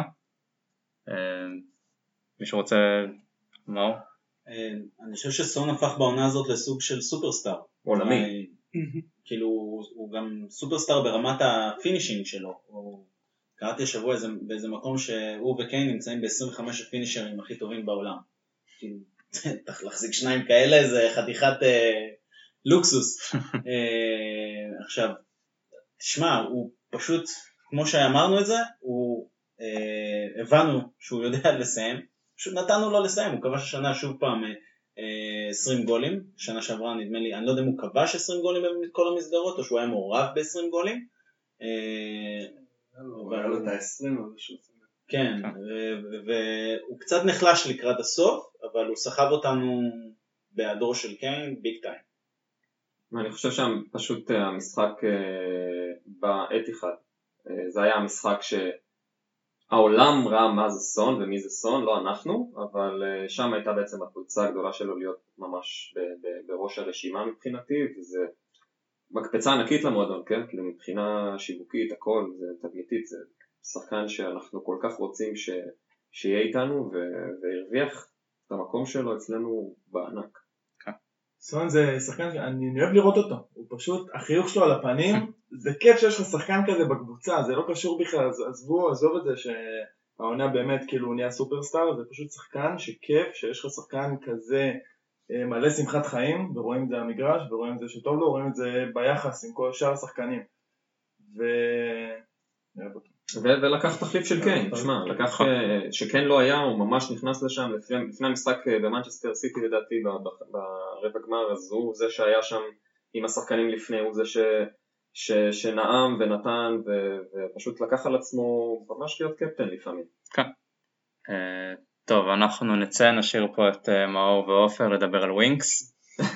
Speaker 1: מישהו רוצה, מה?
Speaker 3: אני חושב שסון הפך בעונה הזאת לסוג של סופרסטאר.
Speaker 4: עולמי.
Speaker 3: כאילו הוא גם סופרסטאר ברמת הפינישינג שלו. קראתי השבוע באיזה מקום שהוא וקיין נמצאים ב-עשרים וחמישה הפינישרים הכי טובים בעולם. צריך להחזיק שניים כאלה, זה חתיכת לוקסוס. עכשיו, תשמע, הוא פשוט, כמו שאמרנו את זה, הוא הבנו שהוא יודע לסיים, פשוט נתנו לו לסיים, הוא כבש השנה שוב פעם עשרים גולים, שנה שעברה נדמה לי, אני לא יודע אם הוא כבש עשרים גולים בכל המסגרות, או שהוא היה מעורב ב-עשרים גולים.
Speaker 5: הוא היה לו את ה-עשרים או משהו.
Speaker 3: כן, והוא קצת נחלש לקראת הסוף, אבל הוא סחב אותנו בהיעדרו של קיין, ביג טיים.
Speaker 4: אני חושב שפשוט המשחק בעת אחד, זה היה המשחק ש... העולם ראה מה זה סון ומי זה סון, לא אנחנו, אבל שם הייתה בעצם הקבוצה הגדולה שלו להיות ממש בראש הרשימה מבחינתי, וזה מקפצה ענקית למועדון, כן? כאילו מבחינה שיווקית, הכל, זה תדמיתית, זה שחקן שאנחנו כל כך רוצים ש... שיהיה איתנו, והרוויח את המקום שלו אצלנו בענק.
Speaker 6: סון זה שחקן שאני אוהב לראות אותו, הוא פשוט, החיוך שלו על הפנים, זה כיף שיש לך שחקן כזה בקבוצה, זה לא קשור בכלל, עזבו, עזוב את זה שהעונה באמת כאילו הוא נהיה סופרסטאר, זה פשוט שחקן שכיף שיש לך שחקן כזה מלא שמחת חיים, ורואים את זה במגרש, ורואים את זה שטוב לו, רואים את זה ביחס עם כל שאר השחקנים. ו...
Speaker 4: ולקח תחליף של קיין, תשמע, לקח שקיין לא היה, הוא ממש נכנס לשם לפני המשחק במנצ'סטר סיטי לדעתי ברבע גמר, אז הוא זה שהיה שם עם השחקנים לפני, הוא זה שנעם ונתן ופשוט לקח על עצמו ממש להיות קפטן לפעמים.
Speaker 1: כן. טוב, אנחנו נצא, נשאיר פה את מאור ואופר לדבר על ווינקס.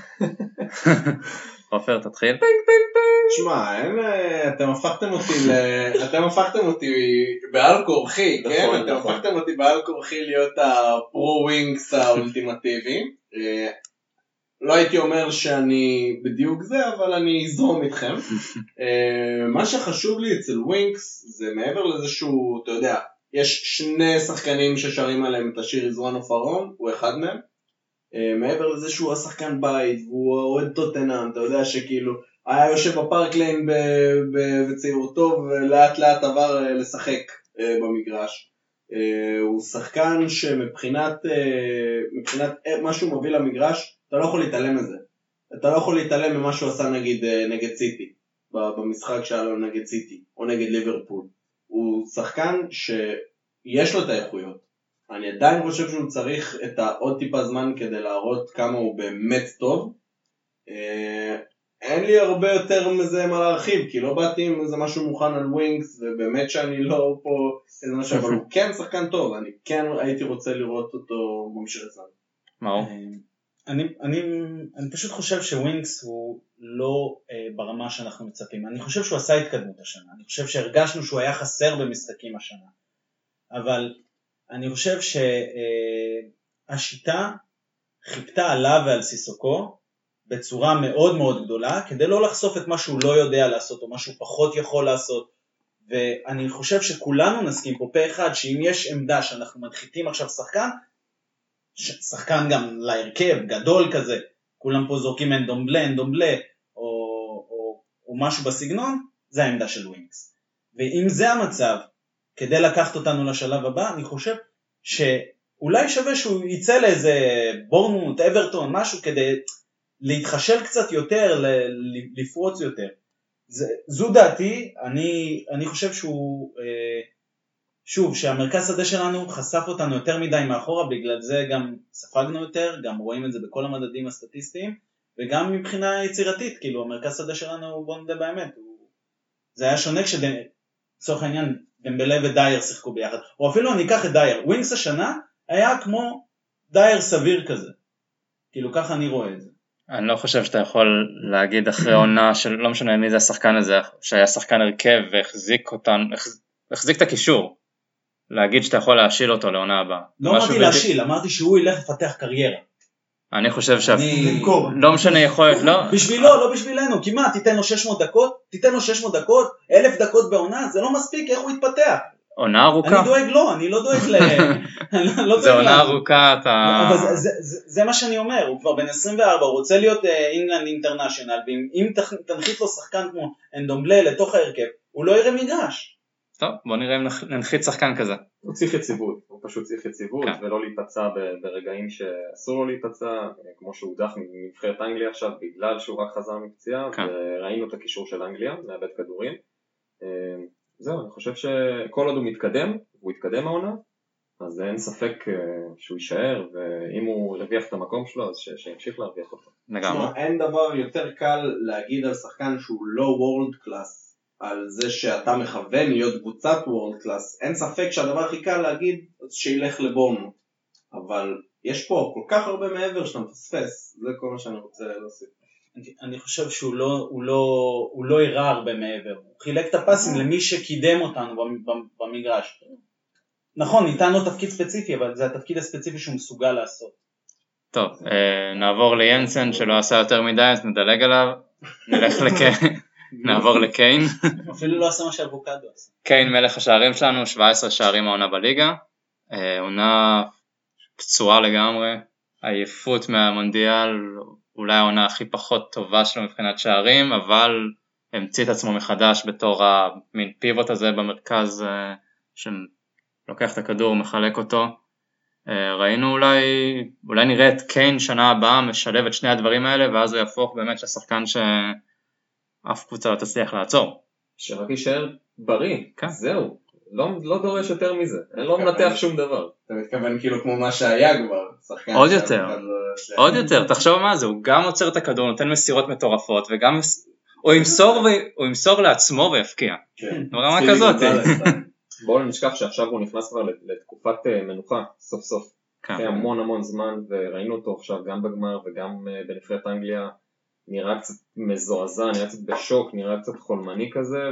Speaker 1: אופר, תתחיל.
Speaker 5: תשמע, אתם הפכתם אותי, אתם הפכתם אותי בעל כורחי, כן? אתם הפכתם אותי בעל כורחי להיות הפרו ווינקס האולטימטיבי. לא הייתי אומר שאני בדיוק זה, אבל אני אזרום איתכם. מה שחשוב לי אצל ווינקס זה מעבר לזה שהוא, אתה יודע, יש שני שחקנים ששרים עליהם את השיר יזרון ופרון, הוא אחד מהם. מעבר לזה שהוא השחקן בית, והוא אוהד טוטנהאם, אתה יודע שכאילו היה יושב בפארק ליין בצעירותו ולאט לאט עבר לשחק אה, במגרש. אה, הוא שחקן שמבחינת אה, מבחינת מה שהוא מביא למגרש, אתה לא יכול להתעלם מזה. אתה לא יכול להתעלם ממה שהוא עשה נגד, אה, נגד סיטי, במשחק שהיה לו נגד סיטי, או נגד ליברפול. הוא שחקן שיש לו את האיכויות. אני עדיין חושב שהוא צריך את העוד טיפה זמן כדי להראות כמה הוא באמת טוב. אין לי הרבה יותר מזה מה להרחיב, כי לא באתי עם איזה משהו מוכן על ווינגס, ובאמת שאני לא פה איזה משהו, אבל הוא כן שחקן טוב, אני כן הייתי רוצה לראות אותו ממשיך אצלנו.
Speaker 1: מאור?
Speaker 7: אני, אני, אני פשוט חושב שווינגס הוא לא אה, ברמה שאנחנו מצפים. אני חושב שהוא עשה התקדמות השנה, אני חושב שהרגשנו שהוא היה חסר במשחקים השנה, אבל אני חושב שהשיטה אה, חיפתה עליו ועל סיסוקו בצורה מאוד מאוד גדולה, כדי לא לחשוף את מה שהוא לא יודע לעשות, או מה שהוא פחות יכול לעשות, ואני חושב שכולנו נסכים פה פה אחד, שאם יש עמדה שאנחנו מנחיתים עכשיו שחקן, שחקן גם להרכב, גדול כזה, כולם פה זורקים אנדומבלה, אנדומבלה, או, או, או משהו בסגנון, זה העמדה של ווינגס. ואם זה המצב, כדי לקחת אותנו לשלב הבא, אני חושב שאולי שווה שהוא יצא לאיזה בורנמוט, אברטון, משהו כדי להתחשל קצת יותר, לפרוץ יותר. זה, זו דעתי, אני, אני חושב שהוא, שוב, שהמרכז שדה שלנו חשף אותנו יותר מדי מאחורה, בגלל זה גם ספגנו יותר, גם רואים את זה בכל המדדים הסטטיסטיים, וגם מבחינה יצירתית, כאילו המרכז שדה שלנו, בוא נדע באמת, הוא, זה היה שונה כשצורך העניין, דמבלה ודייר שיחקו ביחד, או אפילו אני אקח את דייר, ווינגס השנה היה כמו דייר סביר כזה, כאילו ככה אני רואה את זה.
Speaker 1: אני לא חושב שאתה יכול להגיד אחרי עונה של לא משנה מי זה השחקן הזה, שהיה שחקן הרכב והחזיק אותן, החזיק את הקישור, להגיד שאתה יכול להשיל אותו לעונה הבאה.
Speaker 7: לא אמרתי להשיל, אמרתי שהוא ילך לפתח קריירה.
Speaker 1: אני חושב שלא משנה יכולת, לא.
Speaker 7: בשבילו, לא בשבילנו, כי מה, תיתן לו שש מאות דקות, תיתן לו שש מאות דקות, אלף דקות בעונה, זה לא מספיק, איך הוא יתפתח?
Speaker 1: עונה ארוכה.
Speaker 7: אני דואג לו, אני לא דואג ל...
Speaker 1: זה עונה ארוכה, אתה...
Speaker 7: אבל זה מה שאני אומר, הוא כבר בן עשרים וארבע, הוא רוצה להיות אינגלנד אינטרנשיונל, ואם תנחית לו שחקן כמו אנדומבלה לתוך ההרכב, הוא לא יראה מגרש.
Speaker 1: טוב, בוא נראה אם ננחית שחקן כזה.
Speaker 4: הוא צריך יציבות, הוא פשוט צריך יציבות, ולא להיפצע ברגעים שאסור לו להיפצע, כמו שהוא הודח מנבחרת אנגליה עכשיו, בגלל שהוא רק חזר מפציעה, וראינו את הקישור של אנגליה, מאבד כדורים. זהו, אני חושב שכל עוד הוא מתקדם, הוא יתקדם העונה, אז אין ספק שהוא יישאר, ואם הוא הרוויח את המקום שלו, אז שימשיך להרוויח אותו.
Speaker 1: לגמרי.
Speaker 5: אין דבר יותר קל להגיד על שחקן שהוא לא וורלד קלאס, על זה שאתה מכוון להיות קבוצת וורלד קלאס. אין ספק שהדבר הכי קל להגיד שילך לבורנמוט, אבל יש פה כל כך הרבה מעבר שאתה מפספס, זה כל מה שאני רוצה להוסיף.
Speaker 7: אני חושב שהוא לא, הוא לא, הוא לא הראה הרבה מעבר, הוא חילק את הפסים למי שקידם אותנו במגרש. נכון, ניתן לו תפקיד ספציפי, אבל זה התפקיד הספציפי שהוא מסוגל לעשות.
Speaker 1: טוב, נעבור לינסן שלא עשה יותר מדי, אז נדלג עליו, נלך לקיין, נעבור לקיין.
Speaker 7: אפילו לא עשה מה שאבוקדו עשה.
Speaker 1: קיין מלך השערים שלנו, שבעה עשר שערים העונה בליגה, עונה פצועה לגמרי, עייפות מהמונדיאל, אולי העונה הכי פחות טובה שלו מבחינת שערים, אבל המציא את עצמו מחדש בתור המין פיבוט הזה במרכז שלוקח את הכדור ומחלק אותו. ראינו אולי, אולי נראה את קיין שנה הבאה משלב את שני הדברים האלה, ואז הוא יהפוך באמת לשחקן שאף קבוצה לא תצליח לעצור.
Speaker 4: שרק יישאר בריא,
Speaker 1: כן.
Speaker 4: זהו, לא, לא דורש יותר מזה, אין לא מנתח שום דבר.
Speaker 5: אתה מתכוון כאילו כמו מה שהיה כבר, שחקן
Speaker 1: עוד יותר, עוד יותר, תחשוב מה זה, הוא גם עוצר את הכדור, נותן מסירות מטורפות, וגם הוא ימסור, הוא ימסור לעצמו ויפקיע. ברמה כזאת.
Speaker 4: בואו נשכח שעכשיו הוא נכנס כבר לתקופת מנוחה, סוף סוף. אחרי המון המון זמן, וראינו אותו עכשיו גם בגמר וגם בנבחרת אנגליה, נראה קצת מזועזע, נראה קצת בשוק, נראה קצת חולמני כזה,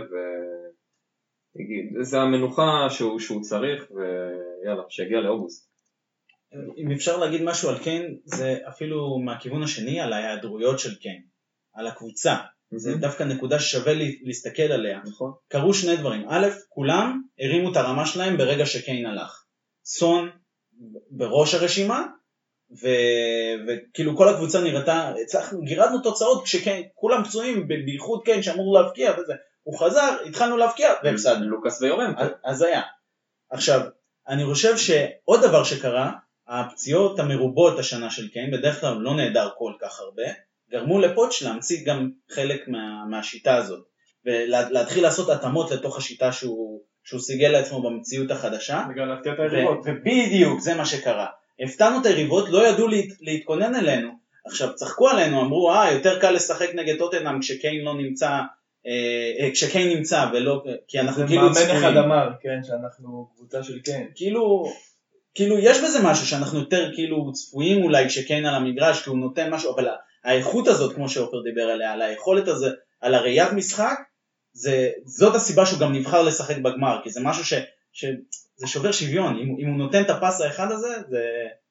Speaker 4: וזה המנוחה שהוא, שהוא צריך, ויאללה, שיגיע לאוגוסט.
Speaker 7: אם אפשר להגיד משהו על קיין, זה אפילו מהכיוון השני, על ההיעדרויות של קיין, על הקבוצה. זה דווקא נקודה ששווה להסתכל עליה.
Speaker 4: נכון.
Speaker 7: קרו שני דברים. א', כולם הרימו את הרמה שלהם ברגע שקיין הלך. סון בראש הרשימה, וכאילו כל הקבוצה נראתה, הצלחנו, גירדנו תוצאות כשקיין, כולם פצועים, בייחוד קיין שאמור להבקיע וזה. הוא חזר, התחלנו להבקיע, והפסדנו.
Speaker 4: לוקאס ויורם.
Speaker 7: אז היה. עכשיו, אני חושב שעוד דבר שקרה, הפציעות המרובות השנה של קיין, בדרך כלל לא נהדר כל כך הרבה, גרמו לפוטש להמציא גם חלק מה, מהשיטה הזאת, ולהתחיל לעשות התאמות לתוך השיטה שהוא, שהוא סיגל לעצמו במציאות החדשה.
Speaker 6: וגם להפתיע את היריבות.
Speaker 7: ובדיוק, זה מה שקרה. הפתענו את היריבות, לא ידעו להת, להתכונן אלינו. עכשיו, צחקו עלינו, אמרו, אה, יותר קל לשחק נגד טוטנהאם כשקיין לא נמצא, אה, כשקיין נמצא, ולא, כי אנחנו כאילו
Speaker 6: צפויים. זה מאמן אחד אמר, כן, שאנחנו קבוצה של קיין.
Speaker 7: כאילו, כאילו, יש בזה משהו שאנחנו יותר כאילו צפויים אולי כשקיין על המגרש, כי הוא נותן משהו, אבל האיכות הזאת, כמו שאופר דיבר עליה, על היכולת הזה, על הראיית משחק, זה, זאת הסיבה שהוא גם נבחר לשחק בגמר, כי זה משהו ש, ש, זה שובר שוויון, אם, אם הוא נותן את הפס האחד הזה, זה...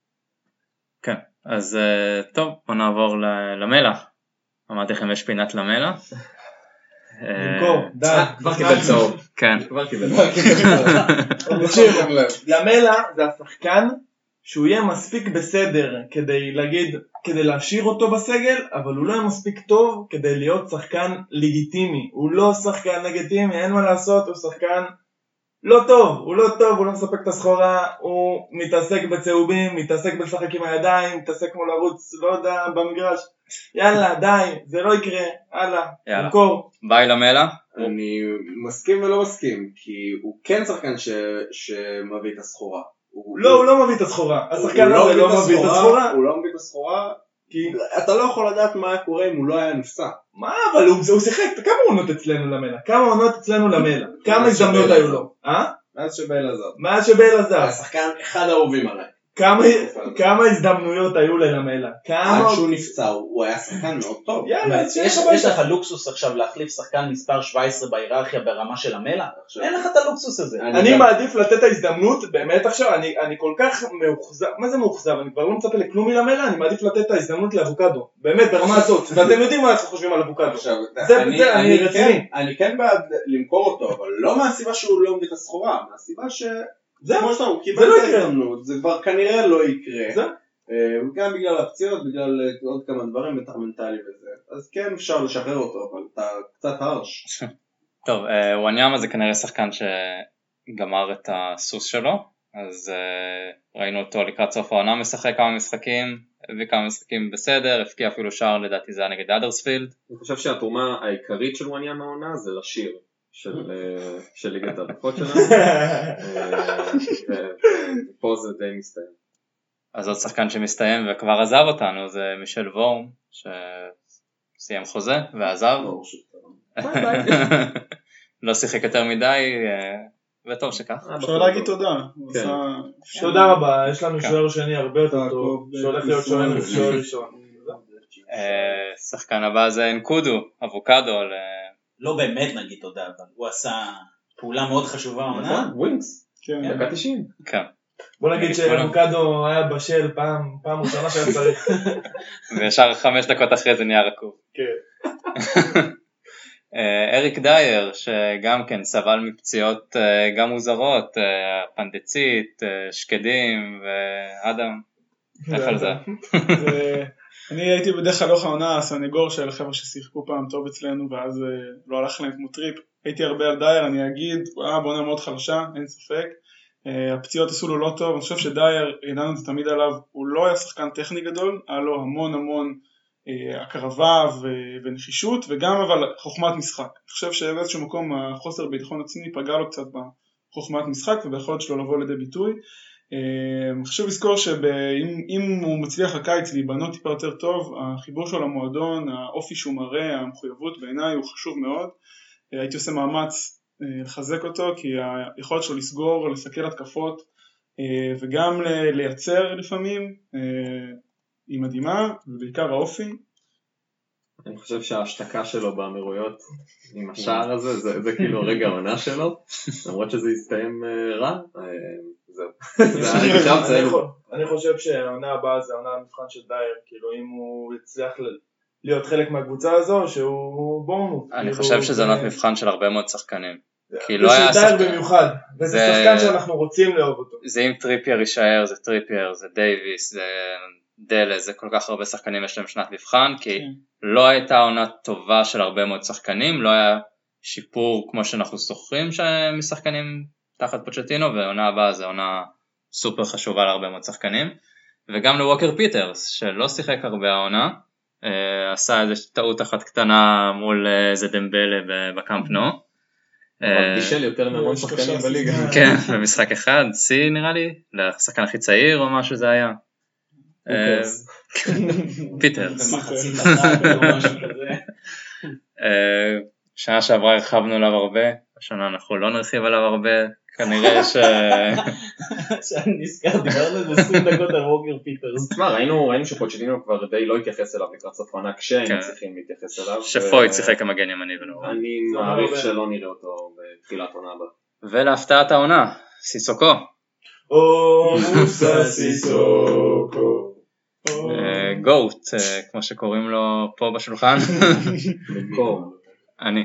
Speaker 1: כן, אז טוב, בוא נעבור למלח. אמרתי לכם, יש פינת למלח.
Speaker 6: במקום, די.
Speaker 4: כבר קיבל צהוב.
Speaker 1: כן.
Speaker 4: כבר קיבל
Speaker 6: צהוב. למלח זה השחקן שהוא יהיה מספיק בסדר כדי להגיד, כדי להשאיר אותו בסגל, אבל הוא לא יהיה מספיק טוב כדי להיות שחקן לגיטימי. הוא לא שחקן לגיטימי, אין מה לעשות, הוא שחקן לא טוב, הוא לא טוב, הוא לא מספק את הסחורה, הוא מתעסק בצהובים, מתעסק בלשחק עם הידיים, מתעסק כמו לרוץ, לא יודע, במגרש. יאללה, די, זה לא יקרה, הלאה, נמכור.
Speaker 1: ביי למלח.
Speaker 5: אני מסכים ולא מסכים, כי הוא כן שחקן שמביא את הסחורה.
Speaker 6: לא, הוא לא מביא את הסחורה. השחקן הזה לא מביא את הסחורה.
Speaker 5: הוא לא מביא את הסחורה, כי אתה לא יכול לדעת מה היה קורה אם הוא לא היה נפצע.
Speaker 6: מה, אבל הוא שיחק, כמה עונות אצלנו למלח? כמה עונות אצלנו למלח? כמה הזדמנויות היו לו?
Speaker 5: מאז שבייל עזב.
Speaker 6: מאז שבייל עזב.
Speaker 5: השחקן אחד האהובים עליי.
Speaker 6: כמה הזדמנויות היו למלח?
Speaker 5: עד שהוא נפצע, הוא היה שחקן מאוד טוב.
Speaker 7: יש לך לוקסוס עכשיו להחליף שחקן מספר שבע עשרה בהיררכיה ברמה של המלח? אין לך את הלוקסוס הזה.
Speaker 6: אני מעדיף לתת את ההזדמנות, באמת עכשיו, אני כל כך מאוכזב, מה זה מאוכזב? אני כבר לא מצפה לכלום מלמלח, אני מעדיף לתת את ההזדמנות לאבוקדו, באמת ברמה הזאת, ואתם יודעים מה אנחנו חושבים על אבוקדו. זה, אני רציני.
Speaker 5: אני כן בעד למכור אותו, אבל לא מהסיבה שהוא לא מביא את הסחורה, מהסיבה ש... זה כמו שאתה, הוא קיבל את ההזדמנות, זה כבר כנראה לא יקרה, גם בגלל הפציעות, בגלל עוד כמה דברים, בטח מנטלי וזה, אז כן אפשר לשחרר אותו, אבל אתה קצת הרש.
Speaker 1: טוב, וואניאמה זה כנראה שחקן שגמר את הסוס שלו, אז ראינו אותו לקראת סוף העונה משחק כמה משחקים, הביא כמה משחקים בסדר, הפקיע אפילו שער, לדעתי זה היה נגד אדרספילד.
Speaker 4: אני חושב שהתרומה העיקרית של וואניאמה העונה זה לשיר. של ליגת האלופות שלנו, ופה זה די מסתיים.
Speaker 1: אז עוד שחקן שמסתיים וכבר עזב אותנו זה מישל וורם, שסיים חוזה ועזב, לא שיחק יותר מדי, וטוב שכך.
Speaker 2: אפשר להגיד תודה.
Speaker 6: תודה רבה, יש לנו שוער שני הרבה יותר טוב, שהולך להיות שוער ראשון.
Speaker 1: שחקן הבא זה אנקודו, אבוקדו,
Speaker 7: לא באמת נגיד תודה, אבל הוא עשה פעולה מאוד חשובה.
Speaker 4: נכון, ווינקס, דקה תשעים.
Speaker 1: כן.
Speaker 6: בוא נגיד שאבוקדו היה בשל פעם, פעם ראשונה שהיה צריך.
Speaker 1: וישר חמש דקות אחרי זה נהיה רקוב.
Speaker 6: כן.
Speaker 1: אריק דייר, שגם כן סבל מפציעות גם מוזרות, פנדצית, שקדים, ואדם, איך על זה?
Speaker 2: אני הייתי בדרך כלל לא העונה הסנגור של חבר'ה ששיחקו פעם טוב אצלנו ואז לא הלך להם כמו טריפ. הייתי הרבה על דייר, אני אגיד, הוא היה בעונה מאוד חלשה, אין ספק. הפציעות עשו לו לא טוב, אני חושב שדייר, ידענו את זה תמיד עליו, הוא לא היה שחקן טכני גדול, היה לו המון המון הקרבה ונחישות, וגם אבל חוכמת משחק. אני חושב שבאיזשהו מקום החוסר ביטחון עצמי פגע לו קצת בחוכמת משחק וביכולת שלו לבוא לידי ביטוי. חשוב לזכור שאם הוא מצליח הקיץ להיבנות טיפה יותר טוב, החיבור שלו למועדון, האופי שהוא מראה, המחויבות בעיניי הוא חשוב מאוד. הייתי עושה מאמץ לחזק אותו, כי היכולת שלו לסגור, לסכל התקפות וגם לייצר לפעמים היא מדהימה, ובעיקר האופי.
Speaker 4: אני חושב שההשתקה שלו באמירויות עם השער הזה, זה, זה כאילו רגע העונה שלו, למרות שזה יסתיים רע, זהו.
Speaker 6: אני חושב שהעונה הבאה זה העונה המבחן של דייר, כאילו אם הוא יצליח להיות חלק מהקבוצה הזו, שהוא בורנמוט.
Speaker 1: אני חושב שזה עונת מבחן של הרבה מאוד שחקנים.
Speaker 6: ושל דייר במיוחד, וזה שחקן שאנחנו רוצים לאהוב אותו.
Speaker 1: זה אם טריפייר יישאר, זה טריפייר, זה דייביס, זה דלה, זה כל כך הרבה שחקנים יש להם שנת מבחן, כי לא הייתה עונה טובה של הרבה מאוד שחקנים, לא היה שיפור כמו שאנחנו זוכרים משחקנים תחת פוצ'טינו, ועונה הבאה זה עונה סופר חשובה להרבה מאוד שחקנים, וגם לווקר פיטרס, שלא שיחק הרבה העונה, עשה איזו טעות אחת קטנה מול איזה דמבלה בקאמפ נו.
Speaker 4: אבל בישל יותר מהמון שחקנים בליגה.
Speaker 1: כן, במשחק אחד, סי נראה לי, לשחקן הכי צעיר או משהו זה היה. פיטרס.
Speaker 7: במחצית אחת או משהו כזה.
Speaker 1: שנה שעברה הרחבנו עליו הרבה, השנה אנחנו לא נרחיב עליו הרבה, כנראה ש...
Speaker 7: שאני נזכר, דיברנו על עשרים דקות על ווקר פיטרס.
Speaker 4: תשמע, ראינו שפוצ'טינו כבר די לא התייחס אליו לקראת סוף העונה, כשהיינו צריכים להתייחס אליו.
Speaker 1: שפויט שיחק כמגן ימני ולא.
Speaker 4: אני מעריך שלא נראה אותו בתחילת עונה הבאה.
Speaker 1: ולהפתעת העונה, סיסוקו.
Speaker 6: או מוסה סיסוקו.
Speaker 1: גוט, כמו שקוראים לו פה בשולחן.
Speaker 4: במקום.
Speaker 1: אני.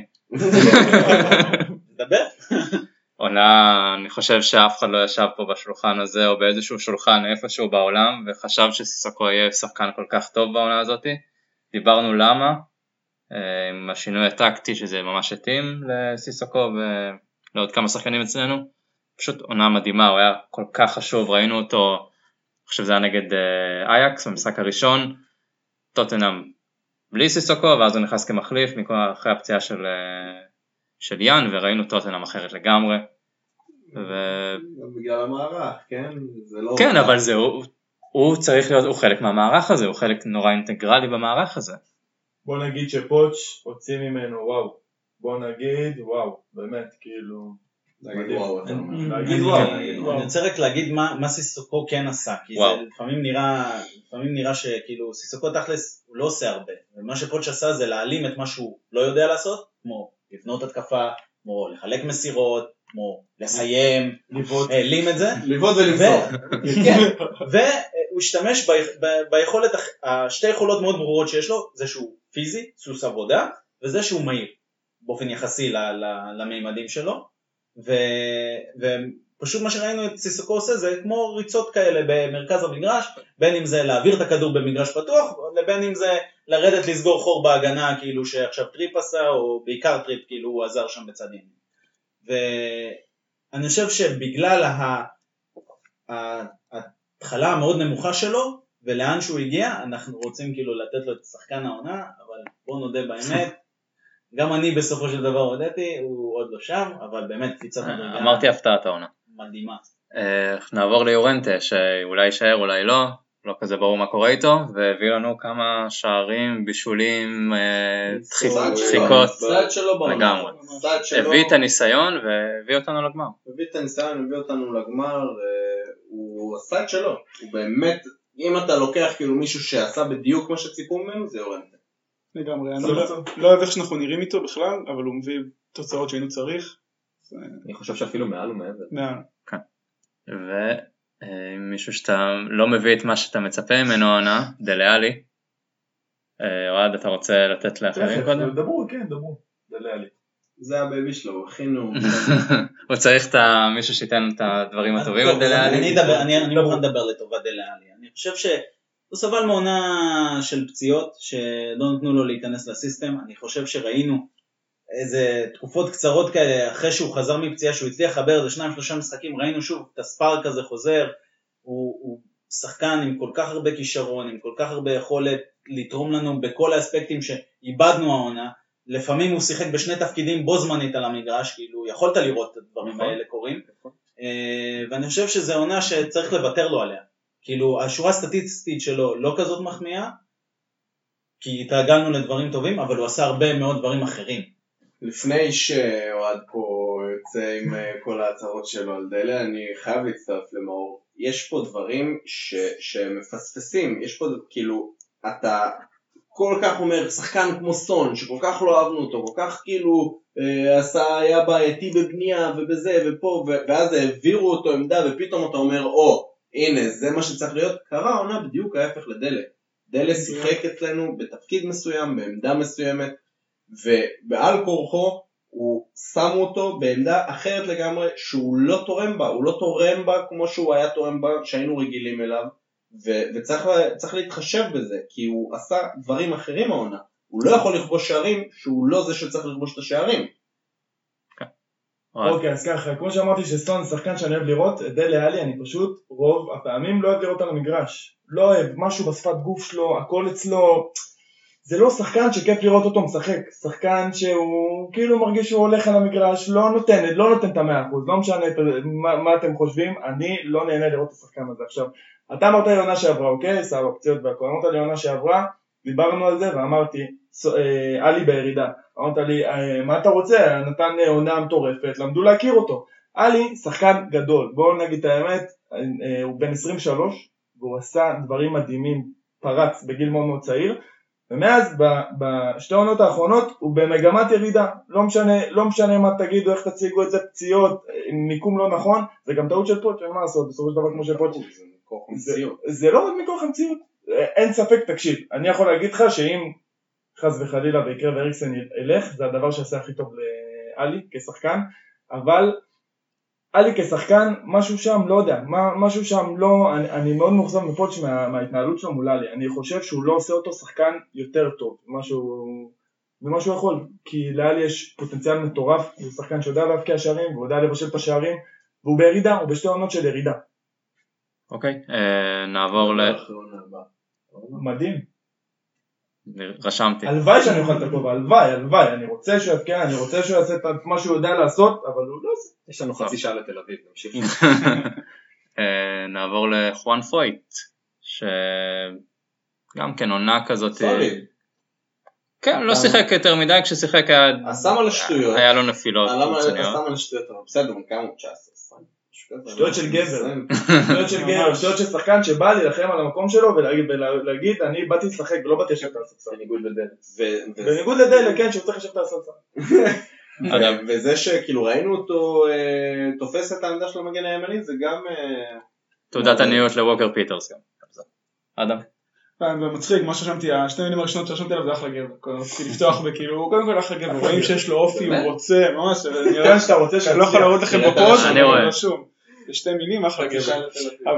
Speaker 7: דבר.
Speaker 1: עונה, אני חושב שאף אחד לא ישב פה בשולחן הזה או באיזשהו שולחן איפשהו בעולם וחשב שסיסוקו יהיה שחקן כל כך טוב בעונה הזאת. דיברנו למה, עם השינוי הטקטי שזה ממש התאים לסיסוקו ולעוד כמה שחקנים אצלנו. פשוט עונה מדהימה, הוא היה כל כך חשוב, ראינו אותו, אני חושב זה היה נגד אייקס במשחק הראשון, טוטנהאם בלי סיסוקו, ואז הוא נכנס כמחליף אחרי הפציעה של... של יאן, וראינו טוטנהאם אחרת לגמרי. ו...
Speaker 5: בגלל המערך, כן? זה לא
Speaker 1: כן, אבל זה, הוא, הוא צריך להיות, הוא חלק מהמערך הזה, הוא חלק נורא אינטגרלי במערך הזה.
Speaker 6: בוא נגיד שפוץ' הוציא ממנו, וואו. בוא נגיד, וואו, באמת, כאילו...
Speaker 5: להגיד וואו, אתה אומר.
Speaker 6: להגיד וואו.
Speaker 7: אני רוצה רק להגיד מה סיסוקו כן עשה, כי זה לפעמים נראה, לפעמים נראה שכאילו סיסוקו תכלס הוא לא עושה הרבה, ומה שפוץ' עשה זה להעלים את מה שהוא לא יודע לעשות, כמו לבנות התקפה, כמו לחלק מסירות, כמו לסיים, העלים את זה,
Speaker 5: לבעוט ולמסור.
Speaker 7: והוא השתמש ביכולת, השתי יכולות מאוד ברורות שיש לו, זה שהוא פיזי, סוס עבודה, וזה שהוא מהיר, באופן יחסי למימדים שלו, ופשוט מה שראינו את סיסוקו עושה זה כמו ריצות כאלה במרכז המגרש, בין אם זה להעביר את הכדור במגרש פתוח, לבין אם זה לרדת לסגור חור בהגנה כאילו שעכשיו טריפ עשה, או בעיקר טריפ כאילו הוא עזר שם בצדים. ואני חושב שבגלל ההתחלה המאוד נמוכה שלו ולאן שהוא הגיע, אנחנו רוצים כאילו לתת לו את שחקן העונה, אבל בואו נודה באמת, גם אני בסופו של דבר הודעתי, הוא עוד לא שם, אבל באמת קפיצת מדרגה.
Speaker 1: אמרתי הפתעת העונה.
Speaker 7: מדהימה.
Speaker 1: נעבור ליורנטה, שאולי יישאר, אולי לא, לא כזה ברור מה קורה איתו, והביא לנו כמה שערים, בישולים, דחיקות, לגמרי. הביא את הניסיון והביא אותנו לגמר.
Speaker 5: הביא את הניסיון, הביא אותנו לגמר, הוא עשה את שלו, הוא באמת, אם אתה לוקח כאילו מישהו שעשה בדיוק מה שציפו ממנו, זה יורנטה.
Speaker 2: לגמרי, אני לא אוהב איך שאנחנו נראים איתו בכלל, אבל הוא מביא תוצאות שהיינו צריך.
Speaker 4: אני חושב שאפילו מעל ומעבר.
Speaker 2: מעל.
Speaker 1: כן. ומישהו שאתה לא מביא את מה שאתה מצפה ממנו עונה, דלאלי. אוהד, אתה רוצה לתת לאחרים קודם?
Speaker 6: דברו, כן, דברו. דלאלי.
Speaker 5: זה הבייבי שלו, הכינו.
Speaker 1: הוא צריך את מישהו שייתן את הדברים הטובים על דלאלי.
Speaker 7: אני מוכן לדבר לטובת דלאלי. אני חושב ש... הוא סבל מעונה של פציעות שלא נתנו לו להיכנס לסיסטם. אני חושב שראינו איזה תקופות קצרות כאלה אחרי שהוא חזר מפציעה, שהוא הצליח לחבר איזה שניים שלושה משחקים, ראינו שוב את הספארק הזה חוזר. הוא, הוא שחקן עם כל כך הרבה כישרון, עם כל כך הרבה יכולת לתרום לנו בכל האספקטים שאיבדנו העונה. לפעמים הוא שיחק בשני תפקידים בו זמנית על המגרש, כאילו יכולת לראות את הדברים האלה קורים, ואני חושב שזו עונה שצריך לוותר לו עליה. כאילו השורה הסטטיסטית שלו לא כזאת מחמיאה, כי התרגלנו לדברים טובים, אבל הוא עשה הרבה מאוד דברים אחרים.
Speaker 5: לפני שאוהד פה יוצא עם כל ההצהרות שלו על דלה, אני חייב להצטרף למאור. יש פה דברים ש... שמפספסים, יש פה כאילו, אתה כל כך אומר, שחקן כמו סון, שכל כך לא אהבנו אותו, כל כך כאילו אה, עשה, היה בעייתי בבנייה ובזה ופה, ו... ואז העבירו אותו עמדה, ופתאום אתה אומר, או, הנה, זה מה שצריך להיות. קרה עונה בדיוק ההפך לדלה. דלה שיחק אצלנו בתפקיד מסוים, בעמדה מסוימת, ובעל כורחו הוא שמו אותו בעמדה אחרת לגמרי, שהוא לא תורם בה, הוא לא תורם בה כמו שהוא היה תורם בה שהיינו רגילים אליו, ו- וצריך להתחשב בזה, כי הוא עשה דברים אחרים העונה. הוא לא יכול לכבוש שערים שהוא לא זה שצריך לכבוש את השערים.
Speaker 6: אוקיי, אז ככה, כמו שאמרתי שסון שחקן שאני אוהב לראות, דלה עלי, אני פשוט רוב הפעמים לא אוהב לראות על המגרש. לא אוהב, משהו בשפת גוף שלו, הכל אצלו, זה לא שחקן שכיף לראות אותו משחק, שחקן שהוא כאילו מרגיש שהוא הולך על המגרש, לא נותן, לא נותן את המאה אחוז, לא משנה מה, מה אתם חושבים, אני לא נהנה לראות את השחקן הזה. עכשיו, אתה אמרת לי עונה שעברה, אוקיי, סבבה, פציעות והכל, אמרת לי עונה שעברה, דיברנו על זה ואמרתי, עלי בירידה, אמרת לי, מה אתה רוצה? נתן עונה מטורפת, למדו להכיר אותו. עלי שחקן גדול, בואו נגיד את האמת, הוא בן עשרים ושלוש, והוא עשה דברים מדהימים, פרץ בגיל מאוד מאוד צעיר, ומאז בשתי העונות האחרונות הוא במגמת ירידה, לא משנה, לא משנה מה תגידו, איך תציגו את זה, פציעות, מיקום לא נכון, זה גם טעות של פוטש, מה לעשות, בסופו של דבר כמו של פוטש, זה, זה לא רק מכוח המציאות, אין ספק, תקשיב, אני יכול להגיד לך שאם חס וחלילה ויקרה ואריקסן ילך, זה הדבר שעשה הכי טוב לאלי כשחקן, אבל אלי כשחקן, משהו שם, לא יודע, משהו שם לא, אני, אני מאוד מאוכזב מפוטש מה, מההתנהלות שלו מול אלי, אני חושב שהוא לא עושה אותו שחקן יותר טוב, משהו, ומשהו יכול, כי לאלי יש פוטנציאל מטורף, הוא שחקן שיודע להבקיע שערים, והוא יודע לבשל את השערים, והוא בירידה, הוא בשתי עונות של ירידה.
Speaker 1: אוקיי, נעבור ל...
Speaker 6: מדהים.
Speaker 1: רשמתי.
Speaker 6: הלוואי שאני אוכל את הכובע, הלוואי, הלוואי, אני רוצה שהוא יבקיע, אני רוצה שהוא יעשה את מה שהוא יודע לעשות, אבל הוא לא עושה.
Speaker 4: יש לנו חצי שעה לתל אביב, נמשיך.
Speaker 1: נעבור לחואן פויט, שגם כן עונה כזאת,
Speaker 5: סוליד.
Speaker 1: כן, לא שיחק יותר מדי, כששיחק
Speaker 5: עשה על השטויות.
Speaker 1: היה לו נפילות.
Speaker 5: עשה על השטויות, אבל בסדר, כמה תשע עשרה.
Speaker 6: שטויות של גבר, שטויות של גבר, שטויות של שחקן שבא להילחם על המקום שלו ולהגיד אני באתי לשחק ולא באתי לשבת על הספסל.
Speaker 4: בניגוד לדלק.
Speaker 6: בניגוד לדלק, כן, שהוא צריך לשבת על הספסל.
Speaker 5: וזה שכאילו ראינו אותו תופס את העמדה של המגן הימני, זה גם...
Speaker 1: תעודת עניות לווקר פיטרס גם. אדם.
Speaker 2: ומצחיק, מה ששמתי, השתי מילים הראשונות ששמתי עליו זה אחלה גבר. רציתי לפתוח וכאילו, קודם כל אחלה גבר, רואים שיש לו אופי, הוא רוצה, ממש,
Speaker 6: כן שאתה רוצה
Speaker 2: שאני לא יכול להראות לכם בפוסט,
Speaker 1: אני רואה.
Speaker 2: זה שתי מילים, אחלה גבר.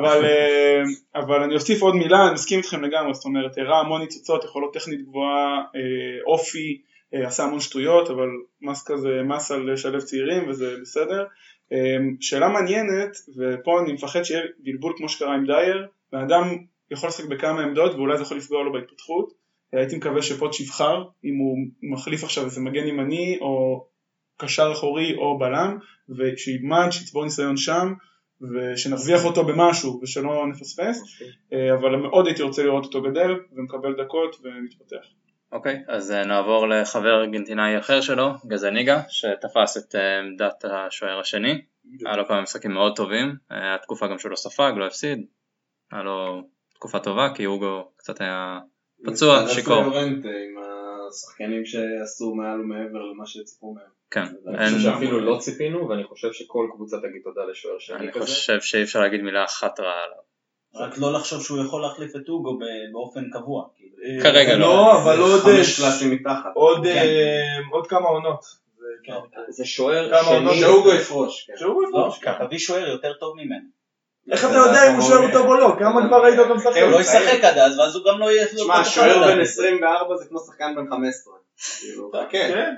Speaker 2: אבל אני אוסיף עוד מילה, אני מסכים איתכם לגמרי, זאת אומרת, הראה המון ניצוצות, יכולות טכנית גבוהה, אופי, עשה המון שטויות, אבל מס כזה, מס על שלב צעירים, וזה בסדר. שאלה מעניינת, ופה אני מפחד שיהיה בלבול כמו שקרה עם דייר, והאדם יכול לשחק בכמה עמדות, ואולי זה יכול לפגוע לו בהתפתחות. הייתי מקווה שפוטש יבחר, אם הוא מחליף עכשיו איזה מגן ימני, או קשר אחורי, או בלם, ושיבמד, שיצבור ניסיון שם, ושנרוויח אותו במשהו, ושלא נפספס. אבל מאוד הייתי רוצה לראות אותו גדל, ומקבל דקות, ומתפתח.
Speaker 1: אוקיי, אז נעבור לחבר ארגנטינאי אחר שלו, גזניגה, שתפס את עמדת השוער השני. היה לו כמה משחקים מאוד טובים, התקופה גם שלו ספג, לא הפסיד. היה לו תקופה טובה, כי אוגו קצת היה פצוע, שיקור.
Speaker 5: מצטרף ליורנט עם השחקנים שעשו מעל ומעבר למה שציפו מהם.
Speaker 1: כן.
Speaker 4: אני חושב שאפילו לא ציפינו, ואני חושב שכל קבוצה תגיד תודה לשוער שני כזה.
Speaker 1: אני חושב שאי אפשר להגיד מילה אחת רעה עליו.
Speaker 7: רק לא לחשוב שהוא יכול להחליף את אוגו באופן קבוע.
Speaker 1: כרגע לא.
Speaker 6: לא, אבל עוד...
Speaker 5: חמש קלאסים מתחת.
Speaker 6: עוד כמה עונות.
Speaker 4: זה שוער
Speaker 5: שני. שאוגו יפרוש.
Speaker 6: שאוגו יפרוש.
Speaker 7: תביא שוער יותר טוב ממנו.
Speaker 6: איך אתה יודע אם הוא שוער טוב או לא? כמה כבר ראית אותו משחק?
Speaker 7: הוא לא ישחק עד אז, ואז הוא גם לא יהיה...
Speaker 5: תשמע, שוער בן עשרים וארבע זה כמו שחקן בן חמש עשרה.
Speaker 6: כן.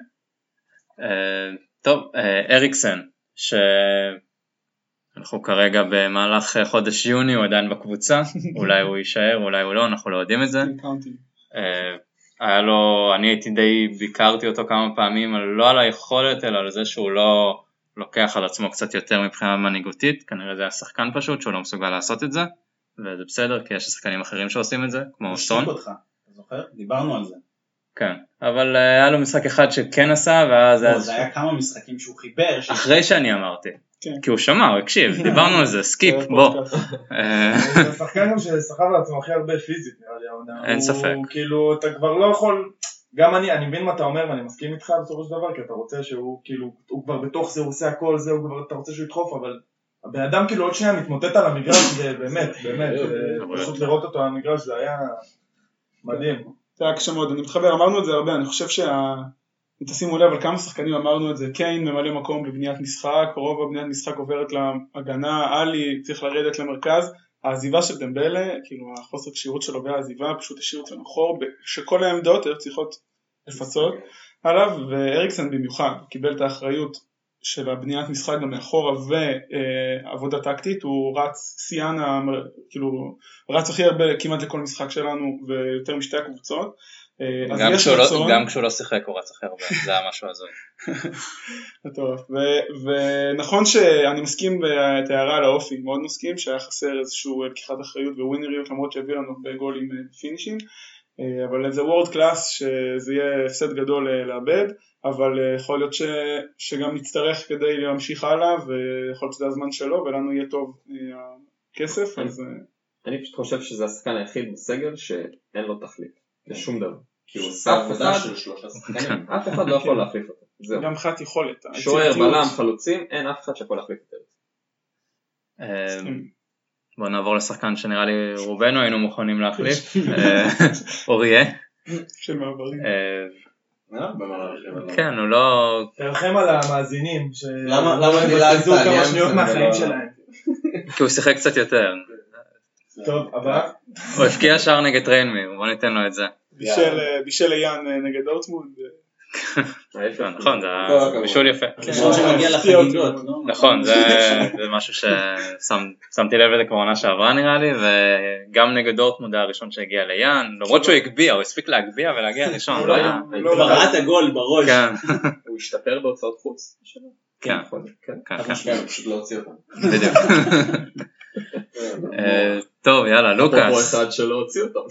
Speaker 1: טוב, אריקסן, שאנחנו כרגע במהלך חודש יוני, הוא עדיין בקבוצה, אולי הוא יישאר, אולי הוא לא, אנחנו לא יודעים את זה. היה לו, אני הייתי די, ביקרתי אותו כמה פעמים, לא על היכולת, אלא על זה שהוא לא לוקח על עצמו קצת יותר מבחינה מנהיגותית, כנראה זה היה שחקן פשוט, שהוא לא מסוגל לעשות את זה, וזה בסדר, כי יש שחקנים אחרים שעושים את זה, כמו סון.
Speaker 7: אתה זוכר? דיברנו על זה.
Speaker 1: כן, אבל היה לו משחק אחד שכן עשה, ואז...
Speaker 7: לא, זה היה כמה משחקים שהוא חיבר.
Speaker 1: אחרי שאני אמרתי, כי הוא שמע, הוא הקשיב, דיברנו על זה, סקיפ, בוא.
Speaker 6: זה שחקן גם ששחק על עצמו הכי הרבה פיזית, נראה לי.
Speaker 1: אין ספק.
Speaker 6: כאילו, אתה כבר לא יכול... גם אני, אני מבין מה אתה אומר, ואני מסכים איתך בסופו של דבר, כי אתה רוצה שהוא, כאילו, הוא כבר בתוך זה, הוא עושה הכל זה, הוא כבר, אתה רוצה שהוא ידחוף, אבל הבן אדם כאילו עוד שנייה מתמוטט על המגרש, זה באמת, באמת, פשוט לראות אותו על המגרש, זה היה מדהים.
Speaker 2: זה היה קשה מאוד, אני מתחבר, אמרנו את זה הרבה, אני חושב שה... תשימו לב על כמה שחקנים אמרנו את זה, קיין ממלא מקום בבניית משחק, רוב הבניית משחק עוברת להגנה, אלי צריך לרדת למרכז, העזיבה של דמבלה, כאילו החוסר קשירות שלו והעזיבה, פשוט השאיר אותנו חור, שכל העמדות היו צריכות לפצות עליו, ואריקסן במיוחד, קיבל את האחריות של הבניית משחק גם מאחורה ועבודה טקטית, הוא רץ סיאן, כאילו רץ הכי הרבה כמעט לכל משחק שלנו ויותר משתי הקבוצות.
Speaker 1: גם כשהוא, לא, גם כשהוא לא שיחק הוא רץ הכי הרבה, זה היה משהו הזוי.
Speaker 2: ונכון שאני מסכים את ההערה על האופי, מאוד מסכים שהיה חסר איזשהו לקיחת אחריות וווינריות למרות שהביא לנו בגולים פינישים, אבל זה וורד קלאס שזה יהיה הפסד גדול לאבד, אבל יכול להיות ש, שגם נצטרך כדי להמשיך הלאה, ויכול להיות שזה הזמן שלו, ולנו יהיה טוב הכסף, אז...
Speaker 4: אני פשוט חושב שזה השחקן היחיד בסגל שאין לו תחליף, לשום דבר.
Speaker 5: כי הוא עושה עבודה של שלושה שחקנים.
Speaker 4: אף אחד לא יכול להחליף אותו.
Speaker 2: גם חת יכולת.
Speaker 4: שוער, בלם, חלוצים, אין אף אחד שיכול להחליף את
Speaker 1: זה. בואו נעבור לשחקן שנראה לי רובנו היינו מוכנים להחליף, אוריה.
Speaker 2: של מעברים.
Speaker 1: כן, הוא לא...
Speaker 6: תרחם על המאזינים,
Speaker 5: למה דילגת על
Speaker 6: כמה שניות מהחיים שלהם.
Speaker 1: כי הוא שיחק קצת יותר.
Speaker 6: טוב, הבא.
Speaker 1: הוא הפקיע שער נגד ריינמיר, בוא ניתן לו את זה.
Speaker 2: בישל איין נגד דורטמונד.
Speaker 1: נכון, זה בישול יפה.
Speaker 7: בישול שמגיע לחגיגות.
Speaker 1: נכון, זה משהו ששמתי לב לזה כבר עונה שעברה נראה לי, וגם נגד דורטמונד היה הראשון שהגיע ליאן, למרות שהוא הגביע, הוא הספיק להגביע ולהגיע ראשון.
Speaker 7: כבר ראה את הגול בראש.
Speaker 4: הוא השתפר בהוצאות חוץ.
Speaker 1: כן,
Speaker 5: כן, פשוט לא הוציא אותם.
Speaker 1: בדיוק. טוב, יאללה, לוקאס.
Speaker 4: פה אחד שלא הוציא אותם.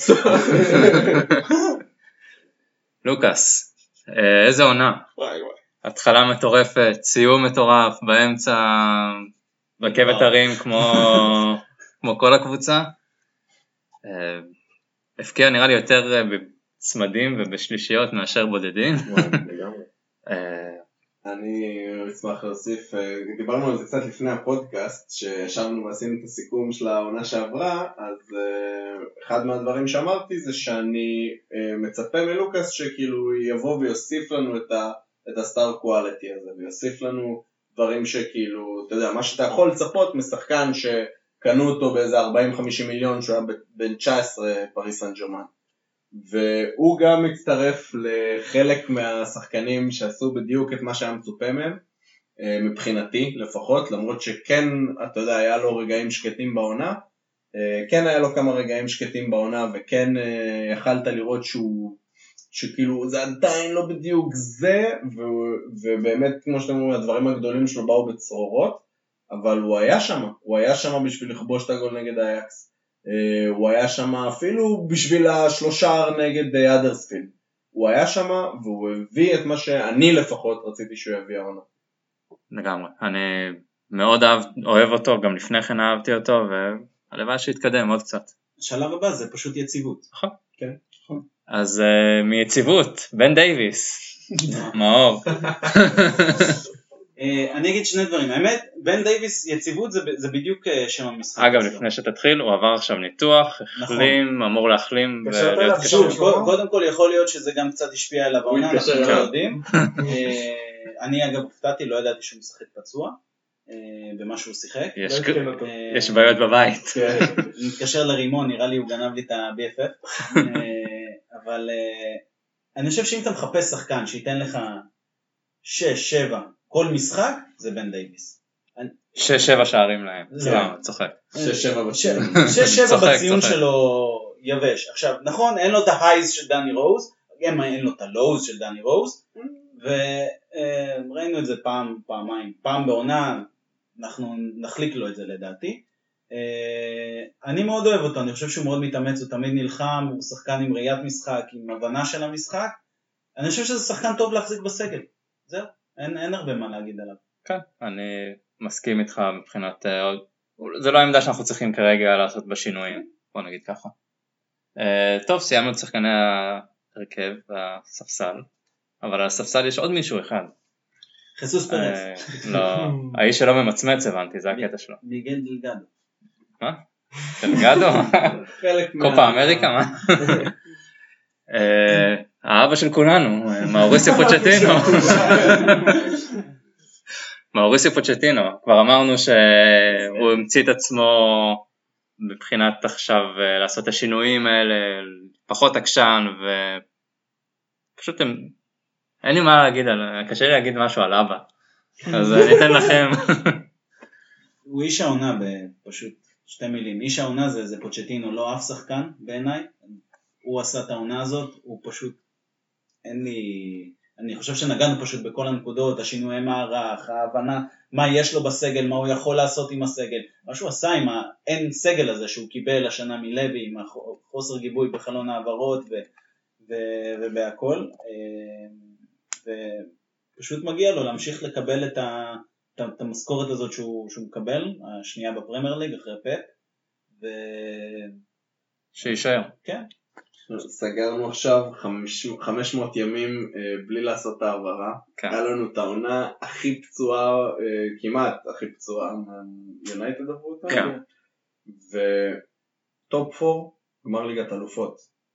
Speaker 1: לוקאס. איזה עונה, התחלה מטורפת, סיום מטורף, באמצע רכבת הרים כמו כל הקבוצה, הפקיע נראה לי יותר בצמדים ובשלישיות מאשר בודדים.
Speaker 5: אני אשמח להוסיף, דיברנו על זה קצת לפני הפודקאסט, שישבנו ועשינו את הסיכום של העונה שעברה, אז אחד מהדברים שאמרתי זה שאני מצפה מלוקאס שכאילו יבוא ויוסיף לנו את ה- את הסטאר קואליטי הזה, ויוסיף לנו דברים שכאילו, אתה יודע, מה שאתה יכול לצפות משחקן שקנו אותו באיזה ארבעים חמישים מיליון, שהוא היה בן תשע עשרה פריס סן ז'רמן. והוא גם מצטרף לחלק מהשחקנים שעשו בדיוק את מה שהיה מצופה מהם, מבחינתי לפחות, למרות שכן, אתה יודע, היה לו רגעים שקטים בעונה, כן היה לו כמה רגעים שקטים בעונה, וכן יכלת לראות שהוא, שכאילו זה עדיין לא בדיוק זה, ובאמת כמו שאתם אומרים, הדברים הגדולים שלו באו בצרורות, אבל הוא היה שם, הוא היה שם בשביל לכבוש את הגול נגד אייקס. הוא היה שם אפילו בשביל השלושה נגד אדרספילד, הוא היה שם והוא הביא את מה שאני לפחות רציתי שהוא יביא העונה.
Speaker 1: לגמרי, אני מאוד אוהב, אוהב אותו, גם לפני כן אהבתי אותו, והלוואי שיתקדם עוד קצת.
Speaker 7: השלב הבא זה פשוט יציבות.
Speaker 1: נכון.
Speaker 2: כן, נכון.
Speaker 1: אז uh, מיציבות, בן דייביס, מאור.
Speaker 7: אני אגיד שני דברים, האמת, בן דייביס יציבות זה בדיוק שם המשחק.
Speaker 1: אגב, לפני שתתחיל, הוא עבר עכשיו ניתוח, החלים, אמור להחלים.
Speaker 7: קודם כל יכול להיות שזה גם קצת השפיע עליו העונה, אנחנו לא יודעים. אני אגב הופתעתי, לא ידעתי שהוא משחק פצוע, במה שהוא שיחק.
Speaker 1: יש בעיות בבית.
Speaker 7: נתקשר לרימון, נראה לי הוא גנב לי את ה-בי אף אף. אבל אני חושב שאם אתה מחפש שחקן שייתן לך שש, שבע, כל משחק זה בן דייביס.
Speaker 1: שש שבע שערים להם, סתם, צוחק.
Speaker 5: שש שבע בציון.
Speaker 7: שש שבע בציון שלו יבש. עכשיו, נכון, אין לו את ההייז של דני רוז, גם אין לו את הלואוז של דני רוז, וראינו את זה פעם, פעמיים, פעם בעונה, אנחנו נחליק לו את זה לדעתי. אני מאוד אוהב אותו, אני חושב שהוא מאוד מתאמץ, הוא תמיד נלחם, הוא שחקן עם ראיית משחק, עם הבנה של המשחק, אני חושב שזה שחקן טוב להחזיק בסגל, זהו. אין, אין הרבה מה להגיד עליו.
Speaker 1: כן, אני מסכים איתך מבחינת, זה לא העמדה שאנחנו צריכים כרגע לעשות בשינויים, בוא נגיד ככה. טוב, סיימנו את שחקני הרכב והספסל, אבל על הספסל יש עוד מישהו אחד.
Speaker 7: חיסוס פרץ.
Speaker 1: לא, האיש שלא ממצמץ הבנתי, זה הקטע שלו.
Speaker 7: מיגל דלגדו.
Speaker 1: מה? דלגדו? קופה אמריקה, מה? האבא של כולנו, מאוריסיו פוצ'טינו. מאוריסיו פוצ'טינו, כבר אמרנו שהוא המציא את עצמו מבחינת עכשיו לעשות את השינויים האלה, פחות עקשן, ופשוט אין לי מה להגיד, קשה לי להגיד משהו על אבא. אז אני אתן לכם.
Speaker 7: הוא איש העונה בפשוט שתי מילים. איש העונה זה, זה פוצ'טינו, לא אף שחקן בעיניי. הוא עשה את העונה הזאת, הוא פשוט, אין לי, אני חושב שנגענו פשוט בכל הנקודות, השינויי מערך, ההבנה, מה יש לו בסגל, מה הוא יכול לעשות עם הסגל. מה שהוא עשה עם האין סגל הזה שהוא קיבל השנה מלוי, עם החוסר גיבוי בחלון העברות ו, ו, ובהכל. ופשוט מגיע לו להמשיך לקבל את ה... את המשכורת הזאת שהוא, שהוא מקבל, השנייה בפרמייר ליג אחרי פאפ, ו...
Speaker 1: שישאר.
Speaker 7: כן.
Speaker 5: סגרנו עכשיו חמש מאות ימים בלי לעשות את העברה.
Speaker 1: כן.
Speaker 5: היה לנו את העונה הכי פצועה, כמעט הכי פצועה, יונייטד עברו אותה.
Speaker 1: כן.
Speaker 5: וטופ פור, גמר ליגת אלופות.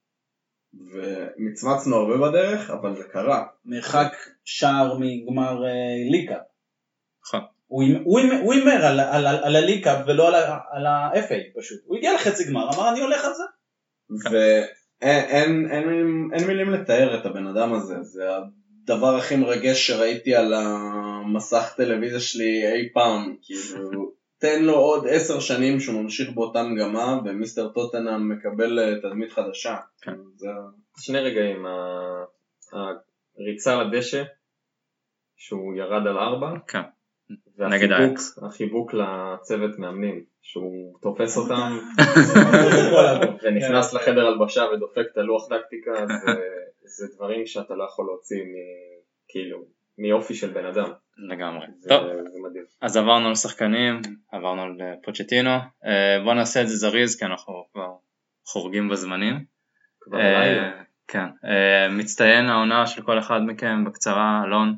Speaker 5: ומצמצנו הרבה בדרך, אבל זה קרה.
Speaker 7: מרחק שער מגמר ליקה.
Speaker 1: נכון.
Speaker 7: הוא הימר על, על, על, על הליקאפ ולא על, על ה-אף איי פשוט. הוא הגיע לחצי גמר, אמר אני הולך על זה.
Speaker 5: ואין אין, אין, אין מילים לתאר את הבן אדם הזה. זה הדבר הכי מרגש שראיתי על המסך טלוויזיה שלי אי פעם. כאילו, תן לו עוד עשר שנים שהוא ממשיך באותה מגמה, ומיסטר טוטנהאם מקבל תדמית חדשה.
Speaker 1: כן.
Speaker 5: זה...
Speaker 4: שני רגעים, הריצה לדשא, שהוא ירד על ארבע. כן.
Speaker 1: נגד אייקס.
Speaker 4: והחיבוק לצוות מאמנים, שהוא תופס אותם ונכנס לחדר הלבשה ודופק את הלוח טקטיקה, זה דברים שאתה לא יכול להוציא כאילו מיופי של בן אדם.
Speaker 1: לגמרי. טוב, אז עברנו לשחקנים, עברנו לפוצ'טינו, בואו נעשה את זה זריז כי אנחנו כבר חורגים בזמנים.
Speaker 4: כבר לילה.
Speaker 1: כן, מצטיין העונה של כל אחד מכם בקצרה, אלון.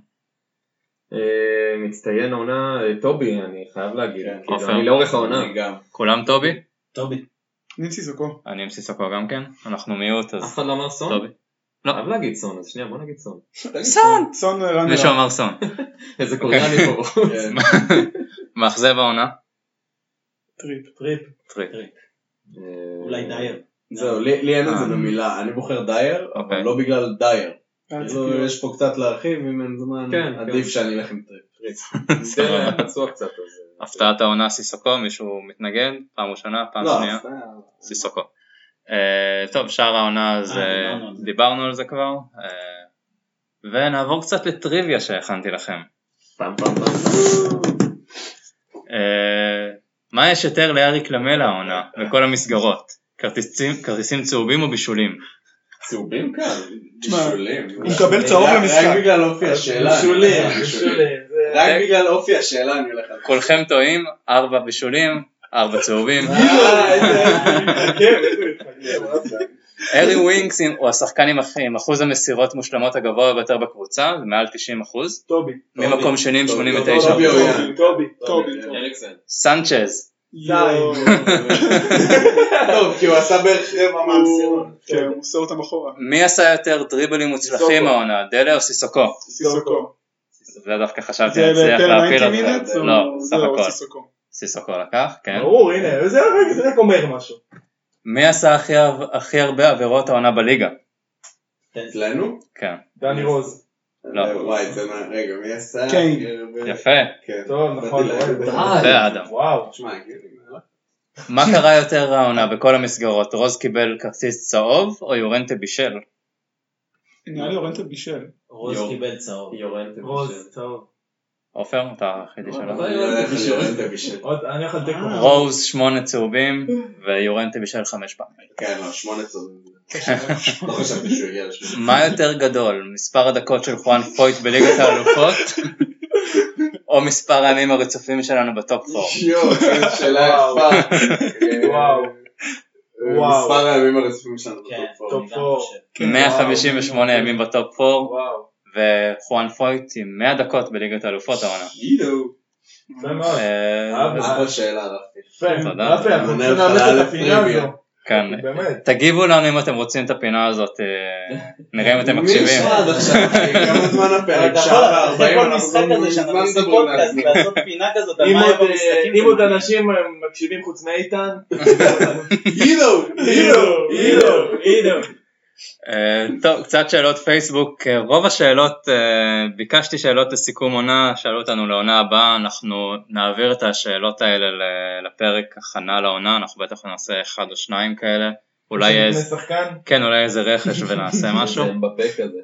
Speaker 4: מצטיין העונה, טובי, אני חייב להגיד, אני לאורך העונה.
Speaker 1: כולם טובי?
Speaker 7: טובי.
Speaker 2: אני עם סיסוקו.
Speaker 1: אני עם סיסוקו גם כן, אנחנו מיעוט אז...
Speaker 4: אף אחד לא אמר סון?
Speaker 1: טובי. לא.
Speaker 4: חייב להגיד סון, אז שנייה בוא נגיד סון.
Speaker 1: סון!
Speaker 2: סון רן
Speaker 1: מישהו אמר סון.
Speaker 4: איזה קוריאני פה.
Speaker 1: מאכזב העונה?
Speaker 2: טריפ.
Speaker 7: טריפ.
Speaker 1: טריפ.
Speaker 7: אולי דייר.
Speaker 5: זהו, לי אין את זה במילה, אני בוחר דייר, אבל לא בגלל דייר. יש פה קצת להרחיב, אם אין זמן, עדיף שאני אלך עם טריפ.
Speaker 4: זה פצוע קצת.
Speaker 1: הפתעת העונה סיסוקו, מישהו מתנגד? פעם ראשונה, פעם שנייה? סיסוקו. טוב, שאר העונה אז דיברנו על זה כבר, ונעבור קצת לטריוויה שהכנתי לכם.
Speaker 4: פעם פעם פעם.
Speaker 1: מה יש יותר לאריק למלה העונה בכל המסגרות? כרטיסים צהובים או בישולים?
Speaker 4: צהובים כאן?
Speaker 5: בישולים.
Speaker 2: הוא מקבל צהוב למשחק.
Speaker 5: רק בגלל אופי השאלה.
Speaker 7: בישולים, בישולים.
Speaker 5: רק בגלל אופי השאלה אני הולך על זה.
Speaker 1: כולכם טועים, ארבע בישולים, ארבע צהובים. ארי ווינקס הוא השחקן עם אחוז המסירות מושלמות הגבוה ביותר בקבוצה, זה מעל תשעים אחוז.
Speaker 2: טובי.
Speaker 1: ממקום שני עם שמונים ותשע אחוז.
Speaker 2: טובי, טובי.
Speaker 1: סנצ'ז.
Speaker 5: טוב, כי הוא עשה בערך רבע מהמסירות.
Speaker 2: כן, הוא עושה אותם אחורה.
Speaker 1: מי עשה יותר דריבלים מוצלחים העונה, דלה או סיסוקו?
Speaker 2: סיסוקו.
Speaker 1: זה דווקא חשבתי להצליח להפיל אותך. לא, סך הכל. סיסוקו לקח, כן.
Speaker 6: ברור, הנה, זה רק אומר משהו.
Speaker 1: מי עשה הכי הרבה עבירות העונה בליגה?
Speaker 5: אצלנו?
Speaker 1: כן.
Speaker 6: דני רוז.
Speaker 1: לא.
Speaker 5: וואי, זה מה, רגע, מי עשה?
Speaker 2: קיין.
Speaker 1: יפה.
Speaker 6: טוב, נכון.
Speaker 1: זה אדם.
Speaker 6: וואו.
Speaker 5: תשמע, הגיוני.
Speaker 1: מה קרה יותר העונה בכל המסגרות? רוז קיבל כרטיס צהוב או יורנטה בישל?
Speaker 2: נראה לי יורנטה בישל.
Speaker 7: רוז קיבל צהוב.
Speaker 4: יורנטה
Speaker 6: רוז, צהוב.
Speaker 1: עופר, אתה חידי שלו.
Speaker 6: אני יכול לתקו.
Speaker 1: רוז שמונה צהובים ויורנטה בישל חמש פעמים.
Speaker 5: כן, לא, שמונה צהובים. לא חשבתי שהוא הגיע לשמונה.
Speaker 1: מה יותר גדול? מספר הדקות של חואן פויט בליגת האלופות? או מספר הימים הרצופים שלנו בטופ פור?
Speaker 5: יואו, שאלה יפה.
Speaker 6: וואו.
Speaker 5: מספר הימים הרצופים שלנו בטופ פור.
Speaker 1: מאה חמישים ושמונה ימים בטופ פור. וחואן פויט עם מאה דקות בליגת האלופות העונה.
Speaker 5: ידו.
Speaker 6: זה מאוד.
Speaker 5: אחלה שאלה רפי.
Speaker 1: תודה.
Speaker 6: רפי, אנחנו רוצים לאמץ את הפינה הזו.
Speaker 1: כן, תגיבו לנו אם אתם רוצים את הפינה הזאת, נראה אם אתם מקשיבים.
Speaker 5: מי ישמע עד עכשיו? כמה זמן הפרק? שעה וארבעים,
Speaker 7: כל משחק הזה שאנחנו עושים פודקאסט, לעשות פינה כזאת, על מה היה במשחקים.
Speaker 6: אם עוד אנשים מקשיבים חוץ מאיתן,
Speaker 5: ידו, ידו,
Speaker 7: ידו, ידו.
Speaker 1: טוב, קצת שאלות פייסבוק, רוב השאלות, ביקשתי שאלות לסיכום עונה, שאלו אותנו לעונה הבאה, אנחנו נעביר את השאלות האלה לפרק הכנה לעונה, אנחנו בטח נעשה אחד או שניים כאלה, אולי איזה, כן, אולי איזה רכש ונעשה משהו.
Speaker 4: זה בפה כזה.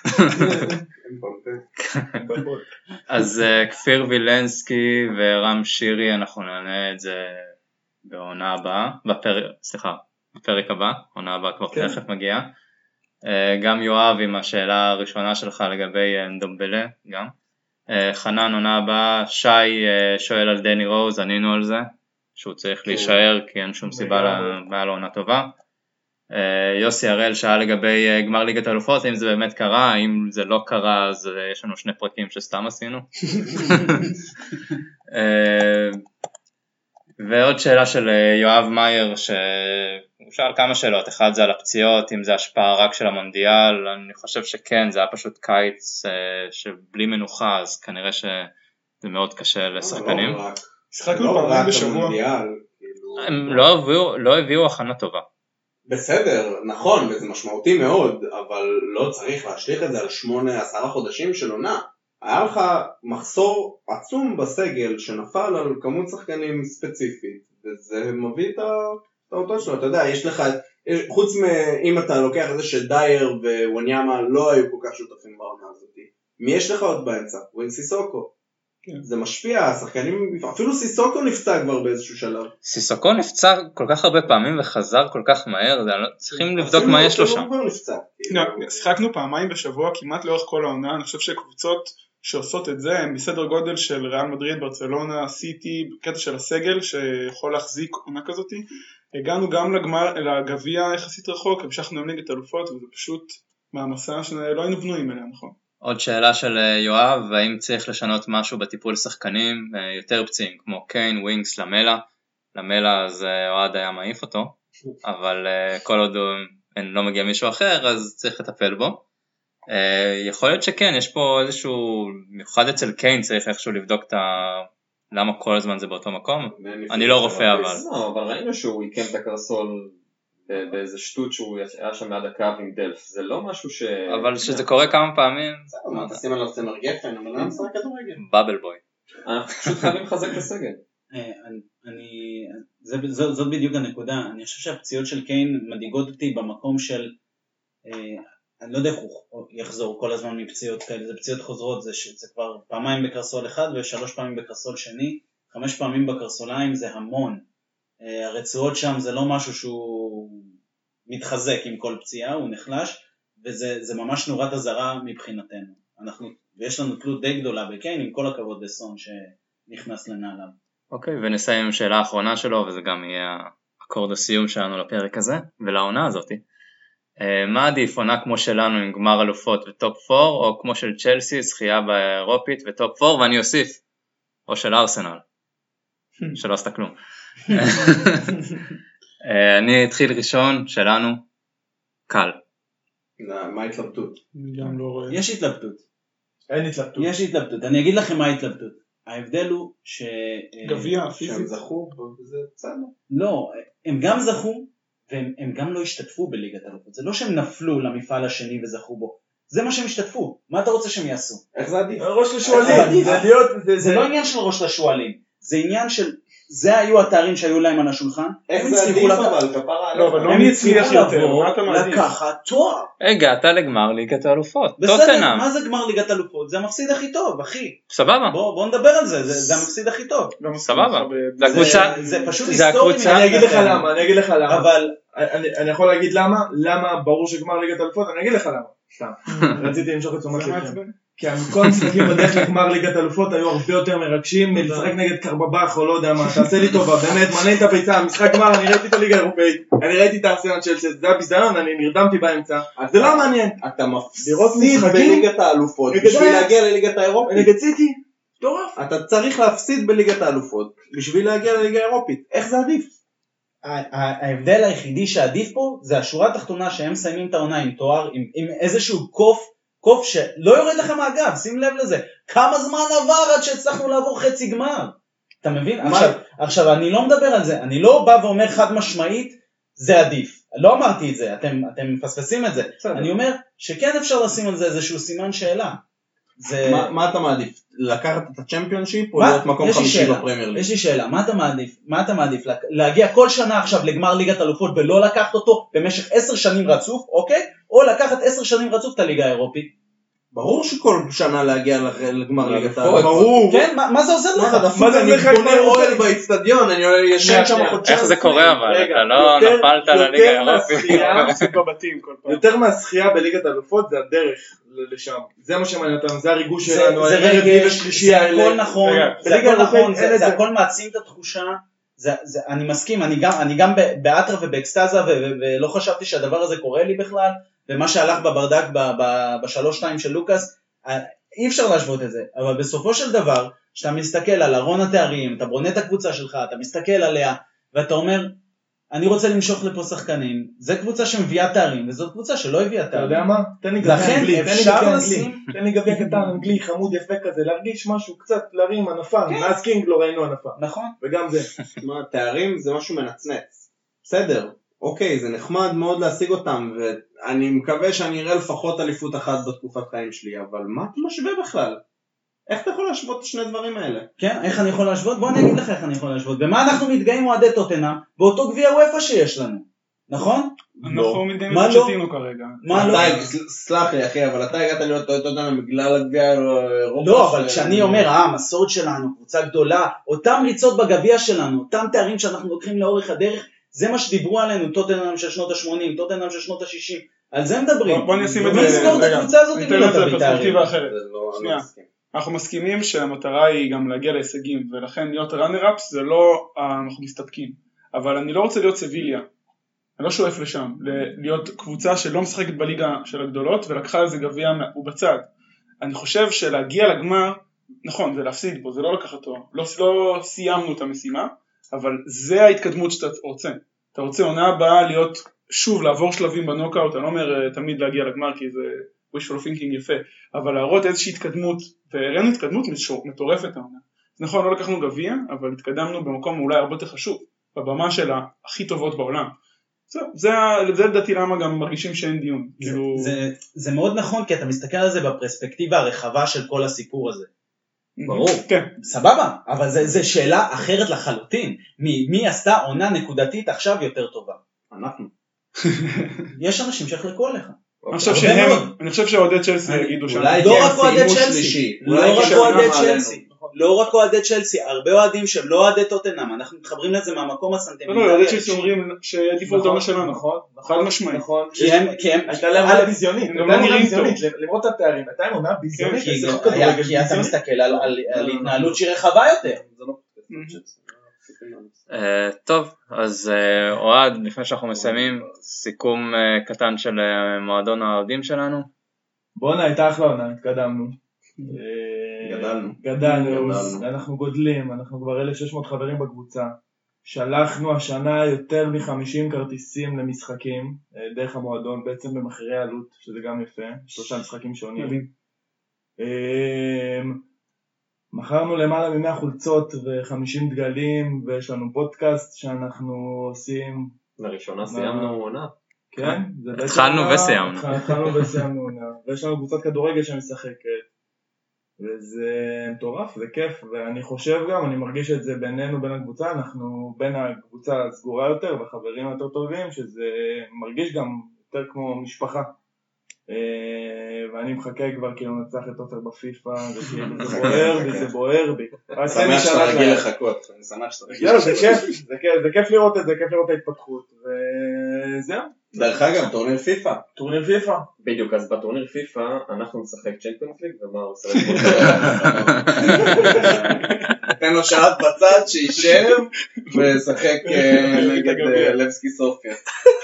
Speaker 1: אז כפיר וילנסקי ורם שירי, אנחנו נענה את זה בעונה הבאה, בפרק, סליחה, בפרק הבא, עונה הבאה כבר תכף מגיעה. גם יואב עם השאלה הראשונה שלך לגבי אנדומבלה, גם. חנן עונה הבאה, שי שואל על דני רוז, ענינו על זה, שהוא צריך להישאר כי אין שום סיבה לעונה טובה. יוסי הראל שאל לגבי גמר ליגת האלופות, אם זה באמת קרה, אם זה לא קרה אז יש לנו שני פרקים שסתם עשינו. ועוד שאלה של יואב מאייר, שהוא שאל כמה שאלות, אחד זה על הפציעות, אם זה השפעה רק של המונדיאל, אני חושב שכן, זה היה פשוט קיץ שבלי מנוחה, אז כנראה שזה מאוד קשה לשחקנים.
Speaker 2: שחקנו פעמיים בשבוע.
Speaker 1: הם לא הביאו הכנה טובה.
Speaker 5: בסדר, נכון, וזה משמעותי מאוד, אבל לא צריך להשליך את זה על שמונה, עשרה חודשים של עונה. היה לך מחסור עצום בסגל שנפל על כמות שחקנים ספציפית, וזה מביא את האותו שלו. אתה יודע, יש לך, חוץ מאם אתה לוקח את זה שדייר ווניאמה לא היו כל כך שותפים בעונה הזאת, מי יש לך עוד באמצע? ווין סיסוקו. זה משפיע, השחקנים, אפילו סיסוקו נפצע כבר באיזשהו שלב.
Speaker 1: סיסוקו נפצע כל כך הרבה פעמים וחזר כל כך מהר, צריכים לבדוק מה יש לו שם.
Speaker 2: שחקנו פעמיים בשבוע כמעט לאורך כל העונה, אני חושב שקבוצות שעושות את זה הם בסדר גודל של ריאל מדריד, ברצלונה, סיטי, קטע של הסגל שיכול להחזיק עונה כזאת. הגענו גם לגמר, לגביע יחסית רחוק, המשכנו עם ליגת האלופות, וזה פשוט מהמסע שלא היינו בנויים אליה, נכון.
Speaker 1: עוד שאלה של יואב, האם צריך לשנות משהו בטיפול שחקנים יותר פציעים, כמו קיין, ווינגס, למלה, למלה אז אוהד היה מעיף אותו, אבל כל עוד לא מגיע מישהו אחר אז צריך לטפל בו. יכול להיות שכן, יש פה איזשהו, מיוחד אצל קיין צריך איכשהו לבדוק את ה... למה כל הזמן זה באותו מקום, אני לא רופא אבל.
Speaker 4: לא, אבל ראינו שהוא עיקם את הקרסול באיזה שטות שהוא היה שם מעד הקו עם דלף, זה לא משהו ש...
Speaker 1: אבל שזה קורה כמה פעמים...
Speaker 5: מה, תשים עליו צמר גפן, אבל לא משחק כדורגל.
Speaker 1: בבל בוי.
Speaker 4: אנחנו פשוט חייבים לחזק את הסגל.
Speaker 7: זאת בדיוק הנקודה, אני חושב שהפציעות של קיין מדאיגות אותי במקום של... אני לא יודע איך הוא יחזור כל הזמן מפציעות כאלה, זה פציעות חוזרות, זה, זה כבר פעמיים בקרסול אחד ושלוש פעמים בקרסול שני, חמש פעמים בקרסוליים זה המון. הרצועות שם זה לא משהו שהוא מתחזק עם כל פציעה, הוא נחלש, וזה זה ממש נורת הזרה מבחינתנו. אנחנו, ויש לנו תלות די גדולה בקיין, עם כל הכבוד לסון שנכנס לנעליו.
Speaker 1: אוקיי, ונסיים עם שאלה האחרונה שלו, וזה גם יהיה אקורד הסיום שלנו לפרק הזה, ולעונה הזאת. מה עדיף, עונה כמו שלנו עם גמר אלופות וטופ פור, או כמו של צ'לסי, זכייה באירופית וטופ פור, ואני אוסיף, או של ארסנל, שלא עשתה כלום. אני אתחיל ראשון, שלנו, קל.
Speaker 5: מה ההתלבטות?
Speaker 7: יש התלבטות.
Speaker 6: אין התלבטות.
Speaker 7: יש התלבטות, אני אגיד לכם מה ההתלבטות. ההבדל הוא ש...
Speaker 2: גביע, פיזית.
Speaker 5: שהם זכו, וזה בסדר.
Speaker 7: לא, הם גם זכו, והם גם לא השתתפו בליגת האלופות. זה לא שהם נפלו למפעל השני וזכו בו. זה מה שהם השתתפו. מה אתה רוצה שהם יעשו?
Speaker 5: איך זה עדיף?
Speaker 6: ראש לשואלים.
Speaker 7: זה לא עניין של ראש לשואלים. זה עניין של... זה היו התארים שהיו להם על השולחן.
Speaker 5: איך זה עדיף אבל? כפרה
Speaker 2: לא, אבל לא
Speaker 7: הם
Speaker 2: מצליח יותר.
Speaker 7: לבוא,
Speaker 2: מה אתה מעדיף?
Speaker 7: לקחת תואר.
Speaker 1: הגעת לגמר ליגת האלופות.
Speaker 7: בסדר, מה זה גמר ליגת האלופות? זה המפסיד הכי טוב, אחי.
Speaker 1: סבבה.
Speaker 7: בוא נדבר על זה, זה המפסיד הכי טוב.
Speaker 1: סבבה. זה הקבוצה.
Speaker 7: זה פשוט היסטורי.
Speaker 6: אני אגיד לך למה, אני אגיד לך למה.
Speaker 7: אבל...
Speaker 6: אני יכול להגיד למה, למה ברור שגמר ליגת האלופות, אני אגיד לך למה. סתם. רציתי למשוך את תשומת לבכם. כי כל המשחקים בדרך לגמר ליגת האלופות היו הרבה יותר מרגשים מלשחק נגד קרבבח או לא יודע מה, תעשה לי טובה, באמת, מנה את הביצה, משחק גמר, אני ראיתי את הליגה האירופאית, אני ראיתי את הארסנל של צ'לסי, זה היה ביזיון, אני נרדמתי באמצע, זה לא מעניין.
Speaker 5: אתה מפסיד בליגת האלופות בשביל להגיע לליגת האירופית.
Speaker 6: נגד סיטי, טורף.
Speaker 5: אתה צריך להפסיד בליגת האלופות בשביל להגיע לליגה האירופית, איך זה עדיף?
Speaker 7: ההבדל היחידי שעדיף פה זה השורה התחתונה שהם מסיימים את העונה עם תואר, עם איזשהו קוף, קוף שלא יורד לך מהגב, שים לב לזה. כמה זמן עבר עד שהצלחנו לעבור חצי גמר? אתה מבין? עכשיו, עכשיו, אני לא מדבר על זה, אני לא בא ואומר חד משמעית, זה עדיף. לא אמרתי את זה, אתם, אתם מפספסים את זה. אני אומר שכן אפשר לשים על זה איזשהו סימן שאלה. זה...
Speaker 5: מה, מה אתה מעדיף? לקחת את הצ'מפיונשיפ או להיות מקום חמישי בפרמייר ליג?
Speaker 7: יש לי שאלה, מה אתה מעדיף? מה אתה מעדיף? להגיע כל שנה עכשיו לגמר ליגת אלופות ולא לקחת אותו במשך עשר שנים רצוף, אוקיי? או לקחת עשר שנים רצוף את הליגה האירופית?
Speaker 5: ברור שכל שנה להגיע לגמר ליגת האלופות.
Speaker 6: ברור.
Speaker 7: כן, מה זה עוזר לך?
Speaker 5: מה זה עוזר לך? אני בונה אוהל באצטדיון, אני ישן שם חודשיים.
Speaker 1: איך זה קורה אבל? אתה לא נפלת לליגה האירופית.
Speaker 6: יותר מהשחייה בליגת האלופות זה הדרך לשם. זה מה שמעניין אותנו, זה הריגוש שלנו.
Speaker 7: זה רגש, זה הכל נכון, זה הכל נכון, זה הכל מעצים את התחושה. אני מסכים, אני גם באטרה ובאקסטאזה ולא חשבתי שהדבר הזה קורה לי בכלל. ומה שהלך בברדק בשלוש שתיים של לוקאס, אי אפשר להשוות את זה, אבל בסופו של דבר, שאתה מסתכל על ארון התארים, אתה בונה את הקבוצה שלך, אתה מסתכל עליה, ואתה אומר, אני רוצה למשוך לפה שחקנים, זו קבוצה שמביאה תארים, וזאת קבוצה שלא הביאה תארים.
Speaker 6: אתה יודע מה? תן לי גביע אנגלי, תן לי גביע קטן אנגלי, חמוד יפה כזה, להרגיש משהו, קצת להרים ענפה, מאז קינג לא ראינו ענפה.
Speaker 7: נכון.
Speaker 6: וגם זה.
Speaker 5: תארים זה משהו מנצנץ. בסדר. אוקיי, זה נחמד מאוד להשיג אותם, ואני מקווה שאני אראה לפחות אליפות אחת בתקופת חיים שלי, אבל מה אתה משווה בכלל? איך אתה יכול להשוות את שני הדברים האלה?
Speaker 7: כן, איך אני יכול להשוות? בוא אני אגיד לך איך אני יכול להשוות. במה אנחנו מתגאים אוהדי טוטנהאם? באותו גביע וופא שיש לנו, נכון?
Speaker 2: אנחנו מתגאים את שתינו כרגע.
Speaker 7: מה לא?
Speaker 5: סלח לי אחי, אבל אתה הגעת להיות טוטנהאם בגלל הגביע האירופי.
Speaker 7: לא, אבל כשאני אומר, אה, המסורת שלנו, קבוצה גדולה, אותם ריצות בגביע שלנו, אותם תארים שאנחנו לוקחים לאורך הדרך, זה מה שדיברו עלינו, טוטנהאם של שנות ה-שמונים, טוטנהאם של שנות ה-שישים, על זה מדברים.
Speaker 2: בוא נשים את
Speaker 7: זה, נסגור את הקבוצה הזאת אם לא תביא תארים.
Speaker 2: שנייה, אנחנו מסכימים שהמטרה היא גם להגיע להישגים, ולכן להיות ראנר-אפס זה לא, אנחנו מסתפקים. אבל אני לא רוצה להיות סביליה, אני לא שואף לשם, להיות קבוצה שלא משחקת בליגה של הגדולות, ולקחה איזה גביע ובצד. אני חושב שלהגיע לגמר, נכון, זה להפסיד בו, זה לא לקחת תואר, לא, לא סיימנו את המשימה, אבל זה ההתקדמות שאתה רוצה. אתה רוצה עונה הבאה להיות, שוב, לעבור שלבים בנוקאוט, אני לא אומר תמיד להגיע לגמר, כי זה wishful thinking יפה, אבל להראות איזושהי התקדמות, והראינו התקדמות מטורפת העונה. נכון, לא לקחנו גביע, אבל התקדמנו במקום אולי הרבה יותר חשוב, בבמה של הכי טובות בעולם. זה, זה, זה לדעתי למה גם מרגישים שאין דיון.
Speaker 7: זה, כאילו... זה, זה מאוד נכון, כי אתה מסתכל על זה בפרספקטיבה הרחבה של כל הסיפור הזה. ברור,
Speaker 2: כן.
Speaker 7: סבבה, אבל זה, זה שאלה אחרת לחלוטין. מי, מי עשתה עונה נקודתית עכשיו יותר טובה?
Speaker 5: אנחנו.
Speaker 7: יש אנשים שיחלקו עליך.
Speaker 2: אני חושב שהם, אני חושב שהאוהדי צ'לסי יגידו שם.
Speaker 7: לא רק אוהדי צ'לסי, לא רק אוהדי צ'לסי. לא רק אוהדי צ'לסי, הרבה אוהדים שהם לא אוהדי טוטנהאם, אנחנו מתחברים לזה מהמקום הסנטימנטלי.
Speaker 2: לא, אוהדי צ'לסי אומרים שעדיפו את העונה שלנו.
Speaker 6: נכון,
Speaker 2: חד משמעית.
Speaker 7: כי הם...
Speaker 6: הייתה להם עונה ביזיונית, למרות התארים, הייתה להם עונה ביזיונית.
Speaker 7: כי אתה מסתכל על התנהלות שהיא רחבה יותר.
Speaker 1: טוב, אז אוהד, לפני שאנחנו מסיימים, סיכום קטן של מועדון האוהדים שלנו.
Speaker 6: בואנה, הייתה אחלה עונה, התקדמנו.
Speaker 5: גדלנו.
Speaker 6: גדלנו, אנחנו גודלים, אנחנו כבר אלף ושש מאות חברים בקבוצה. שלחנו השנה יותר מ-חמישים כרטיסים למשחקים דרך המועדון, בעצם במחירי עלות, שזה גם יפה, שלושה משחקים שונים. מכרנו למעלה מ-מאה חולצות ו-חמישים דגלים, ויש לנו פודקאסט שאנחנו עושים.
Speaker 4: לראשונה סיימנו עונה.
Speaker 6: כן,
Speaker 1: התחלנו וסיימנו.
Speaker 6: התחלנו וסיימנו עונה, ויש לנו קבוצת כדורגל שמשחקת. וזה מטורף, זה כיף, ואני חושב גם, אני מרגיש את זה בינינו, בין הקבוצה, אנחנו בין הקבוצה הסגורה יותר, והחברים יותר טובים, שזה מרגיש גם יותר כמו משפחה. ואני מחכה כבר כאילו נצח את עופר בפיפה, וכאילו זה בוער בי, זה בוער בי.
Speaker 5: אני שמח שאתה רגיל לחכות, אני שמח שאתה רגיל לחכות.
Speaker 6: זה כיף, זה כיף לראות את זה, כיף לראות את ההתפתחות, וזהו.
Speaker 5: דרך אגב, טורניר פיפה.
Speaker 6: טורניר פיפה.
Speaker 4: בדיוק, אז בטורניר פיפה אנחנו נשחק צ'מפיונס ליג, ומה הוא עושה את
Speaker 5: נתן לו שעת בצד שישב ושחק נגד לבסקי סופיה.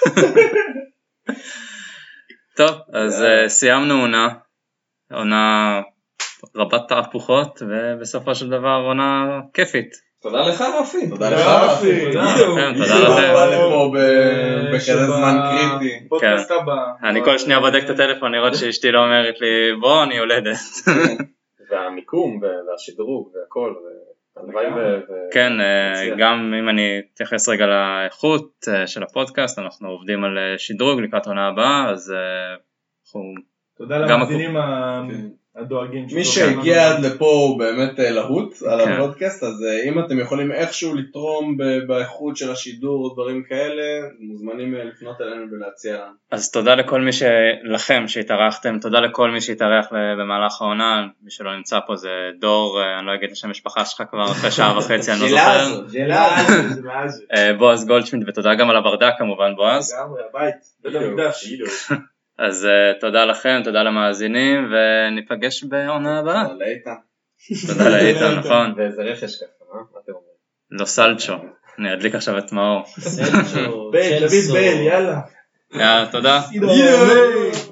Speaker 1: טוב, אז סיימנו עונה, עונה רבת תהפוכות, ובסופו של דבר עונה כיפית.
Speaker 4: תודה לך רפי.
Speaker 5: תודה לך רפי.
Speaker 1: תודה לכם.
Speaker 5: בא לפה בכזה זמן קריטי.
Speaker 1: אני כל שניה בודק את הטלפון לראות שאשתי לא אומרת לי בוא אני יולדת.
Speaker 4: והמיקום והשדרוג והכל, הלוואי ו...
Speaker 1: כן, גם אם אני אתייחס רגע לאיכות של הפודקאסט, אנחנו עובדים על שדרוג לקראת עונה הבאה, אז אנחנו...
Speaker 6: תודה למאזינים הדואגים.
Speaker 5: מי שהגיע עד לפה הוא באמת להוט על הפודקאסט, אז אם אתם יכולים איכשהו לתרום באיכות של השידור או דברים כאלה, מוזמנים לפנות אלינו ולהציע לנו.
Speaker 1: אז תודה לכל מי שלכם שהתארחתם, תודה לכל מי שהתארח במהלך העונה, מי שלא נמצא פה זה דור, אני לא אגיד את השם משפחה שלך כבר אחרי שעה וחצי, אני לא זוכר.
Speaker 7: ג'לאז.
Speaker 1: בועז גולדשמיט, ותודה גם על הברדק כמובן בועז.
Speaker 6: לגמרי, הבית, בית המקדש.
Speaker 1: אז uh, תודה לכם, תודה למאזינים, וניפגש בעונה הבאה.
Speaker 5: תודה לאיתן.
Speaker 1: תודה לאיתן, נכון.
Speaker 4: ואיזה רכש ככה, מה אתם אומרים?
Speaker 1: לא סלצ'ו, אני אדליק עכשיו את מאור.
Speaker 7: סלצ'ו,
Speaker 6: בייל, דוד בייל, יאללה.
Speaker 1: יאללה, תודה.